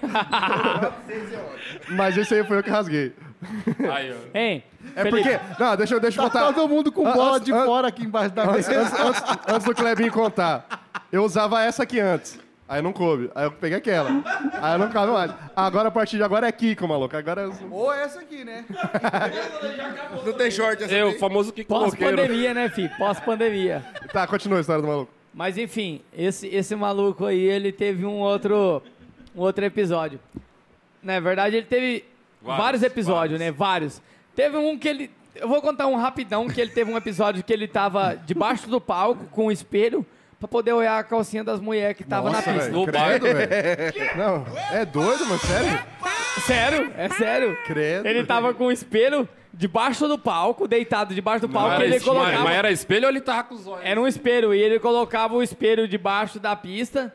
Mas esse aí foi eu que rasguei. Aí, ó. Hein? É Felipe, porque... Não, deixa eu Tá contar. todo mundo com bola de Antes- fora aqui embaixo da mesa. Antes do Clebinho contar, eu usava essa aqui antes. Aí não coube. Aí eu peguei aquela. Aí eu não cabe mais. Agora, a partir de agora, é Kiko, maluco. Agora eu... Ou essa aqui, né? Não tem short essa O famoso que coloqueiro. Pós-pandemia, né, filho? Pós-pandemia. Tá, continua a história do maluco. Mas enfim, esse maluco aí, ele teve um outro episódio. Na verdade, ele teve vários episódios, né? Vários. Teve um que ele... Eu vou contar um rapidão, que ele teve um episódio que ele tava debaixo do palco com um espelho pra poder olhar a calcinha das mulheres que tava na pista. Velho, credo, velho. Não, é doido, mano, sério? Sério, é sério. Credo. Ele tava com um espelho debaixo do palco, deitado debaixo do palco, e ele colocava... Mas era espelho ou ele tava com os olhos? Era um espelho, e ele colocava o espelho debaixo da pista,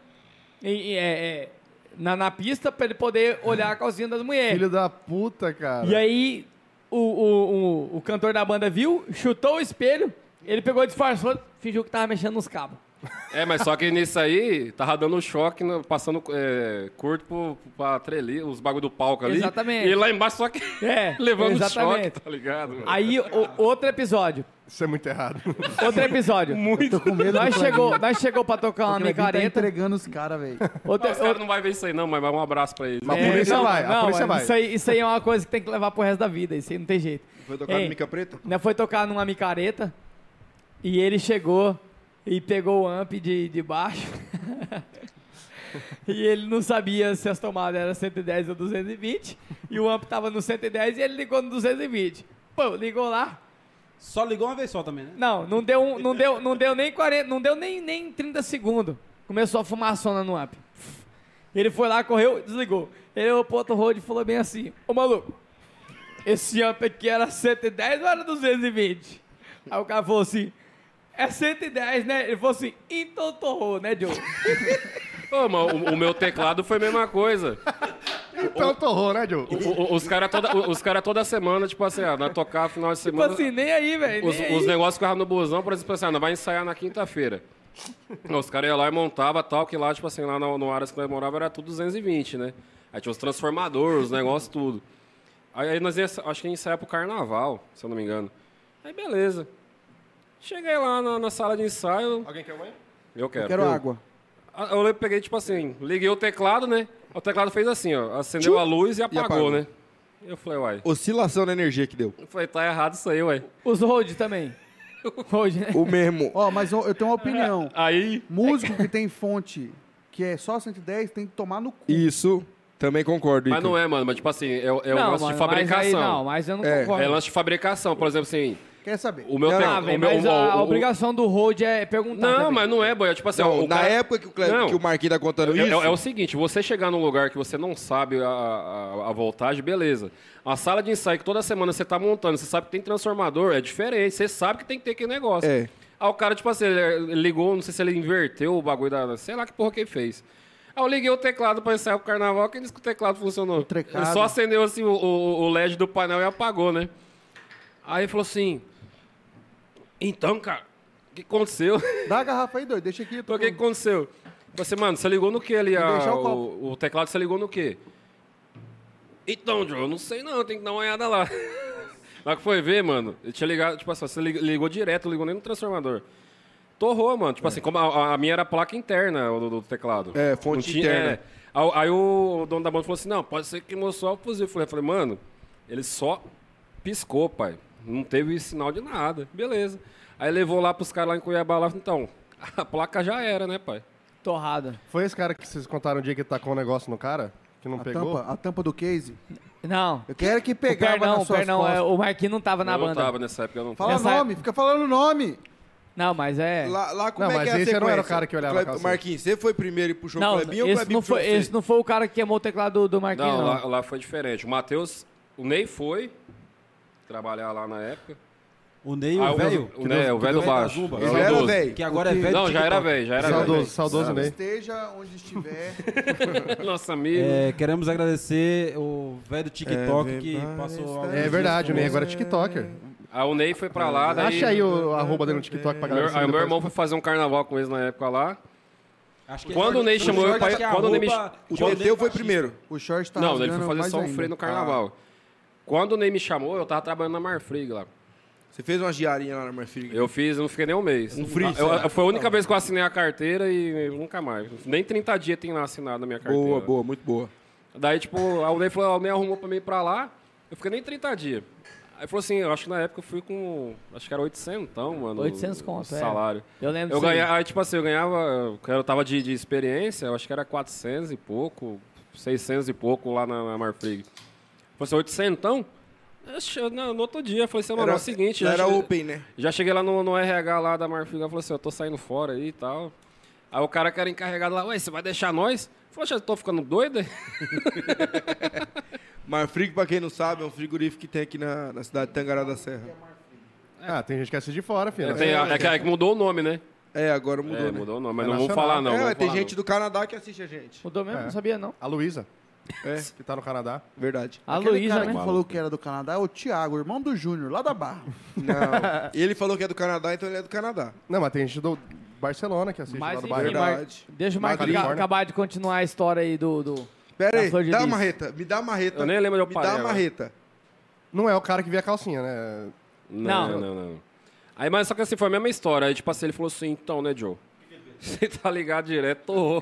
na pista, pra ele poder olhar a calcinha das mulheres. Filho da puta, cara. E aí, o cantor da banda viu, chutou o espelho, ele pegou, disfarçou, fingiu que tava mexendo nos cabos. Mas só que nisso aí, tava dando choque, passando curto pra trelir, os bagulho do palco ali. Exatamente. E lá embaixo só que levando choque, tá ligado? Mano? Aí, outro episódio. Isso é muito errado. Outro episódio. Tô com medo Nós chegou pra tocar uma Tá micareta. entregando os caras, velho. Os caras não vai ver isso aí não, mas vai um abraço pra eles. Mas a polícia vai, a polícia vai. Isso aí é uma coisa que tem que levar pro resto da vida, isso aí não tem jeito. Foi tocar no Mica Preta? Nós foi tocar numa micareta e ele chegou e pegou o amp de baixo e ele não sabia se as tomadas eram 110 ou 220 e o amp tava no 110 e ele ligou no 220. Pô, ligou lá. Só ligou uma vez só também, né? Não deu nem 40, não deu nem 30 segundos. Começou a fumaçona no amp. Ele foi lá, correu, desligou. Ele olhou pro outro road e falou bem assim: ô maluco, esse amp aqui era 110 ou era 220? Aí o cara falou assim: é 110, né? Ele falou assim: então torrou, né, Joe? Ô, mas o meu teclado foi a mesma coisa. Então torrou, né, Joe? Os cara toda semana, tipo assim, nós tocar final de semana. Tipo assim, nem aí, velho. Os negócios ficavam no busão, por exemplo, assim, nós vai ensaiar na quinta-feira. Os caras iam lá e montavam tal, que lá, tipo assim, lá no área que nós morava era tudo 220, né? Aí tinha os transformadores, os negócios, tudo. Aí nós acho que ia ensaiar pro carnaval, se eu não me engano. Aí beleza. Cheguei lá na sala de ensaio. Alguém quer banho? Eu quero. Eu quero água. Eu peguei, tipo assim, liguei o teclado, né? O teclado fez assim, ó. Acendeu a luz e apagou, né? Eu falei, uai. Oscilação na energia que deu. Eu falei, tá errado isso aí, uai. Os road também. Road, né? O mesmo. Ó, mas eu tenho uma opinião. Aí. Músico que tem fonte que é só 110 tem que tomar no cu. Isso, também concordo. Mas Icaro. não é, mano. Mas, tipo assim, é um Não, lance de mano, fabricação. mas eu não É. concordo. É lance de fabricação. Por exemplo, assim, Quer saber? o meu Não, teclado. velho, mas a obrigação do road é perguntar. Não, também. mas não é, boy. Tipo assim, Não, o na cara- época que Não. que o Marquinhos tá contando É, isso... é o seguinte, você chegar num lugar que você não sabe a voltagem, beleza. A sala de ensaio que toda semana você tá montando, você sabe que tem transformador, é diferente. Você sabe que tem que ter aquele negócio. É. Aí o cara, tipo assim, ele ligou, não sei se ele inverteu o bagulho da... Sei lá que porra que ele fez. Aí eu liguei o teclado pra ensaiar pro carnaval, quem disse que o teclado funcionou? trecado. Ele só acendeu assim o LED do painel e apagou, né? Aí ele falou assim... Então, cara, o que aconteceu? Dá a garrafa aí, doido. Deixa aqui. O que aconteceu? Você, mano, você ligou no que ali? deixar o O teclado você ligou no quê? Então, Joe, eu não sei não, tem que dar uma olhada lá. Na que foi ver, mano, eu tinha ligado, tipo assim, você ligou direto, não ligou nem no transformador. Torrou, mano. Tipo assim, como a minha era a placa interna do teclado. É, fonte Não tinha- interna. Aí o dono da banda falou assim, não, pode ser que queimou só o fuzil. Eu falei, mano, ele só piscou, pai. Não teve sinal de nada. Beleza. Aí levou lá pros caras lá em Cuiabá, lá, então, a placa já era, né, pai? Torrada. Foi esse cara que vocês contaram o dia que tacou um negócio no cara? Que não pegou? A tampa do case. Não. Eu quero que O pegava nas suas Pernão, costas. o Marquinhos não tava na Eu não banda. tava nessa época, eu não Fala Essa- nome, fica falando nome. Não, mas é... Lá como Não, é mas que é a esse não era o sequência? cara que olhava a calcinha. Marquinhos, você foi primeiro e puxou Não, o Clebinho ou o esse Clebinho não, foi, puxou você? esse não foi o cara que queimou o teclado do Marquinhos, Não, não. lá foi diferente. O Matheus, o Ney foi trabalhar lá na época. O Ney, Ah, o velho. o Ney, o velho do da baixo. Zumba. Ele era Saudoso. velho. Que agora é velho. Não, de já era TikTok. velho, já era velho. Saudoso, né? Esteja onde estiver. Nosso amigo. Queremos agradecer o velho do TikTok que passou... alguns É verdade, o dias Ney com agora é TikToker. Aí o Ney foi pra lá, daí... Acha aí o arroba dele no TikTok pra galera. Aí o seguir meu depois. irmão foi fazer um carnaval com eles na época lá. Acho que Quando o Ney chamou eu pra... acho que a Quando o Ney me... arroba- O teu foi primeiro. O short tá Não, ele rasgando foi fazer mais só um ainda. freio no carnaval. Quando o Ney me chamou, eu tava trabalhando na Marfrig lá. Você fez uma diarinha lá na Marfrig? Eu fiz, não fiquei nem um mês. Um free, Foi a única vez que eu assinei a carteira e nunca mais. Nem 30 dias tem lá assinado na minha carteira. Boa, boa, muito boa. Daí, tipo, a Ney falou, a Ney arrumou pra mim ir pra lá, eu fiquei nem 30 dias. Aí falou assim, eu acho que na época eu fui com, acho que era 800, mano. 800 conto, salário. Eu lembro Eu disso aí. ganhava, aí, tipo assim, eu ganhava, eu tava de experiência, eu acho que era 400 e pouco, 600 e pouco lá na Marfrig. Falei assim, 800? No outro dia, eu falei assim, mano, é o seguinte... Era open, né? Já cheguei lá no RH lá da Marfrig, eu falei assim, eu tô saindo fora aí e tal. Aí o cara que era encarregado lá, ué, você vai deixar nós? Eu falei, já tô ficando doido? Marfrig, pra quem não sabe, é um frigorífico que tem aqui na cidade de Tangará da Serra. Ah, tem gente que assiste de fora, filho. É que mudou o nome, né? É, agora mudou, né? Mudou o nome, mas É não vamos nacional. falar não. vamos tem falar, gente do Canadá que assiste a gente. Mudou mesmo? Não sabia, não. A Luísa, É, que tá no Canadá. verdade. A Aquele Luísa, cara né? que falou que era do Canadá é o Thiago, irmão do Júnior, lá da Barra. Não, ele falou que é do Canadá, então ele é do Canadá. Não, mas tem gente do Barcelona que assiste Mas lá do enfim, Bahia. Verdade. Deixa o Mas Marquinhos Califórnia. acabar de continuar a história aí do... Pera Da aí, Flor de dá a Lis. marreta, me dá a marreta. Eu nem lembro de eu Me parei dá a agora. marreta. Não é o cara que via a calcinha, né? Não. Aí, mas só que assim, foi a mesma história. Aí, tipo assim, ele falou assim, então, né, Joe? Você tá ligado direto, torrou.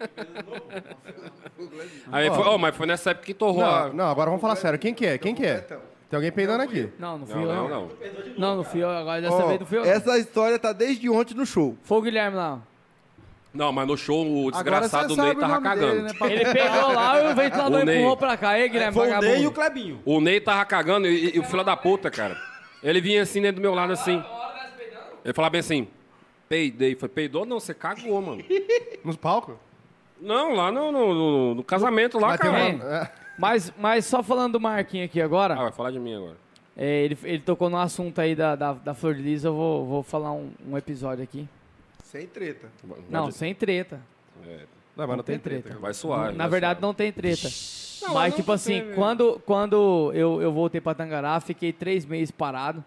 Aí foi, mas foi nessa época que torrou. Não, agora vamos falar sério. Quem que é? Quem que é? Tem alguém peidando aqui. Não fui Não, eu, não, não. não. Não, não fui eu. Agora dessa Ó, vez não fui eu, não. essa história tá desde ontem no show. Foi o Guilherme lá. Não, mas no show o Agora desgraçado você do Ney sabe o tava nome cagando. dele, né? Pra- Ele pegou lá e o ventilador O Ney. empurrou pra cá. Ei, Guilherme, Foi o vagabundo. Ney e o Clebinho. O Ney tava cagando e o filho da puta, cara. Ele vinha assim dentro do meu lado assim. Ele falava bem assim, peidei. Foi, peidou? Não, você cagou, mano. Nos palcos? Não, lá no casamento lá, Mas tem cara. uma- é. Mas só falando do Marquinhos aqui agora, Ah, vai falar de mim agora. ele tocou no assunto aí da Flor de Lis, eu vou falar um episódio aqui. Sem treta. Não, sem treta. Não, mas não tem treta. Vai suar. Na verdade, não tem treta. Mas, tipo assim, quando eu voltei pra Tangará, fiquei 3 meses parado.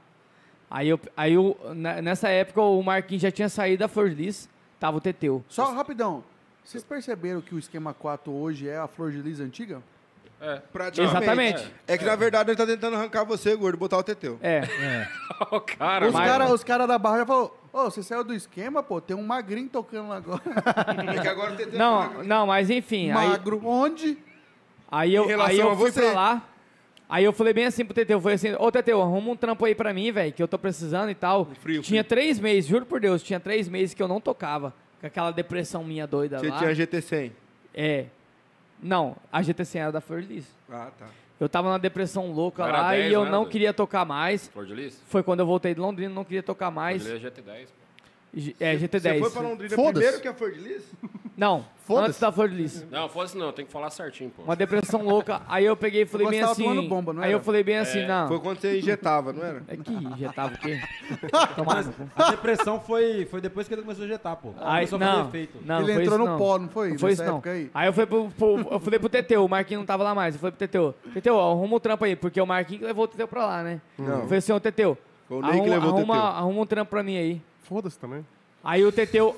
Nessa época, o Marquinhos já tinha saído da Flor de Lis, tava o Teteu. Só rapidão. Vocês perceberam que o esquema 4 hoje é a Flor de Lis antiga? Praticamente. Exatamente. É que na verdade ele tá tentando arrancar você, gordo, e botar o Teteu. O cara, Os caras da Barra já falaram, ô, você saiu do esquema, pô, tem um magrinho tocando lá agora. É que agora o Teteu Não, mas enfim. Magro, onde? Aí Em eu relação a fui você. pra lá. Aí eu falei bem assim pro Teteu, eu falei assim, ô Teteu, arruma um trampo aí pra mim, velho, que eu tô precisando e tal. Tinha 3 meses, juro por Deus, tinha 3 meses que eu não tocava. Com aquela depressão minha doida Você lá. tinha GT100. Não, a GT100 era da Flor de Lis. Ah, tá. Eu tava numa depressão louca Era lá 10, e eu né, não doido? queria tocar mais. Flor de Lis? Foi quando eu voltei de Londrina, não queria tocar Flor mais. de Lis é GT10. GT10. Você foi pra Londrina Foda-se. primeiro que a Flor de Lis? Não, Foda-se. antes da Flor de Lis. Não, foda-se não, tem que falar certinho, pô. Uma depressão louca. Aí eu peguei e falei Você bem tava assim. tomando bomba, não aí era? eu falei bem assim, não. Foi quando você injetava, não era? É que injetava o quê? Tomar no cu. A depressão foi depois que ele começou a injetar, pô. Aí, Começou a fazer não, efeito. não, Ele foi entrou isso, no não. pó, não foi? Não foi isso, Nessa não. época aí? Aí eu falei pro Teteu, o Marquinhos não tava lá mais. Eu falei pro Teteu, arruma um trampo aí, porque o Marquinhos levou o Teteu pra lá, né? Não. Eu falei assim, ô Teteu, Foi o Ney que levou o Teteu. arruma um trampo pra mim aí. Foda-se também. Aí o Teteu,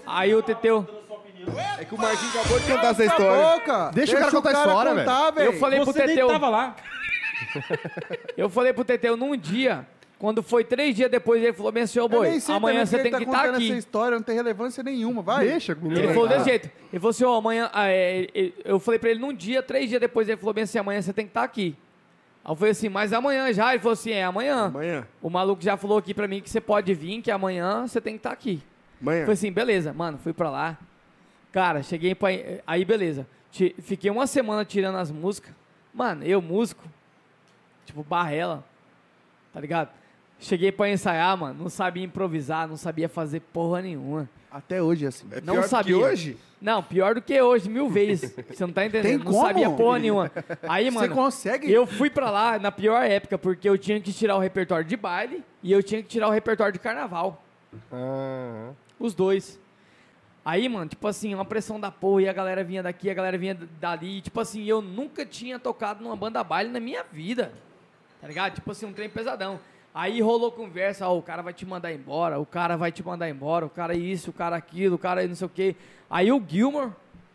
É que o Marquinhos acabou de contar essa Cala a história. boca! Deixa o cara contar a história, contar, velho. eu falei pro Você nem Teteu, tava lá. eu falei pro Teteu num dia, quando foi 3 dias depois, ele falou bem assim, ô Eu boi, nem sei amanhã também você porque tem ele que tá estar contando essa aqui. história, não tem relevância nenhuma, vai. Deixa, menino. Ele falou desse jeito. Ele falou assim, ó, amanhã... eu falei pra ele num dia, 3 dias depois, ele falou bem assim, amanhã você tem que estar aqui. Aí eu falei assim, mas amanhã já? Ele falou assim, amanhã. Amanhã. O maluco já falou aqui pra mim que você pode vir, que amanhã você tem que estar aqui. Eu Amanhã. falei assim, beleza, mano, fui pra lá. Cara, cheguei pra... Aí, beleza. Fiquei uma semana tirando as músicas. Mano, eu, músico, tipo, barrela, tá ligado? Cheguei pra ensaiar, mano, não sabia improvisar, não sabia fazer porra nenhuma. Até hoje, assim. É Não pior sabia. que hoje? Não, pior do que hoje, 1000 vezes. Você não tá entendendo. Tem não como? sabia porra nenhuma. Aí, Você mano, consegue? eu fui pra lá na pior época, porque eu tinha que tirar o repertório de baile e eu tinha que tirar o repertório de carnaval. Ah, Os dois. Aí, mano, tipo assim, uma pressão da porra, e a galera vinha daqui, a galera vinha dali. E, tipo assim, eu nunca tinha tocado numa banda baile na minha vida. Tá ligado? Tipo assim, um trem pesadão. Aí rolou conversa, ó, o cara vai te mandar embora, o cara vai te mandar embora, o cara isso, o cara aquilo, o cara não sei o quê. Aí o Gilmore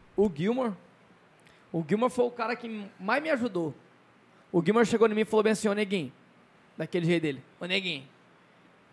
foi o cara que mais me ajudou. O Gilmore chegou em mim e falou bem assim, ô Neguinho, daquele jeito dele, ô Neguinho,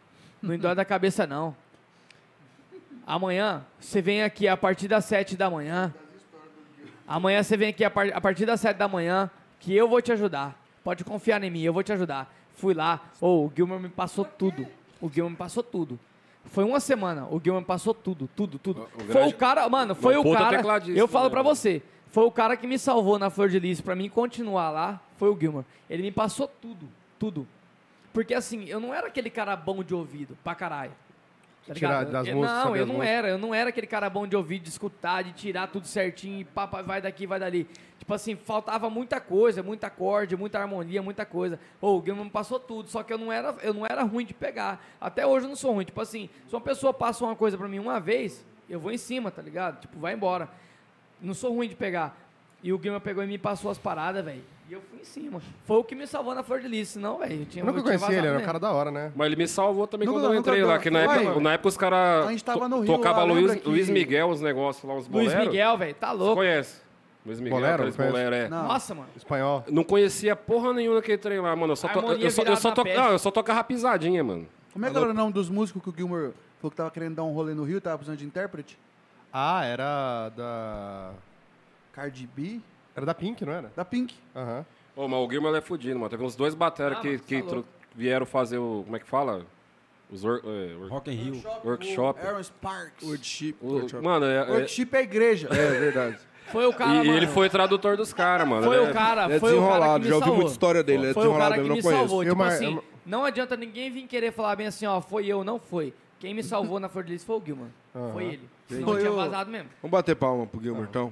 Não dói da cabeça, não. Amanhã, você vem aqui a partir das 7 da manhã. Amanhã você vem aqui a partir das 7 da manhã, que eu vou te ajudar. Pode confiar em mim, eu vou te ajudar. Fui lá, o Gilmer me passou tudo. O Gilmer me passou tudo. Foi uma semana, o Gilmer me passou tudo. Foi o cara, mano, foi o cara. Eu falo pra você, foi o cara que me salvou na Flor de Lis pra mim continuar lá, foi o Gilmer. Ele me passou tudo. Porque assim, eu não era aquele cara bom de ouvido, pra caralho. Tá Tirar das músicas, não, saber eu as não músicas. era. Eu não era aquele cara bom de ouvir, de escutar, de tirar tudo certinho e pá, vai daqui, vai dali. Tipo assim, faltava muita coisa, muita acorde, muita harmonia, muita coisa. O Gilman me passou tudo, só que eu não era ruim de pegar. Até hoje eu não sou ruim. Tipo assim, se uma pessoa passa uma coisa pra mim uma vez, eu vou em cima, tá ligado? Tipo, vai embora. Não sou ruim de pegar. E o Gilman pegou e me passou as paradas, velho. E eu fui em cima. Foi o que me salvou na Flor de Lis, senão, velho, Eu nunca conheci ele, era um cara da hora, né? Mas ele me salvou também Nunca- quando eu nunca- entrei lá, que na Vai, época os caras a gente tava no Rio, tocavam lá, lembra que- Luiz Miguel, uns negócios lá, uns Luiz boleros. Miguel, velho, tá Você louco. conhece? Luiz Miguel, Bolero? aqueles Conheço. bolero, é. Não. Nossa, mano. Espanhol. Não conhecia porra nenhuma naquele trem lá, mano. Harmonia virada na peste. Eu só tocava pisadinha, mano. Como é que era o nome dos músicos que o Gilmer falou que tava querendo dar um rolê no Rio, tava precisando de intérprete? Ah, era da... Cardi B? Era da Pink, não era? Da Pink. Aham. Ô, mas o Gilmer é fudido, mano. Teve uns dois bateras mano, que tá louco. vieram fazer o... Como é que fala? Os Rock in Rio. workshop. Aaron Sparks. Worship. Mano, Worship é igreja. É verdade. Foi o cara, e mano. ele foi tradutor dos caras, mano. Foi Ele o cara, Ele é foi o cara que desenrolado, me já ouvi salvou. muita história dele. Ele é Foi o desenrolado, cara eu que não me conheço. salvou. Tipo Mar- assim, não adianta ninguém vir querer falar bem assim, ó, foi eu, não foi. Quem me salvou na Flor de Lis foi o Gilman. Foi ele. Senão eu tinha vazado mesmo. Vamos bater palma pro Gilmer, então.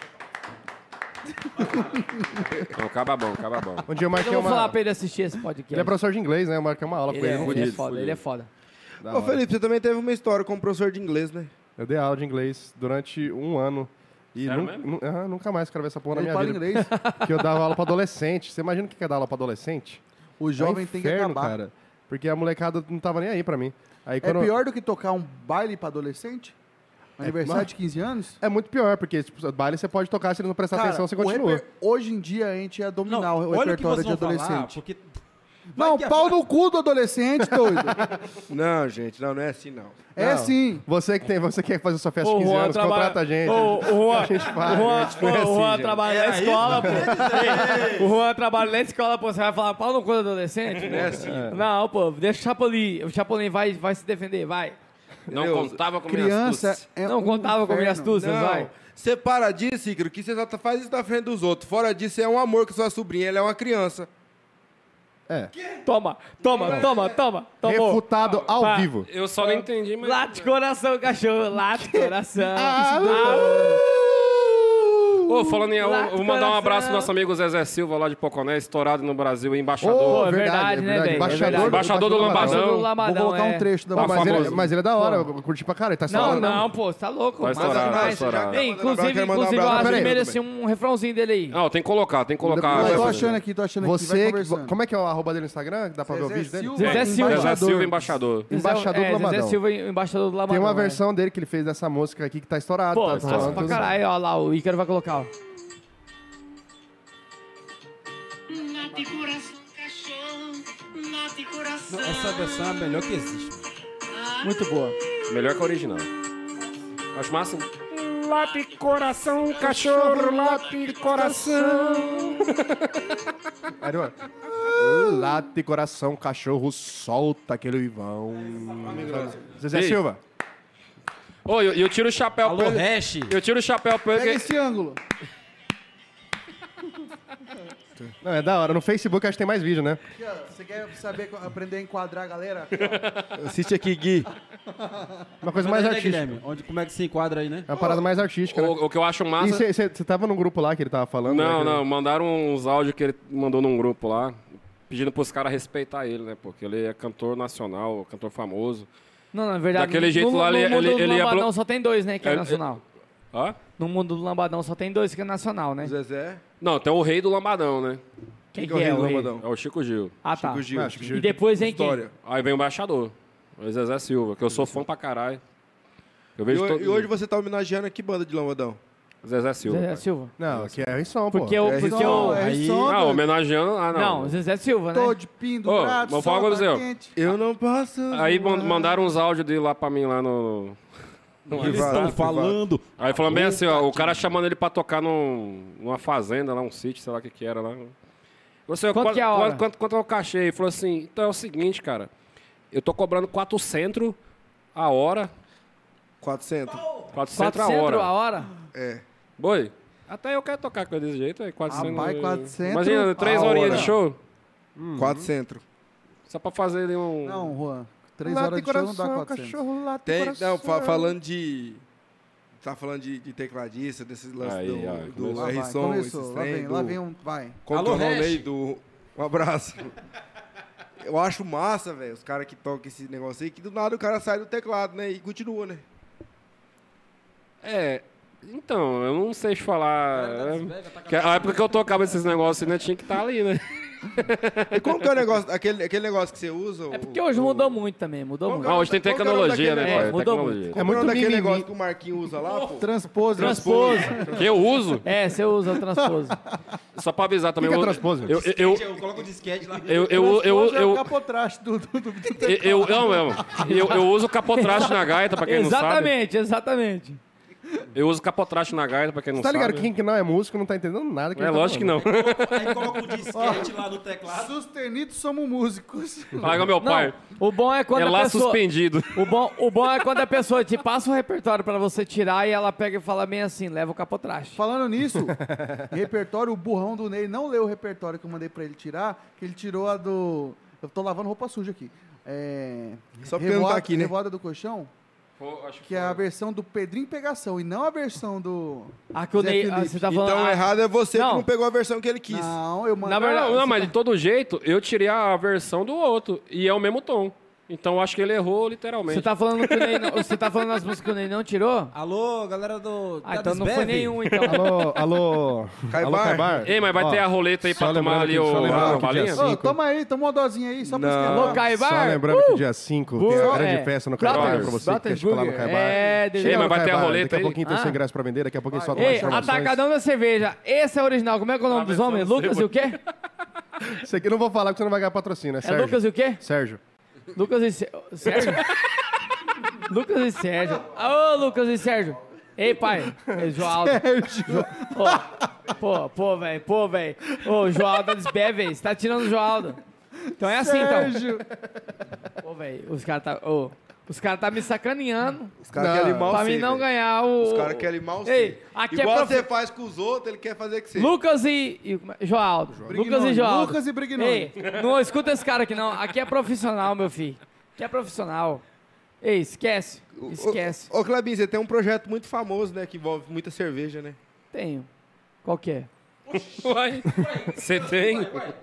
Não, acaba bom. Um dia eu Eu marquei vou falar uma... pra ele assistir esse podcast. Ele é professor de inglês, né? Eu marquei uma aula com Ele ele. é, não ele é fiz. foda, ele é foda. Da Ô, hora. Felipe, você também teve uma história como professor de inglês, né? Eu dei aula de inglês durante um ano. E Sério mesmo? nunca mais quero ver essa porra na Ele minha fala vida. inglês. Que eu dava aula pra adolescente. Você imagina o que é dar aula pra adolescente? O jovem tem que inferno, acabar. cara. Porque a molecada não tava nem aí pra mim. Aí, É quando- pior do que tocar um baile pra adolescente? Aniversário de 15 anos? É muito pior, porque tipo, baile você pode tocar, se ele não prestar Cara, atenção, você o continua. hoje em dia a gente ia dominar Não, o olha o que repertório vocês de vão falar, adolescente. porque... Não, pau no cu do adolescente, doido. Não, gente, não é assim, não. É Não. sim. Você que quer fazer sua festa de Ô, 15 Juan anos, trabalha- contrata a gente. Ô, o Juan, a gente faz. o Juan, gente não é o assim, Juan gente. trabalha na escola, pô. O Juan trabalha na escola, pô. Você vai falar pau no cu do adolescente? Não é assim. Não, pô, deixa o Chapolin. O Chapolin vai se defender, vai. Não Entendeu? contava com minhas Criança astúcias. é Não um contava com minhas inferno. astúcias, vai. Não, você para disso, Ícaro, que você só faz isso na frente dos outros. Fora disso, você é um amor com sua sobrinha, ela é uma criança. É. Toma. Tomou. Refutado ao Pá. vivo. Eu só não entendi, mas... Late coração, cachorro. Late coração. Ô, falando em... Eu Late vou mandar um abraço coração. pro nosso amigo Zezé Silva, lá de Poconé, estourado no Brasil, Ô, embaixador. Pô, é verdade, né, velho? Embaixador do Lambadão. Do Vou Lambadão, colocar é. um trecho da Pô, mas, famoso. mas ele é da hora, eu curti pra cara, ele tá Não, estourando. não, pô, você tá louco. Vai Massa estourar, vai demais. estourar. Ei, inclusive, Quero mandar um eu abraço acho pra que ele merecia um refrãozinho dele aí. Não, tem que colocar. Mas Vai tô fazer. achando aqui, vai Você, conversando. como é que é o arroba dele no Instagram? Dá pra ver o Zezé vídeo dele? Silva. Zezé Silva. Zezé Silva, embaixador. Embaixador do Lambadão. Zezé Silva, embaixador do Lambadão. Tem uma é. versão dele que ele fez dessa música aqui que tá estourada. Pô, tá massa estourando pra tudo. caralho. Ó lá, o Ícaro vai colocar, ó. Late coração, cachorro, late coração. Essa versão é a melhor que existe. Muito boa. Melhor que a original. Acho máximo. Late coração, cachorro, late coração. Aí, ó. Late coração, cachorro, solta aquele uivão. Zezé Ei. Silva. Ô, eu tiro o chapéu Alô, pra ele. Hash. Eu tiro o chapéu pra Pega ele. esse ângulo. Não, é da hora. No Facebook acho que tem mais vídeo, né? Aqui, ó, você quer saber, aprender a enquadrar a galera? Aqui, ó. Assiste aqui, Gui. Uma coisa mais Né, artística. Guilherme? Como é que se enquadra aí, né? É uma parada mais artística, né? O que eu acho E massa... você tava num grupo lá que ele tava falando? Não, né, não. Mandaram uns áudios que ele mandou num grupo lá, pedindo pros caras respeitar ele, né? Porque ele é cantor nacional, cantor famoso. Não, na verdade, Daquele jeito lá, no ele- mundo do ele ia Lambadão blo- só tem dois, né, que é Ele- nacional. Hã? No mundo do Lambadão só tem dois que é nacional, né? Zezé. Não, tem o rei do Lambadão, né? Quem que é o rei do rei? Lambadão? É o Chico Gil. Ah, tá. Chico Gil. Ah, Chico Gil. E depois vem quem? História. Aí vem o embaixador, o Zezé Silva, que eu sou fã pra caralho. Eu E, vejo todo... e hoje você tá homenageando que banda de Lambadão? Zezé Silva. Zezé Silva. Não, aqui é Risson, pô. Porque eu... Porque eu Aí, Não, homenageando... Ah, não. não, Zezé Silva, né? tô de pendurado, Ô, vou sol falar com tá você, ó. quente. Eu não posso. Aí mandaram uns áudios dele lá pra mim, lá no... Eles estão falando. Aí falando bem assim, ó, o cara chamando ele pra tocar numa fazenda, lá, um sítio, sei lá o que era lá. Você, Quanto que é a hora? Quanto é o cachê? Ele falou assim, então é o seguinte, cara, eu tô cobrando 400 a hora. 400. 400 a 400 hora. a hora? É. Boi, até eu quero tocar com ele desse jeito, é 400. Rapaz, 400 Imagina, 3 a horinhas hora. de show, 400. só pra fazer ali um... Não, Juan. 3 horas de show não dá 400. Cachorro, late Tem, coração. não, falando de... Tá falando de tecladista, desses lances Aí, do começou. Lá vai, R-Som, começou, esses lá trem, vem, do... lá vem um... Vai. Como que é o Alô, nome Hash. aí do... Um abraço. Eu acho massa, velho, os caras que tocam esse negócio aí, que do nada o cara sai do teclado, né, e continua, né? É, então, eu não sei te falar. Tá Que a época que eu tocava esses negócios, né, tinha que estar ali, né? E como que é o negócio, aquele negócio que você usa? É porque hoje mudou muito também, mudou muito. Ah, hoje tem Qual que é o nome tecnologia, daquele né, pai? negócio? Mudou Tecnologia. É Como muito daquele mimimi. negócio que o Marquinhos usa lá, pô? Transpose. Transpose. Que eu uso, É, você usa o transpose. só pra avisar O que também. que é eu- transpose? Eu coloco o disquete lá. Transpose é o eu capotraste do não, eu uso capotraste na gaita, pra quem não sabe. Exatamente, exatamente. Eu uso capotraste na gaita, pra quem não Tá ligado sabe. que quem que não é músico não tá entendendo nada. É lógico que não. Aí coloca o disquete lá no teclado. Sustenidos somos músicos. Fala com meu pai. O bom é quando É a lá pessoa... suspendido. O bom é quando a pessoa te passa o repertório pra você tirar e ela pega e fala bem assim, leva o capotraste. Falando nisso, repertório, o burrão do Ney não leu o repertório que eu mandei pra ele tirar, que ele tirou a do... Eu tô lavando roupa suja aqui. Só porque não tá aqui, né? Revoada do Colchão, que é a versão do Pedrinho Pegação e não a versão do... Ah, que o Zé Ney... Felipe. você tá falando... Então o errado é você Não. que não pegou a versão que ele quis. Não, eu mandei... Na verdade, Não, mas de todo jeito, eu tirei a versão do outro. E é o mesmo tom. Então eu acho que ele errou literalmente. Você tá falando que o Ney não... Você tá falando as músicas que o Ney não tirou? Alô, galera do... Ah, da então não foi Disbev? nenhum, então. Alô, Caibar? Caibar. Ei, mas vai Ó, ter a roleta aí só pra tomar lembrando ali que- só o lembrando a que dia balinha? cinco- Ô, toma aí, toma uma dosinha aí, só pra Não. esquentar. Alô, Caibar? Só lembrando que dia 5 tem a grande É. festa no Caibar pra Brothers, você que quer Brothers colar no Burger. Caibar. É, Ei, deixa mas eu... vai ter a Caibar, roleta daqui a aí? pouquinho tem Ah. seu ingresso pra vender, daqui a pouquinho solta mais Ei, informações. Atacadão da Cerveja. Esse é o original. Como é que é o nome dos homens? Lucas e o quê? Isso aqui eu não vou falar porque você não vai ganhar patrocínio, é É Sérgio. Lucas e o quê? Sérgio. Lucas e Sérgio? Lucas e Sérgio. Ô, Lucas e Sérgio. Ei, pai. É Joaldo. Pô, velho. Ô, Joaldo da Disbev, velho. Você tá tirando o Joaldo. Então é assim, então. Sérgio. Pô, velho. Os caras tá... Ô, os caras tá me sacaneando Os caras Não, querem limar pra você, mim não velho. ganhar o... Os caras querem limar você. Ei, aqui Igual é você faz com os outros, ele quer fazer com você. Lucas e Joaldo. Lucas e Brignone, Joaldo. Lucas e Brignone. Ei, não escuta esse cara aqui não. Aqui é profissional, meu filho. Aqui é profissional. Ei, esquece. Esquece. Ô, Clebinho, você tem um projeto muito famoso, né? Que envolve muita cerveja, né? Tenho. Qual que é? Uai, você tem?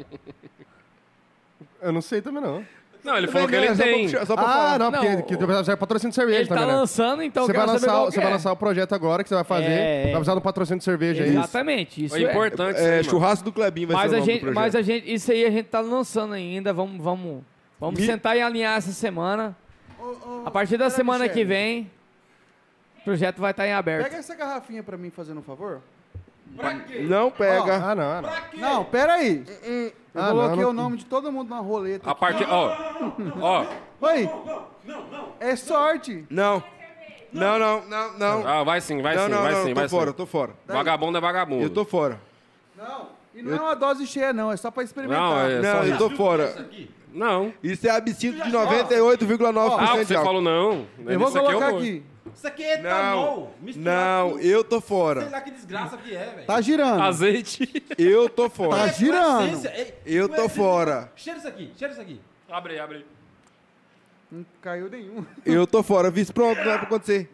Eu não sei também, não. Não, ele falou que ele tem. Só pra Ah, falar. não, porque Não, que já é patrocínio de cerveja Ele tá também, né? lançando, então eu Você quero vai, saber lançar, qual você que vai é. lançar o projeto agora que você vai fazer. É. Vai precisar de um patrocínio de cerveja aí. Exatamente, isso É importante isso É, aí, mano. churrasco do Clebinho vai Mas ser o a nome do gente, projeto. mas a gente, isso aí a gente tá lançando ainda. Vamos sentar e alinhar essa semana. A partir da semana que vem, o projeto vai estar em aberto. Pega essa garrafinha pra mim, fazendo um favor. Não pega. Ah, não, não. Não, pera aí. Eu Ah, coloquei não, o nome de todo mundo na roleta. A partir. Ó. Oi. É sorte. Não. Não. Ah, vai sim, vai Não, sim, não, vai não, sim, tô vai fora, sim. tô fora. Vagabundo é vagabundo. Eu tô fora. Não. E não é uma dose cheia, não. É só pra experimentar. Não, é Não, só eu tô fora. Não. Isso é absinto de 98,9% Ah, de você álcool. falou não. Eu vou Isso aqui colocar vou. aqui. Isso aqui é etanol. misturado Não, com- eu tô Sei fora. lá que desgraça que é, velho. Tá girando. Azeite. Eu tô fora. Tá girando. essência. Ei, Eu com tô essência. fora. Cheira isso aqui, cheira isso aqui. Abre aí. Não caiu nenhum. Eu tô fora. Visto pronto, não é pra acontecer.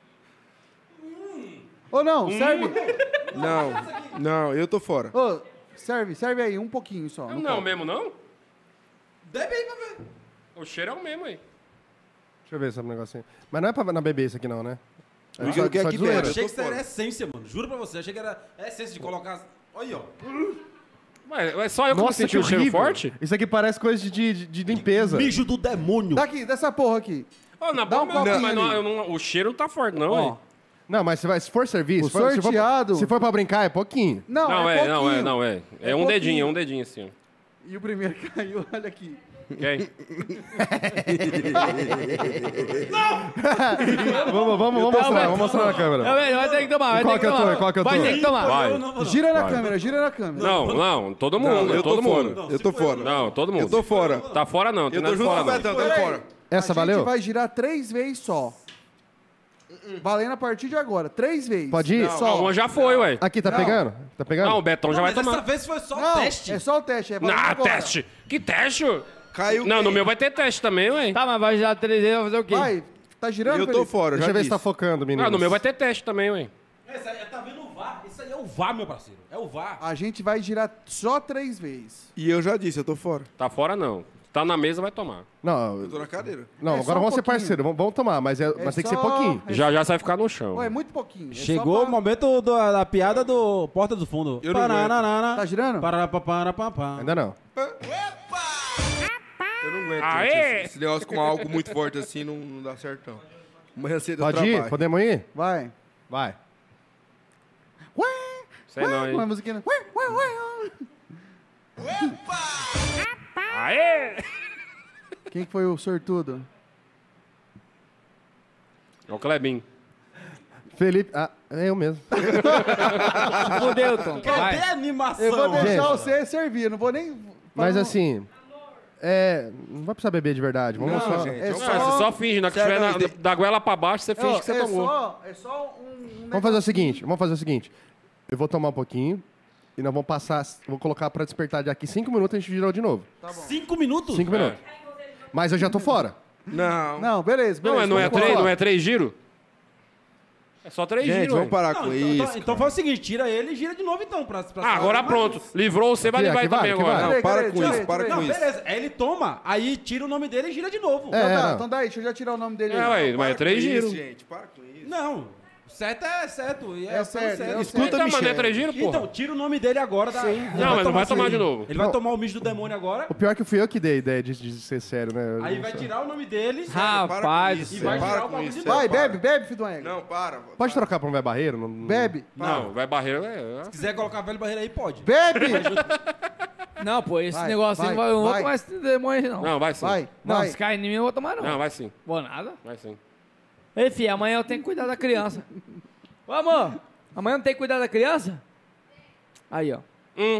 Ô, não, serve. Não, eu tô fora. Ô, serve aí, um pouquinho só. Não é o mesmo, não? Bebe aí pra ver. O cheiro é o mesmo aí. Deixa eu ver esse negocinho. Mas não é pra na beber isso aqui, não, né? É Porque o que é só que de zoeira. tem? Achei tô que isso era fora. essência, mano. Juro pra você. Achei que era essência de colocar... Olha aí, ó. Mas só eu que não Nossa, senti que o cheiro horrível. forte? Isso aqui parece coisa de limpeza. Mijo do demônio. Daqui, dessa porra aqui. Ó, na Dá boca, um copinho mas ali. o cheiro não tá forte, não, Ó. velho. Não, mas se for serviço, O sorteado- se for pra brincar, é pouquinho. Não, Não, é pouquinho. não é. É um dedinho, é um dedinho assim, ó. E o primeiro que caiu, olha aqui. Quem? Vamos mostrar na câmera. Vai ter que tomar, vai Qual ter que que eu tô? tomar. Qual que eu tô? Vai ter que tomar. Vai. Gira na câmera, gira na câmera. Não, todo Não, mundo, eu tô todo fora. mundo. Eu tô fora. Não, todo mundo. Eu tô fora. Tá fora não, tem Eu tô nada junto fora com o não. Betão, tô fora. Essa A gente valeu? vai girar 3 vezes só. Valendo a partir de agora. 3 vezes. Pode ir? Não, uma já foi, ué. Aqui, tá Não. pegando? Tá pegando? Não, o Betão já vai Mas dessa tomar. vez foi só Não, teste. é só o teste. É valendo agora. Teste. Que teste? Caiu. Não, no meu vai ter teste também, ué. Tá, mas vai girar 3 vezes, vai fazer o quê? Vai, tá girando, Eu tô Felipe? fora, Deixa já eu ver se disse. tá focando, menino. Ah, no meu vai ter teste também, ué. Esse aí, tá vendo o VAR? Isso aí é o VAR, meu parceiro. É o VAR. A gente vai girar só 3 vezes. E eu já disse, eu tô fora. Tá fora não. Tá na mesa, vai tomar. Não, Eu tô na cadeira. não, É só agora um vamos ser pouquinho. parceiros. Vamos tomar, mas tem que ser só- pouquinho. Já você vai ficar no chão. Ué, é muito pouquinho. É só Chegou o pra- momento da piada do Porta do Fundo. Eu não aguento. Tá girando? Ainda não. Eu não aguento, Aê! gente. Esse negócio com algo muito forte assim não dá certo, não. Amanhã cedo eu Pode ir? trabalho. Podemos ir? Vai. Vai. Ué, Sei não, uma hein. musiquinha. Ué, ué, ué. Aê! Quem que foi o sortudo? É o Clebinho. Felipe. Ah, é eu mesmo. Fudeu, Tom. Cadê Vai. a animação? Eu vou deixar Gente. você servir, eu não vou nem... Mas falar- assim. Não vai precisar beber de verdade. Vamos Não, só. gente. É Não, só- você só finge, na que Sério, tiver não, da goela pra baixo, você finge que você tomou. É só um... Vamos fazer o seguinte. Eu vou tomar um pouquinho e nós vamos passar. Vou colocar pra despertar de aqui 5 minutos e a gente virou de novo. 5 minutos? 5 minutos. Mas eu já tô fora. Não. Não, beleza, Não, beleza. não é vamos três, lá. não é 3 giros? É só 3 Gente, giros, vamos ué. parar Não, com então, isso. então faz o seguinte, tira ele e gira de novo então. Pra Ah, agora pronto. Livrou, você vai Aqui, livrar aqui ele também vai, aqui agora. vai. Não, para Peraí, com peraí, isso, para peraí. com Não, isso. beleza. Aí ele toma, aí tira o nome dele e gira de novo. É. Então tá, não. então daí, deixa eu já tirar o nome dele. É, aí. ué, mas é 3 com giros. isso, gente. Para com isso. Não, certo é certo. E É certo, é Escuta, Então, mas não é Michel. 3 giros, porra? Então, tira o nome dele agora. Da... Ele Não, mas não vai tomar sim. de novo. Ele vai Não. tomar o mijo do demônio agora. O pior é que fui eu que dei a ideia de ser sério, né? Eu Aí não vai sei. tirar o nome dele. Rapaz do isso, E céu. vai para girar o com bagulho isso. de novo. Vai, para. bebe, filho do Ego. Não, para. Pode trocar pra um velho barreiro? Não- Bebe, Não, vai barreira. Se quiser colocar velho barreira aí, pode. bebe. Não, pô, esse Vai, negócio aí vai, não vou vai. tomar esse demônio, não. Não, vai sim. Vai, Não, vai. se cair em mim, eu não vou tomar, não. Não, vai sim. Vou nada. Vai sim. Ei, filho, amanhã eu tenho que cuidar da criança. Ô, amor, amanhã não tem que cuidar da criança? Aí, ó.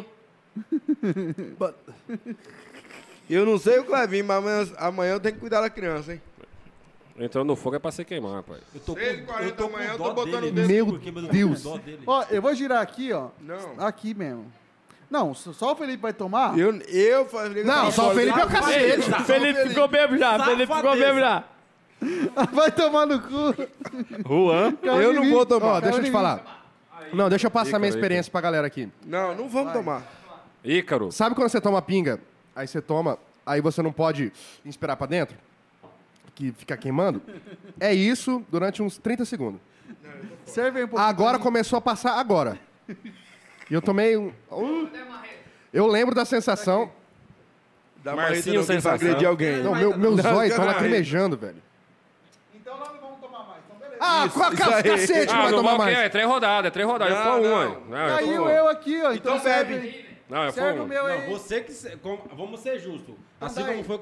Eu não sei o Clevinho, mas amanhã eu tenho que cuidar da criança, hein? Entrou no fogo é pra se queimar, rapaz. Eu tô 6h40 eu tô da manhã, com eu tô dó botando dele. o dedo. Meu Porque, mas eu tô Deus. com dó dele. Ó, eu vou girar aqui, ó. Não. Aqui mesmo. Não, só o Felipe vai tomar. Eu falei... Não, só o Felipe é o cacete. Felipe ficou bebo já, Felipe ficou bebo já. Vai tomar no cu. Juan? Eu não vou tomar. Ó, deixa eu te falar. Não, deixa eu passar minha experiência pra galera aqui. Não, não vamos tomar. Ícaro. Sabe quando você toma pinga, aí você toma, aí você não pode esperar pra dentro? Que fica queimando? É isso durante uns 30 segundos. Serve aí um pouquinho. Agora começou a passar agora. E eu tomei Eu lembro da sensação. Da Marcinho marreta não tem pra sensação. agredir alguém. Não, meu zóio estão caralho. lacrimejando, velho. Então nós não vamos tomar mais. Então beleza. Ah, Isso aí. cacete, não vai não tomar vai o quê? mais. É 3 rodadas, Não, foi um, não. ué. Não, foi Caiu um. eu aqui, ó. Então serve bebe. aí. Não, foi Serve o um. meu Não, aí. você que... Vamos ser justos. Assim daí. como foi com...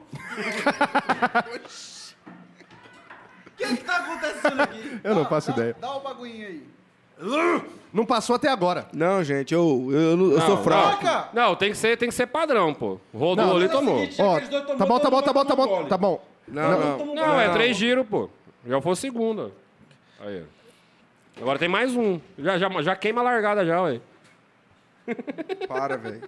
O que tá acontecendo aqui? Eu não faço ideia. Dá o bagulhinho aí. Não passou até agora. Não, gente, eu sou fraco. Troca! Não, tem que ser padrão, pô. Rodou Não, ali, é o tomou. seguinte, Ó, aqueles dois tomou, tá bom, tá bom, tá bom, tá tomou bom, gole. tá bom. Não. Não, é 3 giros, pô. Já foi o segundo. ó. Aí. ó. Agora tem mais um. Já queima a largada já, ué. Para, velho.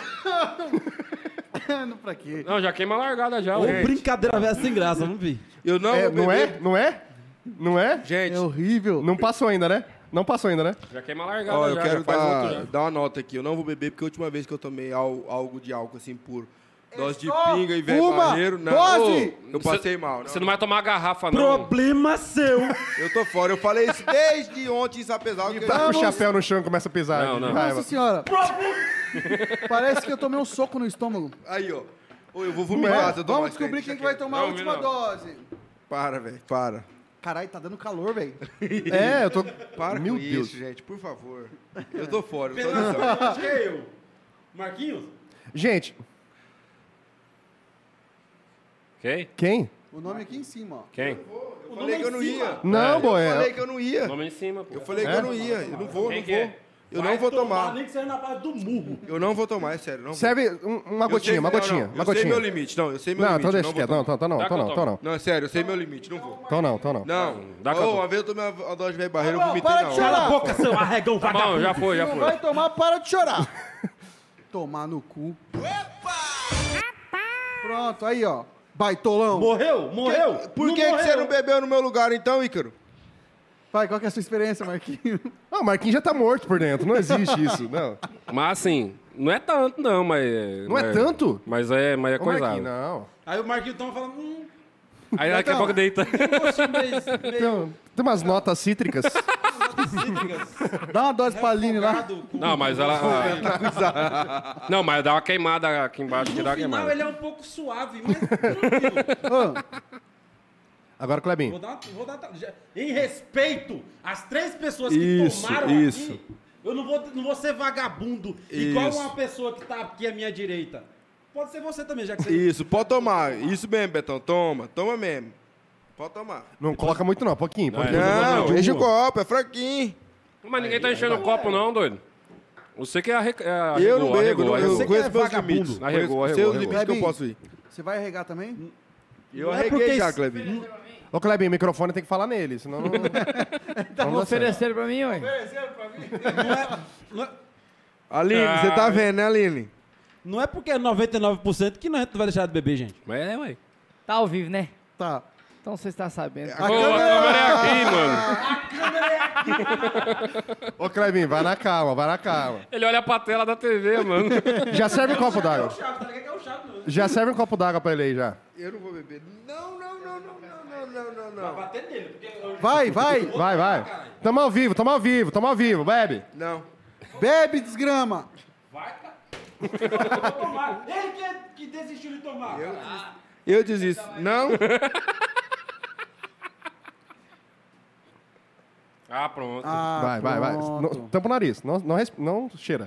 Pra quê? Não, já queima a largada já, Ô, ué. brincadeira velha sem graça, vamos ver. Eu não É, vou não beber. é? Não é? Não é? Gente, É horrível. Não passou ainda, né? Não passou ainda, né? Já queima a largada ó, eu já. quero já faz outro já. dar uma nota aqui. Eu não vou beber porque a última vez que eu tomei algo de álcool assim puro. Dose de só pinga e velho uma barreiro. Não, dose! eu passei mal. Não. Você não vai tomar a garrafa, não. Problema seu. Eu tô fora. Eu falei isso desde ontem em Sapezal. Que Tá com o chapéu no chão e começa a pisar. Não, de não. raiva. Nossa senhora. Parece que eu tomei um soco no estômago. Aí, ó. Ô, eu vou vomitar se eu tomar Vamos isso aí, descobrir quem deixa que vai quieto. tomar a Não, última não. dose. Para, velho. Para. Caralho, tá dando calor, velho. É, eu tô... Para Meu com Deus. isso, gente, por favor. Eu tô fora, eu tô Fernando, nessa. acho que é eu. Marquinhos? Gente, Quem? quem? O nome aqui em cima, ó. Quem? Eu falei que eu não ia. Não, boy. Eu falei que eu não ia. Nome em cima, pô. Eu falei que eu não ia. Eu não vou, Quem não que é? vou. Eu não vou tomar. Nem que seja na base do murro. Eu não vou tomar, é sério. Não vou. Serve uma gotinha, uma gotinha, uma Eu sei meu gotinha. limite. Não, eu sei meu Não, limite. então eu deixa não quieto. vou Não, tomar. então não, Dá então que eu não, então não. Não, é sério, eu sei meu limite. Não vou. Então não, então não. Não. Dá que eu Ô, tomo. uma vez eu tomei a dose de velho barreiro, eu Não, vomitei para na de hora. Cala a chorar. boca, seu arregão Tá bom, vagabundo. já foi, já Não foi. vai tomar, para de chorar. Tomar no cu. Pronto, aí, ó. Baitolão. Morreu? Morreu? Por que você não bebeu no meu lugar então, Ícaro? Vai, qual que é a sua experiência, Marquinhos? Ah, o Marquinhos já tá morto por dentro, não existe isso, não. Mas assim, não é tanto, não, mas. Não é tanto? Mas é Ô, coisado. Marquinhos, não. Aí o Marquinhos toma falando, Aí daqui a pouco deita. gostinho meio Tem umas notas cítricas. Dá uma dose pra Aline lá. refogado com- Não, mas ela. Não, mas dá uma queimada aqui embaixo que No dá uma final queimada. ele é um pouco suave, mas tranquilo. Ô, Agora, Clebinho. Vou dar em respeito às 3 pessoas que Isso, tomaram isso. aqui, eu não vou ser vagabundo igual uma pessoa que tá aqui à minha direita. Pode ser você também, já que você... Isso, pode tomar. Isso mesmo, Betão. Toma, toma mesmo. Pode tomar. Não coloca muito não, pouquinho, pouquinho. Não, enche o copo, é fraquinho. Mas ninguém tá enchendo o copo, não, doido. Você que Eu não bebo, não, eu Você que conheço é meus vagabundo. limites. Arregou, Conheço arregou, os limites que eu Clebinho. posso ir. você vai arregar também? Eu Não é arreguei porque já, isso- Clebinho. Ô, Clebinho, o microfone tem que falar nele, senão não... Tá oferecendo pra mim, ué? Aline, você tá vendo, né, Aline? Não é porque é 99% que nós vai deixar de beber, gente. Mas é, ué. Tá ao vivo, né? Tá. Então você está sabendo. Pô, a câmera é aqui, mano. Ô, Clebinho, vai na calma, vai na calma. Ele olha pra tela da TV, mano. Já serve um copo d'água. Já serve um copo d'água pra ele aí, já. Eu não vou beber. Não. Bater nele, porque eu... Vai, vai. Vai, vai. Tamo ao vivo, bebe. Não. Bebe, desgrama. Vai, cara. Eu vou tomar. Ele que desistiu de tomar. Eu desisto. Não? Ah, pronto. Ah, Vai. pronto. Não, tampa o nariz, não cheira.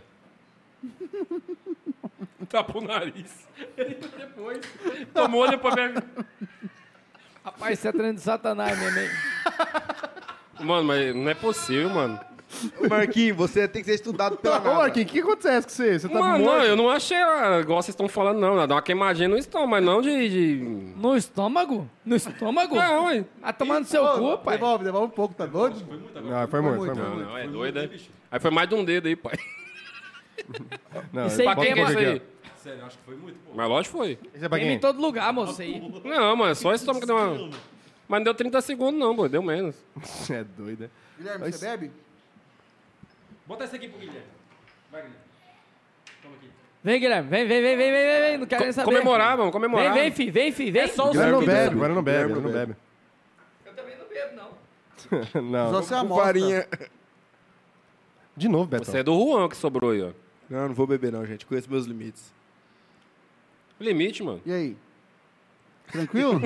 Tá pro nariz. Depois. Tomou, depois bebe. Rapaz, você é trem de satanás mesmo, hein? Mano, mas não é possível, mano. Ô, Marquinhos, você tem que ser estudado pela Ô, NASA. Marquinhos, o que acontece com você? Você tá Mano, morto? não, eu não achei igual vocês estão falando, não. Dá uma queimadinha no estômago, mas não de... No estômago? No estômago? Não, ué. Ah, tomando seu cu, pai. Devolve um pouco, tá doido? Não, foi muito. Não, não, é doido, é? Aí foi mais de um dedo aí, pai. Não, Isso aí bota um queima pouco isso aqui, aí. Sério, acho que foi muito, pô. Mas lógico que foi. ó. Esse é pra Queima quem? em todo lugar, moço. Isso aí. Não, mano, só esse estômago que deu uma... Mas não deu 30 segundos, não, pô. Deu menos. Você é doido, né? Guilherme, você bebe? Bota esse aqui pro Guilherme. Vai, Guilherme. Toma aqui. Vem, Guilherme. Vem. Não quero nem saber. Comemorar, mano, comemorar. Vem, fi. É só o Agora não seu bebe, que agora não bebe, Guilherme não não bebe. Eu também não bebo, não. Não. Só você Com amostra. farinha. De novo, Betão. Você é do Juan que sobrou aí, ó. Não vou beber não, gente. Conheço meus limites. Limite, mano. E aí? Tranquilo?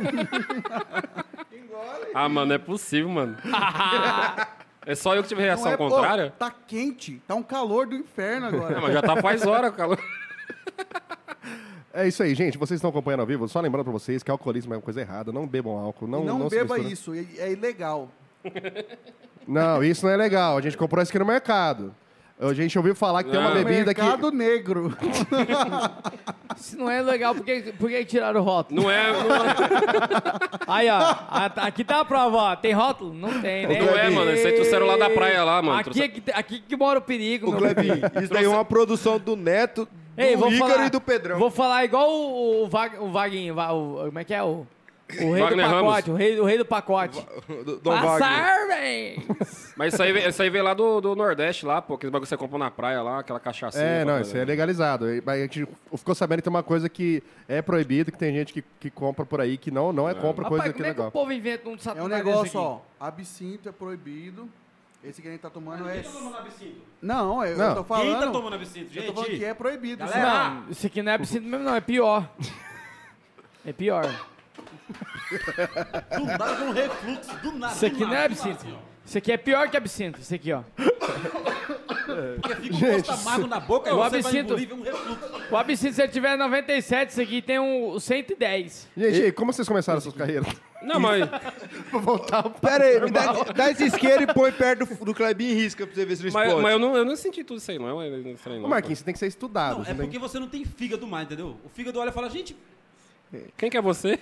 Ah, mano, não é possível, mano. É só eu que tive reação Não é- contrária? Ô, tá quente. Tá um calor do inferno agora. Não, mas já tá faz hora, calor. É isso aí, gente. Vocês estão acompanhando ao vivo. Só lembrando pra vocês que alcoolismo é uma coisa errada. Não bebam álcool. Não, Não se beba mistura. isso, é ilegal. Não, isso não é legal. A gente comprou isso aqui no mercado. A gente ouviu falar que tem uma Não. bebida Mercado negro. Se não é legal, por que tiraram o rótulo? Não é, Aí, ó. Aqui tá a prova, ó. Tem rótulo? Não tem, né? não é, mano. Esse aí trouxeram lá da praia lá, mano. Aqui que mora o perigo, Ô, meu Clebinho, isso daí é uma produção do Neto, do Ei, vou Ícaro falar- e do Pedrão. Vou falar igual o Vaguinho. Como é que é? O rei Wagner do pacote. Ramos. O rei do pacote. Dom Wagner. Passar, véi! Mas isso aí veio lá do Nordeste, lá, pô. Aquele bagulho que você comprou na praia lá, aquela cachaça. É, não, isso é legalizado. Mas a gente ficou sabendo que tem uma coisa que é proibido, que tem gente que compra por aí, que não é compra coisa Rapaz, que como é é que o legal. povo inventa um É satanás um desse negócio, aqui? ó. Absinto é proibido. Esse que a gente tá tomando é... Quem tá tomando absinto? Não, eu Não. tô Quem tá falando... tomando absinto, Eu gente? tô falando que é proibido. Galera, Não, isso aqui não é absinto mesmo, não. É pior. É pior. Do nada com um refluxo, do nada. Isso aqui do não nada, é do nada, absinto. assim, ó. Isso aqui é pior que absinto. Isso aqui, ó. Porque fica um gosto amargo na boca, O aí você vai absinto- engolir e vem um refluxo. O absinto, se ele tiver 97, isso aqui tem um 110. Gente, e aí, como vocês começaram suas carreiras? Não, mas... Vou voltar pro... Pera aí, dá esse isqueiro e põe perto do Clebinho e risca pra você ver se não Mas explode. eu não senti tudo isso aí, não. Isso aí, Ô, não. Marquinhos, você tem que ser estudado. Não, você é tem porque você não tem fígado mais, entendeu? O fígado olha e fala, gente, Quem que é você?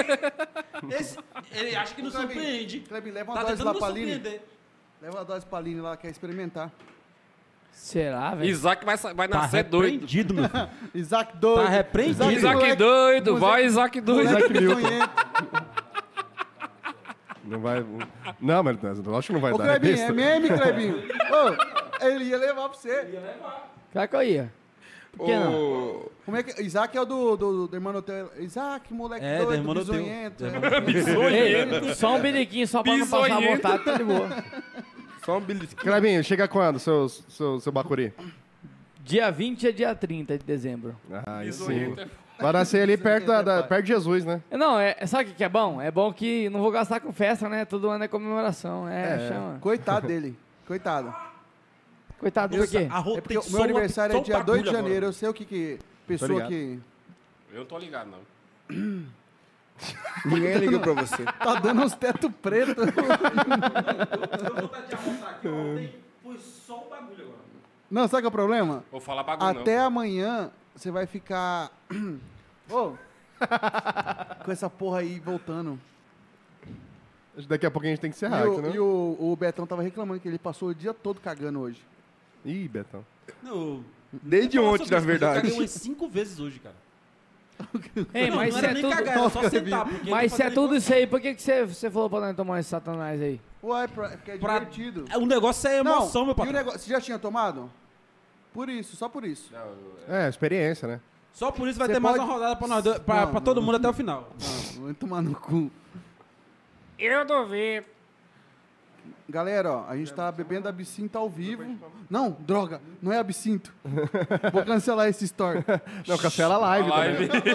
ele acha que não surpreende. Clebinho, leva uma Tá dose tentando lá nos pra Aline. surpreender. Leva uma dose pra Aline lá, quer experimentar. Será, velho? Isaac vai Tá nascer doido. repreendido, meu filho. Isaac doido. Tá repreendido. Isaac moleque- doido, moleque- vai Isaac doido. moleque Isaac Newton. bizonhento. Não vai... Não, mas acho que não vai Ô, dar. Clebinho, besta. é meme, Clebinho? Ô, ele ia levar pra você. Claro que eu ia. Por que não? Como é que... Isaac é o do irmão Hotel. Isaac, moleque É, do doido, Irmão Hotel. bizonhento. Ei, só um biliquinho, só pra não passar Bisonhento. vontade, tá de boa. Só um belisco. Clebinho, chega quando, seu bacuri? Dia 20 é dia 30 de dezembro. Ah, sim. Bisonhento é Vai nascer ali perto, perto de Jesus, né? Não, sabe o que é bom? É bom que não vou gastar com festa, né? Todo ano é comemoração. Chama. Coitado dele. Coitado. Coitado por quê? A É porque o meu aniversário é dia 2 de janeiro. Eu sei o que pessoa ligado. que Eu não tô ligado, não. Ninguém liga pra você. tá dando uns teto preto. Eu vou vontade de arrastar aqui, ontem foi só um bagulho agora. Não, sabe qual é o problema? Vou falar bagulho, Até não. amanhã você vai ficar... Ô, com essa porra aí voltando. Daqui a pouco a gente tem que encerrar, E, entendeu? o Betão tava reclamando que ele passou o dia todo cagando hoje. Ih, Betão. Não, Desde eu vou falar ontem, sobre na isso, mas Eu verdade. caguei umas 5 vezes hoje, cara. Ei, não, mas não se era é nem tudo... cagar, era só sentar. porque Mas eu se é tô tudo fazendo isso aí, por que você falou pra nós tomar esse satanás aí? Uai, porque é Pra- divertido. O negócio é emoção, Não, meu e o patrão. negócio, você já tinha tomado? Por isso, só por isso. É, experiência, né? Só por isso vai Você ter mais pode- uma rodada pra, nós, dois- pra, Não, pra todo não. mundo até o final. Não, vai tomar no cu. Eu duvido. Galera, ó, a gente tá bebendo absinto ao vivo. Não, droga, não é absinto. Vou cancelar esse story. Não, cancela a live, Live. também.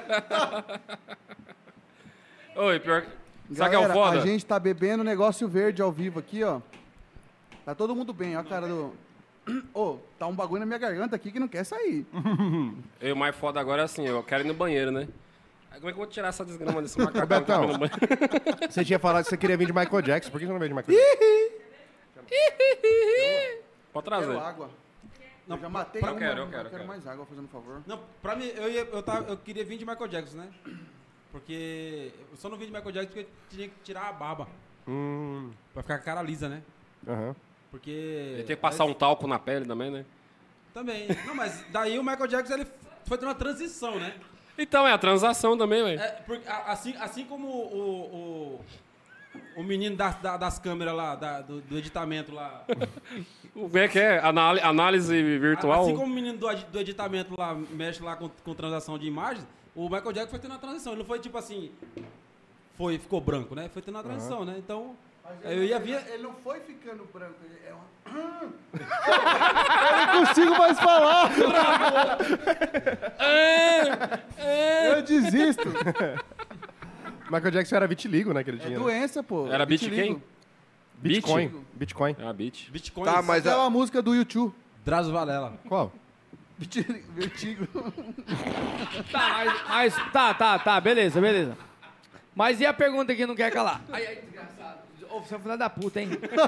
Oi, pior que... Sabe o que é o Galera, foda? a gente tá bebendo negócio verde ao vivo aqui, ó. Tá todo mundo bem, ó a cara do... Ô, tá um bagulho na minha garganta aqui que não quer sair. E o mais foda agora é assim, eu quero ir no banheiro, né? Aí como é que eu vou tirar essa desgrama desse macacão que Betão. tá no banheiro? Você tinha falado que você queria vir de Michael Jackson. Por que você não veio de Michael Jackson? Pode trazer. Quero água. Não, Eu já matei pra- uma, eu quero. mais água, fazendo favor. Não, pra mim, eu queria vir de Michael Jackson, né? Porque eu só não vim de Michael Jackson porque eu tinha que tirar a barba. Pra ficar com a cara lisa, né? Aham. Porque... Ele tem que passar um talco na pele também, né? Também. Não, mas daí o Michael Jackson, ele foi ter uma transição, né? Então, é a transação também, velho. É, porque, assim como o menino das câmeras lá, do editamento lá... Como é que é? Análise virtual? Assim como o menino do editamento lá mexe lá com transação de imagens, o Michael Jackson foi tendo uma transição. Ele não foi tipo assim... Ficou branco, né? Foi tendo uma transição, né? Então... Eu ia vir... Ele não foi ficando branco, ele é uma... Eu não consigo mais falar! Eu desisto. Michael Jackson era vitiligo, né? Que ele É tinha. né? doença, pô. Era beat Vitiligo. quem? Bitcoin. Bitcoin. É uma beat. Bitcoin. Tá, mas É uma música do YouTube. Drauzio Varela. Qual? Vertigo. Tá, beleza. Mas e a pergunta que não quer calar? Ai, desgraçado. Ô, você é um filho da puta, hein?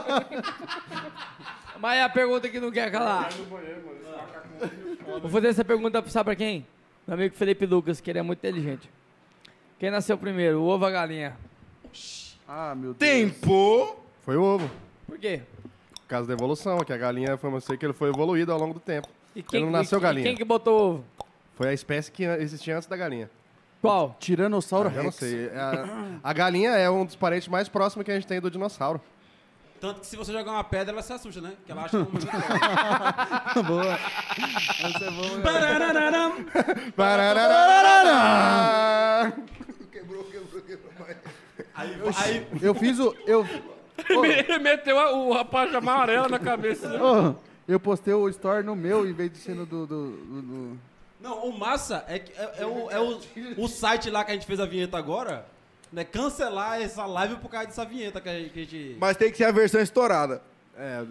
Mas é a pergunta que não quer calar. Vou fazer essa pergunta, sabe pra quem? Meu amigo Felipe Lucas, que ele é muito inteligente. Quem nasceu primeiro, o ovo ou a galinha? Ah, meu Deus. tempo. Foi o ovo. Por quê? Por causa da evolução, que a galinha foi você que ele foi evoluído ao longo do tempo. E Ele não nasceu galinha. Quem que botou o ovo? Foi a espécie que existia antes da galinha. Qual? Tiranossauro Eu não Rex. sei. A galinha é um dos parentes mais próximos que a gente tem do dinossauro. Tanto que se você jogar uma pedra, ela se assusta, né? Porque ela acha que é um... Boa. Essa é boa. Pararararara! Aí Eu fiz o... Ele meteu o rapaz de amarelo na cabeça. Ô, eu postei o story no meu em vez de ser no do... Não, o massa é que o site lá que a gente fez a vinheta agora né, cancelar essa live por causa dessa vinheta que a gente... Mas tem que ser a versão estourada. É.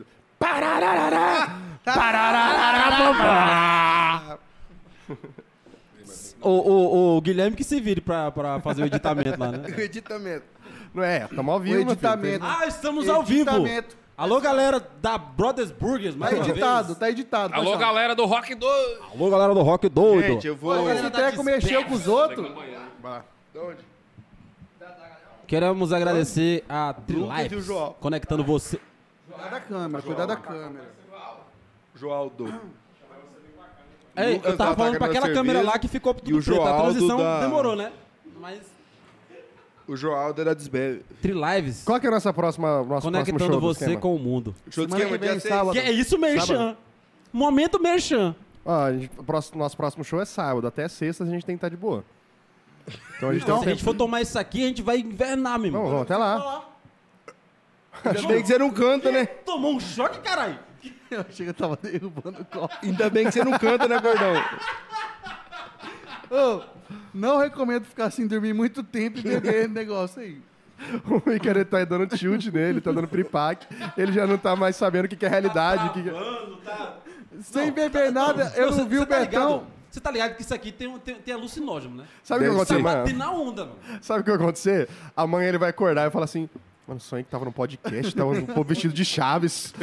O Guilherme que se vire pra fazer o editamento lá, né? O editamento. Não é, estamos ao O vivo, meu filho. editamento. Ah, estamos ao vivo! Editamento. Alô, galera da Brothers Burgers, Tá mais uma editado, vez. tá editado. Alô, pode falar. galera do Rock 2. Alô, galera do Rock doido. Gente, eu vou... Esse treco mexeu com os outros. Queremos agradecer a e o Trilives, João. conectando você. Cuidado da câmera, cuidado da câmera. Joaldo. Ei, Lucas eu tava da falando pra Ataca aquela da câmera Cerveja lá que ficou tudo e o preto. A Joaldo transição da- demorou, né? Mas O Joaldo era desbebe. Trilives, Qual que é o nosso próximo show conectando do você esquema? com o mundo. Show de Semana esquema, que vem, dia 6. sábado. Que é isso, Merchan? Sábado. Momento Merchan. Ó, nosso próximo show é sábado. Até sexta a gente tem que estar de boa. Então a gente Então, tem se a gente for tomar isso aqui, a gente vai invernar, meu irmão. Vamos até lá. Ainda bem que você não canta, né? Tomou um choque, caralho. Eu achei que eu tava derrubando o copo. Ainda bem que você não canta, né, gordão? Ô, não recomendo ficar sem dormir muito tempo e beber esse negócio aí. O Ícaro tá dando tilt nele, tá dando pripaque. Ele já não tá mais sabendo o que é realidade. o que que é- Sem beber nada, eu não vi o tá Betão. ligado? Você tá ligado que isso aqui tem alucinógeno, né? Sabe o que Deve aconteceu, ser. Vai mano? bater na onda, mano. Sabe o que vai acontecer? Amanhã ele vai acordar e falar assim: mano, sonhei que tava no podcast, tava um povo vestido de Chaves.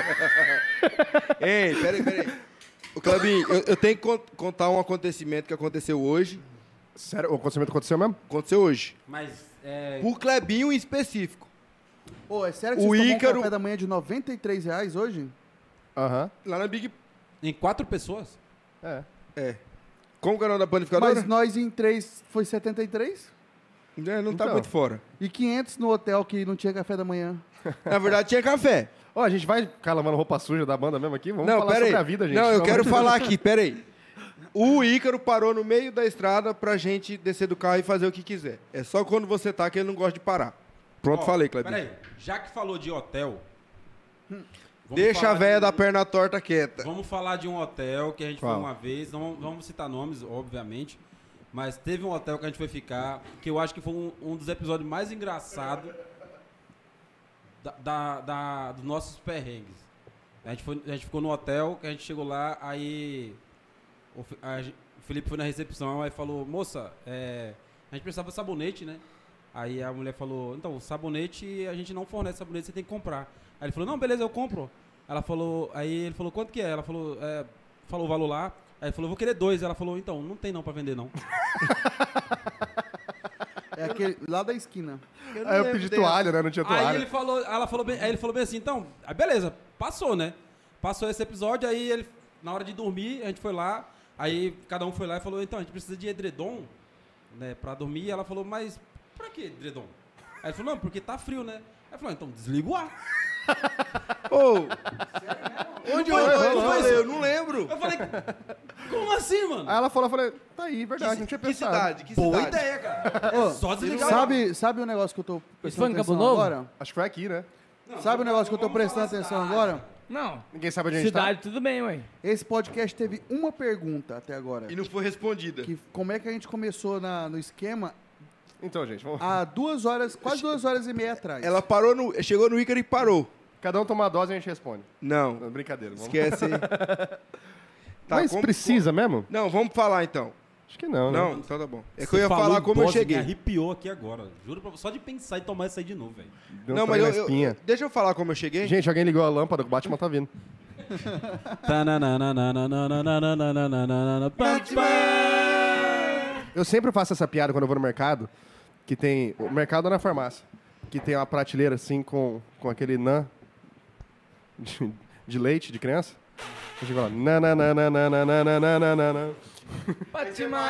Ei, peraí. Ô, Clebinho, eu tenho que contar um acontecimento que aconteceu hoje. Sério, o acontecimento aconteceu mesmo? Aconteceu hoje. Mas, Por Clebinho em específico. Ô, é sério que O vocês tomam Ícaro- um café da manhã de R$93 hoje? Aham. Lá na Big... em 4 pessoas? É. É. Como que é o nome da panificadora? Mas nós em 3 foi 73? É, não tá Então. muito fora. E 500 no hotel que não tinha café da manhã. Na verdade, tinha café. Ó, a gente vai ficar lavando roupa suja da banda mesmo aqui? Vamos Não, falar peraí. sobre a vida, gente. Não, eu pelo quero amor de falar aqui, peraí. O Ícaro parou no meio da estrada pra gente descer do carro e fazer o que quiser. É só quando você tá que ele não gosta de parar. Pronto, Ó, falei, Clebinho. Peraí, já que falou de hotel... vamos Deixa falar a véia de- da perna torta quieta. Vamos falar de um hotel que a gente Qual? foi uma vez, não vamos citar nomes, obviamente, mas teve um hotel que a gente foi ficar, que eu acho que foi um dos episódios mais engraçados dos nossos perrengues. A gente ficou no hotel, que a gente chegou lá, aí o Felipe foi na recepção, aí falou, moça, a gente precisava de sabonete, né? Aí a mulher falou, então, o sabonete, a gente não fornece sabonete, você tem que comprar. Aí ele falou, não, beleza, eu compro. Ela falou, aí ele falou, quanto que é? Ela falou, falou o valor lá. Aí ele falou, eu vou querer 2. Ela falou, então, não tem não pra vender não. É aquele lá da esquina. Aí eu pedi toalha, né? Não tinha toalha. Aí ele falou, aí ele falou bem assim, então, beleza, passou, né? Passou esse episódio, aí ele, na hora de dormir, a gente foi lá, aí cada um foi lá e falou, então, a gente precisa de edredom, né, pra dormir. E ela falou, mas pra que edredom? Aí ele falou, não, porque tá frio, né? Aí ele falou, então, desliga o ar. Ô, onde Não foi- eu não foi falei? isso. Eu não lembro. Eu falei, como assim, mano? Aí ela falou, eu falei, tá aí, verdade, não tinha Que pensado. cidade? Que Boa cidade? ideia, cara. Ô, Só desligar o ar. sabe o negócio que eu tô foi prestando em Campo atenção Novo? agora? Acho que foi aqui, né? Sabe o negócio que eu tô prestando atenção agora? Não. Ninguém sabe onde a gente tá. Cidade, tudo bem, ué. Esse podcast teve uma pergunta até agora. E não foi respondida. Que como é que a gente começou no esquema Então, gente, vamos... há 2 horas, quase 2 horas e meia atrás. Ela parou chegou no Ícaro e parou. Cada um toma uma dose e a gente responde. Não, Não, brincadeira. Vamos... esquece. Tá, Mas precisa mesmo? Não, vamos falar então. Acho que não, né? Não, então tá bom. É que Você eu ia falou falar em como eu dose, cheguei. Me arrepiou aqui agora. Juro pra você. Só de pensar em tomar isso aí de novo, velho. Deu um Não, trem mas na espinha. deixa eu falar como eu cheguei. Gente, alguém ligou a lâmpada, o Batman tá vindo. Eu sempre faço essa piada quando eu vou no mercado, que tem... O mercado é na farmácia. Que tem uma prateleira, assim, com aquele nã de leite de criança. A gente fala... Nananana. Batman!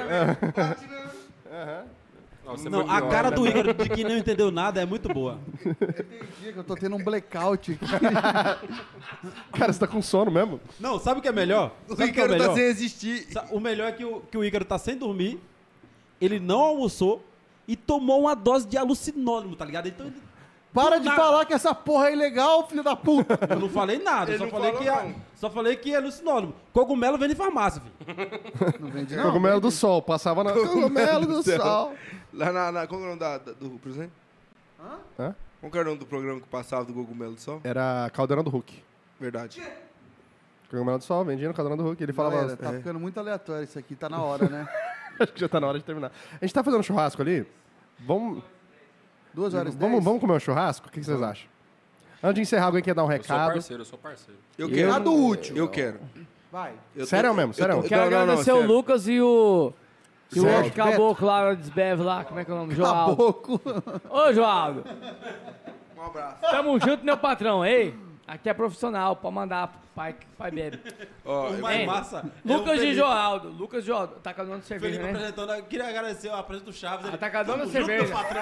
Não, a cara do Igor de que não entendeu nada é muito boa. Dia que eu tô tendo um blackout aqui. Cara, você tá com sono mesmo? Não, sabe o que é melhor? O Sabe o que é Ícaro tá melhor? sem existir. O melhor é que o Ícaro tá sem dormir, ele não almoçou e tomou uma dose de alucinógeno, tá ligado? Então ele Para de falar que essa porra é ilegal, filho da puta. Eu não falei nada, eu Ele só não falei, falou, não. só falei que é alucinólogo. Cogumelo vem de farmácia, filho. Não vende, não. Cogumelo do sol, passava na... Cogumelo do sol. Lá como é o nome do presidente? Hã? Qual que era o nome do programa que passava do Cogumelo do Sol? Era Caldeirão do Hulk. Verdade. Cogumelo do sol, vendia no Caldeirão do Hulk. Ele falava... Galera, tá ficando muito aleatório isso aqui, tá na hora, né? Acho que já tá na hora de terminar. A gente tá fazendo churrasco ali. Vamos 2 horas e 10. vamos comer um churrasco? O que vocês acham? Antes de encerrar, alguém quer dar um Eu sou recado? parceiro, eu sou parceiro. Eu quero. Recado útil. Eu quero. Vai. Sério mesmo, sério. Quero agradecer o sério. Lucas e o Sério. outro caboclo lá do Desbev lá, como é que é o nome? Joaldo. Caboclo. Ô, Joaldo. Um abraço. Tamo junto, meu patrão. Ei, aqui é profissional, pode mandar pro pai bebe. Ó, O mais Ei, massa. Lucas é o e Joaldo. Lucas e Joaldo. Tá acabando de cerveja, Felipe né? apresentando, eu queria agradecer, eu apresento o Chaves. Ele, Atacadão da "Tamo junto, cerveja." meu patrão.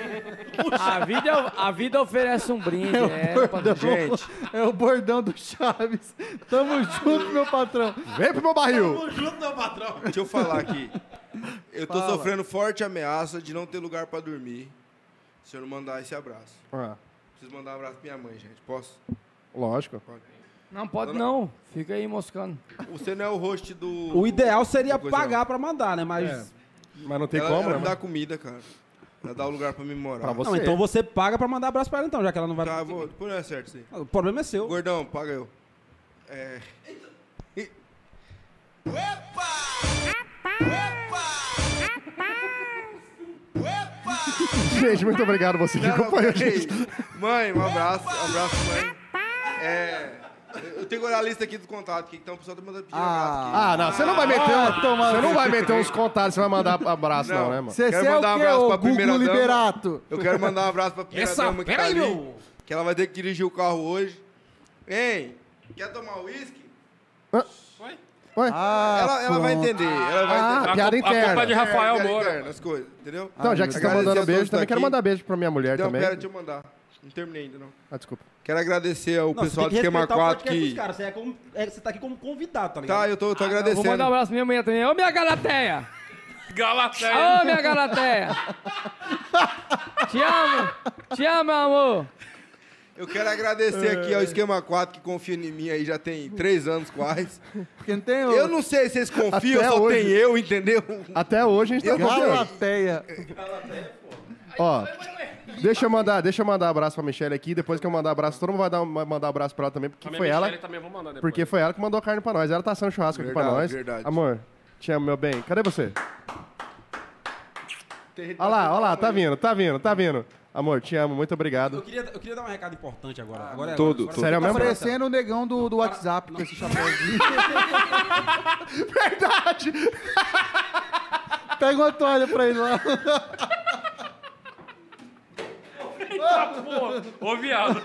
A vida oferece um brinde. gente. É o bordão do Chaves. Tamo junto, meu patrão. Vem pro meu barril! Tamo junto, meu patrão. Deixa eu falar aqui. Eu tô Fala. sofrendo forte ameaça de não ter lugar pra dormir se eu não mandar esse abraço. Ah, Preciso mandar um abraço pra minha mãe, gente. Posso? lógico. Não pode não. Fica aí moscando. Você não é o host do... O ideal seria Coisa pagar pra mandar, né? Mas. É. Mas não tem ela, como, ela né? me dá comida, cara. Ela dá o lugar pra mim morar. Pra você. Não, então você paga pra mandar abraço pra ela, então, já que ela não vai. Tá, vou... Depois não é certo isso aí. O problema é seu. Gordão, paga eu. É... Gente, muito obrigado você que acompanhou a peraí. gente. Mãe, um abraço, mãe. Eu tenho que olhar a lista aqui do contato aqui, então o pessoal tá mandando pedir um abraço aqui. Ah, não, você não vai meter você não vai meter uns contatos, você vai mandar abraço não, Não. né, mano? Você Quero é mandar um o quê, abraço ô pra primeira Gugu dama. Liberato? Eu quero mandar um abraço pra primeira dama que tá peraí, ali, meu. que ela vai ter que dirigir o carro hoje. Hein? Quer tomar uísque? Ué? Ela vai entender. Ela vai entender. Piada A culpa interna. é de Rafael Piada Moura. interna, as coisas, entendeu? Então, já que você tá Agradecer mandando a beijo, todos também quero daqui. mandar beijo pra minha mulher Então, também. pera, deixa eu mandar. Não terminei ainda, não. Ah, desculpa. Quero agradecer ao Não, pessoal do você tem que Esquema respeitar o 4 podcast dos que... caras. Você tá aqui como convidado, tá ligado? Tá, eu tô Vou agradecendo. mandar um abraço pra minha mulher também. Ô, minha Galateia! Galateia. Ô, minha Galateia! Te amo, meu amor! Eu quero agradecer aqui ao Esquema 4 que confia em mim aí já tem 3 anos quase. Porque não tem o... Eu não sei se vocês confiam, Até só hoje. tem eu, entendeu? Até hoje a gente tá confiando. Galateia. Ó, deixa eu mandar abraço pra Michelle aqui, depois que eu mandar abraço, todo mundo vai mandar abraço pra ela também, porque Também foi ela, Michele também vou mandar depois. porque foi ela que mandou a carne pra nós. Ela tá assando churrasco aqui pra Verdade, nós. verdade. Amor, te amo, meu bem. Cadê você? Olha lá, tá vindo. Amor, te amo, muito obrigado. Eu queria dar um recado importante agora. Agora é Todo, agora. todo. Sério Tá mesmo? parecendo o negão do WhatsApp com esse chapéuzinho. Verdade! Pega uma toalha pra ele lá. Ô, viado.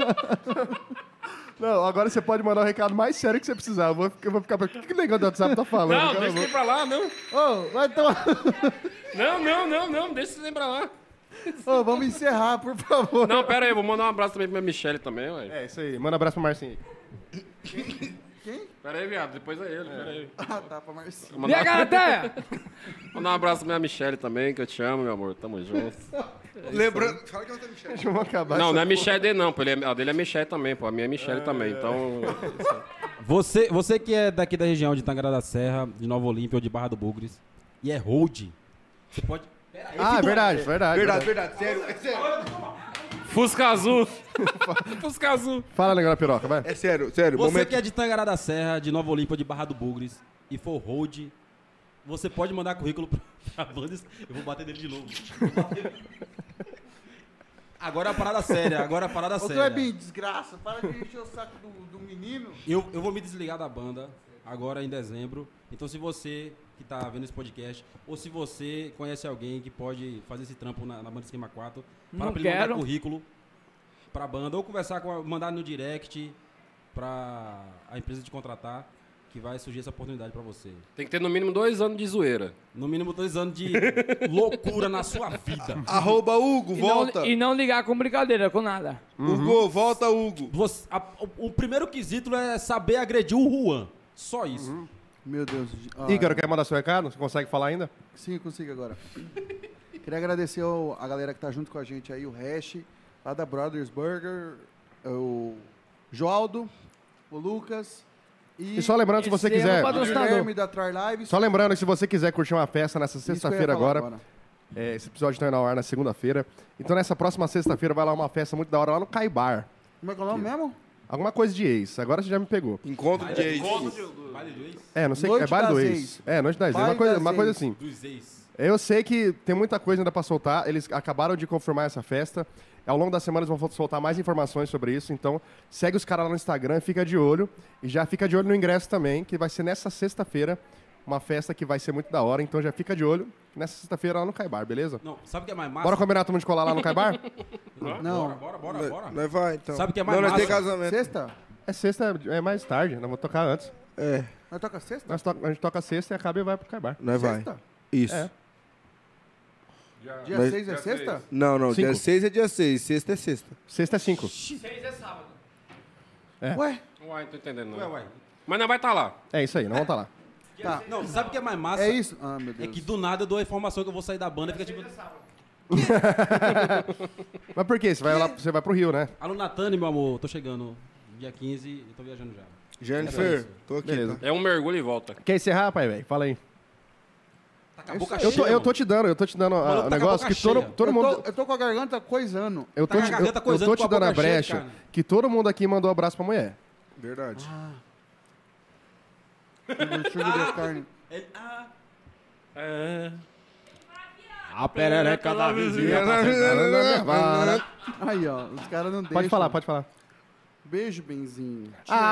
Não, agora você pode mandar o recado mais sério que você precisar. Eu vou ficar pra... O que o negão do WhatsApp tá falando? Não, Cara, deixa eu ele pra lá, não. Ô, vai tomar... Não, deixa ele pra lá. Ô, vamos encerrar, por favor. Não, pera aí, vou mandar um abraço também pra minha Michelle também, ué. É, isso aí. Manda um abraço pro Marcinho. Pera aí, viado, depois é ele, pera aí. Ah, tá, pra Marcinho. Vou Minha Galateia! mandar um abraço pra minha Michelle também, que eu te amo, meu amor, tamo junto. Lembrando... Fala que ela tá me chamando. Deixa eu acabar. Não, não é Michelle dele não, pô, a dele é Michelle também, pô, a minha é Michelle também, então... Você que é daqui da região de Tangará da Serra, de Nova Olímpia ou de Barra do Bugres, e é hold, você pode... Ah, é verdade. Verdade, sério. É sério. Fusca Azul. Fusca Azul. Fala, negão da piroca, vai. É sério. Você que é de Tangará da Serra, de Nova Olímpia ou de Barra do Bugres, e for hold, você pode mandar currículo pra bandas... Eu vou bater nele de novo. Agora é a parada séria, Ô, Clebinho, desgraça, para de encher o saco do menino. Eu vou me desligar da banda agora em dezembro. Então, se você que tá vendo esse podcast, ou se você conhece alguém que pode fazer esse trampo na banda Esquema 4, fala Não pra ele mandar quero. currículo pra banda, ou conversar mandar no direct pra a empresa te contratar, que vai surgir essa oportunidade pra você. Tem que ter no mínimo 2 anos de zoeira. No mínimo 2 anos de loucura na sua vida. @ Hugo, volta. E não ligar com brincadeira, com nada. Hugo, volta, Hugo. O primeiro quesito é saber agredir o Juan. Só isso. Meu Deus. Ícaro, quer mandar seu recado? Você consegue falar ainda? Sim, consigo agora. Queria agradecer a galera que tá junto com a gente aí, o Hash, lá da Brothers Burger, o Joaldo, o Lucas E só lembrando, se você Esse é o quiser... o patrocinador. Guilherme da Try Live. Só lembrando que se você quiser curtir uma festa nessa Isso que eu ia sexta-feira falar agora, esse episódio está indo ao ar na segunda-feira. Então nessa próxima sexta-feira vai lá uma festa muito da hora lá no Caibar. Como é que é o nome mesmo? Alguma coisa de ex. Agora você já me pegou. Encontro de ex. Vale do ex? É, não sei Noite é baile do das ex. ex. É, noite das ex. Baile Uma das coisa ex. assim. Dos ex. Eu sei que tem muita coisa ainda pra soltar. Eles acabaram de confirmar essa festa. Ao longo das semanas vão soltar mais informações sobre isso. Então, segue os caras lá no Instagram, fica de olho. E já fica de olho no ingresso também, que vai ser nessa sexta-feira. Uma festa que vai ser muito da hora. Então já fica de olho nessa sexta-feira lá no Caibar, beleza? Não, sabe o que é mais massa? Bora combinar todo mundo de colar lá no Caibar? Não. Bora. Nós vai, então. Sabe o que é mais Não, nós tem massa? casamento. Sexta? É sexta, é mais tarde. Nós vamos tocar antes. É, Nós toca sexta? A gente toca sexta e acaba e vai pro Caibar. nós vai. Sexta? Isso. É. Dia Mas- 6 é sexta? Não, não. Dia Cinco. 6 é dia 6. Sexta é sexta. Sexta é 5. 6 é sábado. Ué? Uai, não tô entendendo, não. Ué. Mas não vai estar lá. É isso aí, não vamos estar lá. Tá. Não, sabe o que é mais massa? É isso? Ah, meu É Deus. que do nada eu dou a informação que eu vou sair da banda e fica tipo... Mas por quê? Você vai lá, você vai pro Rio, né? Alô, Natane, meu amor, tô chegando dia 15 e tô viajando já. Jennifer, tô aqui. Beleza. Tá? É um mergulho e volta. Quer encerrar, pai, velho? Fala aí. Tá com a boca Eu cheia, tô te dando Maluco, o tá negócio com a que boca cheia. todo mundo... Eu tô com a garganta coisando. Eu Tá tô com a te, garganta eu coisando tô com te a dando a boca cheia, brecha cara. que todo mundo aqui mandou um abraço pra mulher. Verdade. Chuva de carne. A perereca da vizinha. Aí, ó. Os caras não deixam. Pode falar, pode falar. Beijo, Benzinho.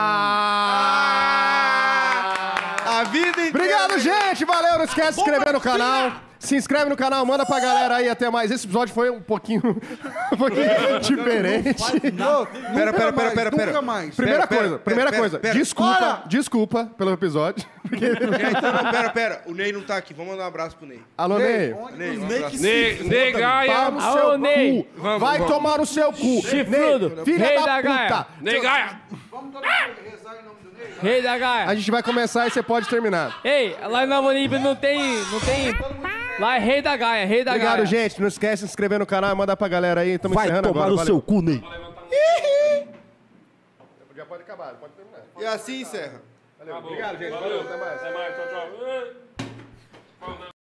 A vida inteira. Obrigado, gente. Valeu. Não esquece de se inscrever no canal. Se inscreve no canal, manda pra galera aí. Até mais. Esse episódio foi um pouquinho diferente. Pera. Nunca mais. Primeira Pera, coisa. pera. Desculpa pelo episódio. Então, não, pera. O Ney não tá aqui. Vamos mandar um abraço pro Ney. Alô, Ney. Ney, um abraço. Negaia. Pau no Aô, seu Ney. cu. Vai tomar no seu cu. Chifrudo. Ney, filha Rei da, da puta. Gaia. Negaia. Vamos todo mundo rezar em nome do Ney? Rei da Gaia. A gente vai começar e você pode terminar. Ei, lá em Nova Olímpia não tem... Lá é Rei da Gaia, Rei da Obrigado, Gaia. gente. Não esquece de se inscrever no canal e mandar pra galera aí. Tamo Vai encerrando tomar agora. no Valeu. seu cu, Ney. Já pode acabar, pode terminar. E assim encerra. Valeu. Obrigado, gente. Valeu. Até mais. Até mais, tchau, tchau.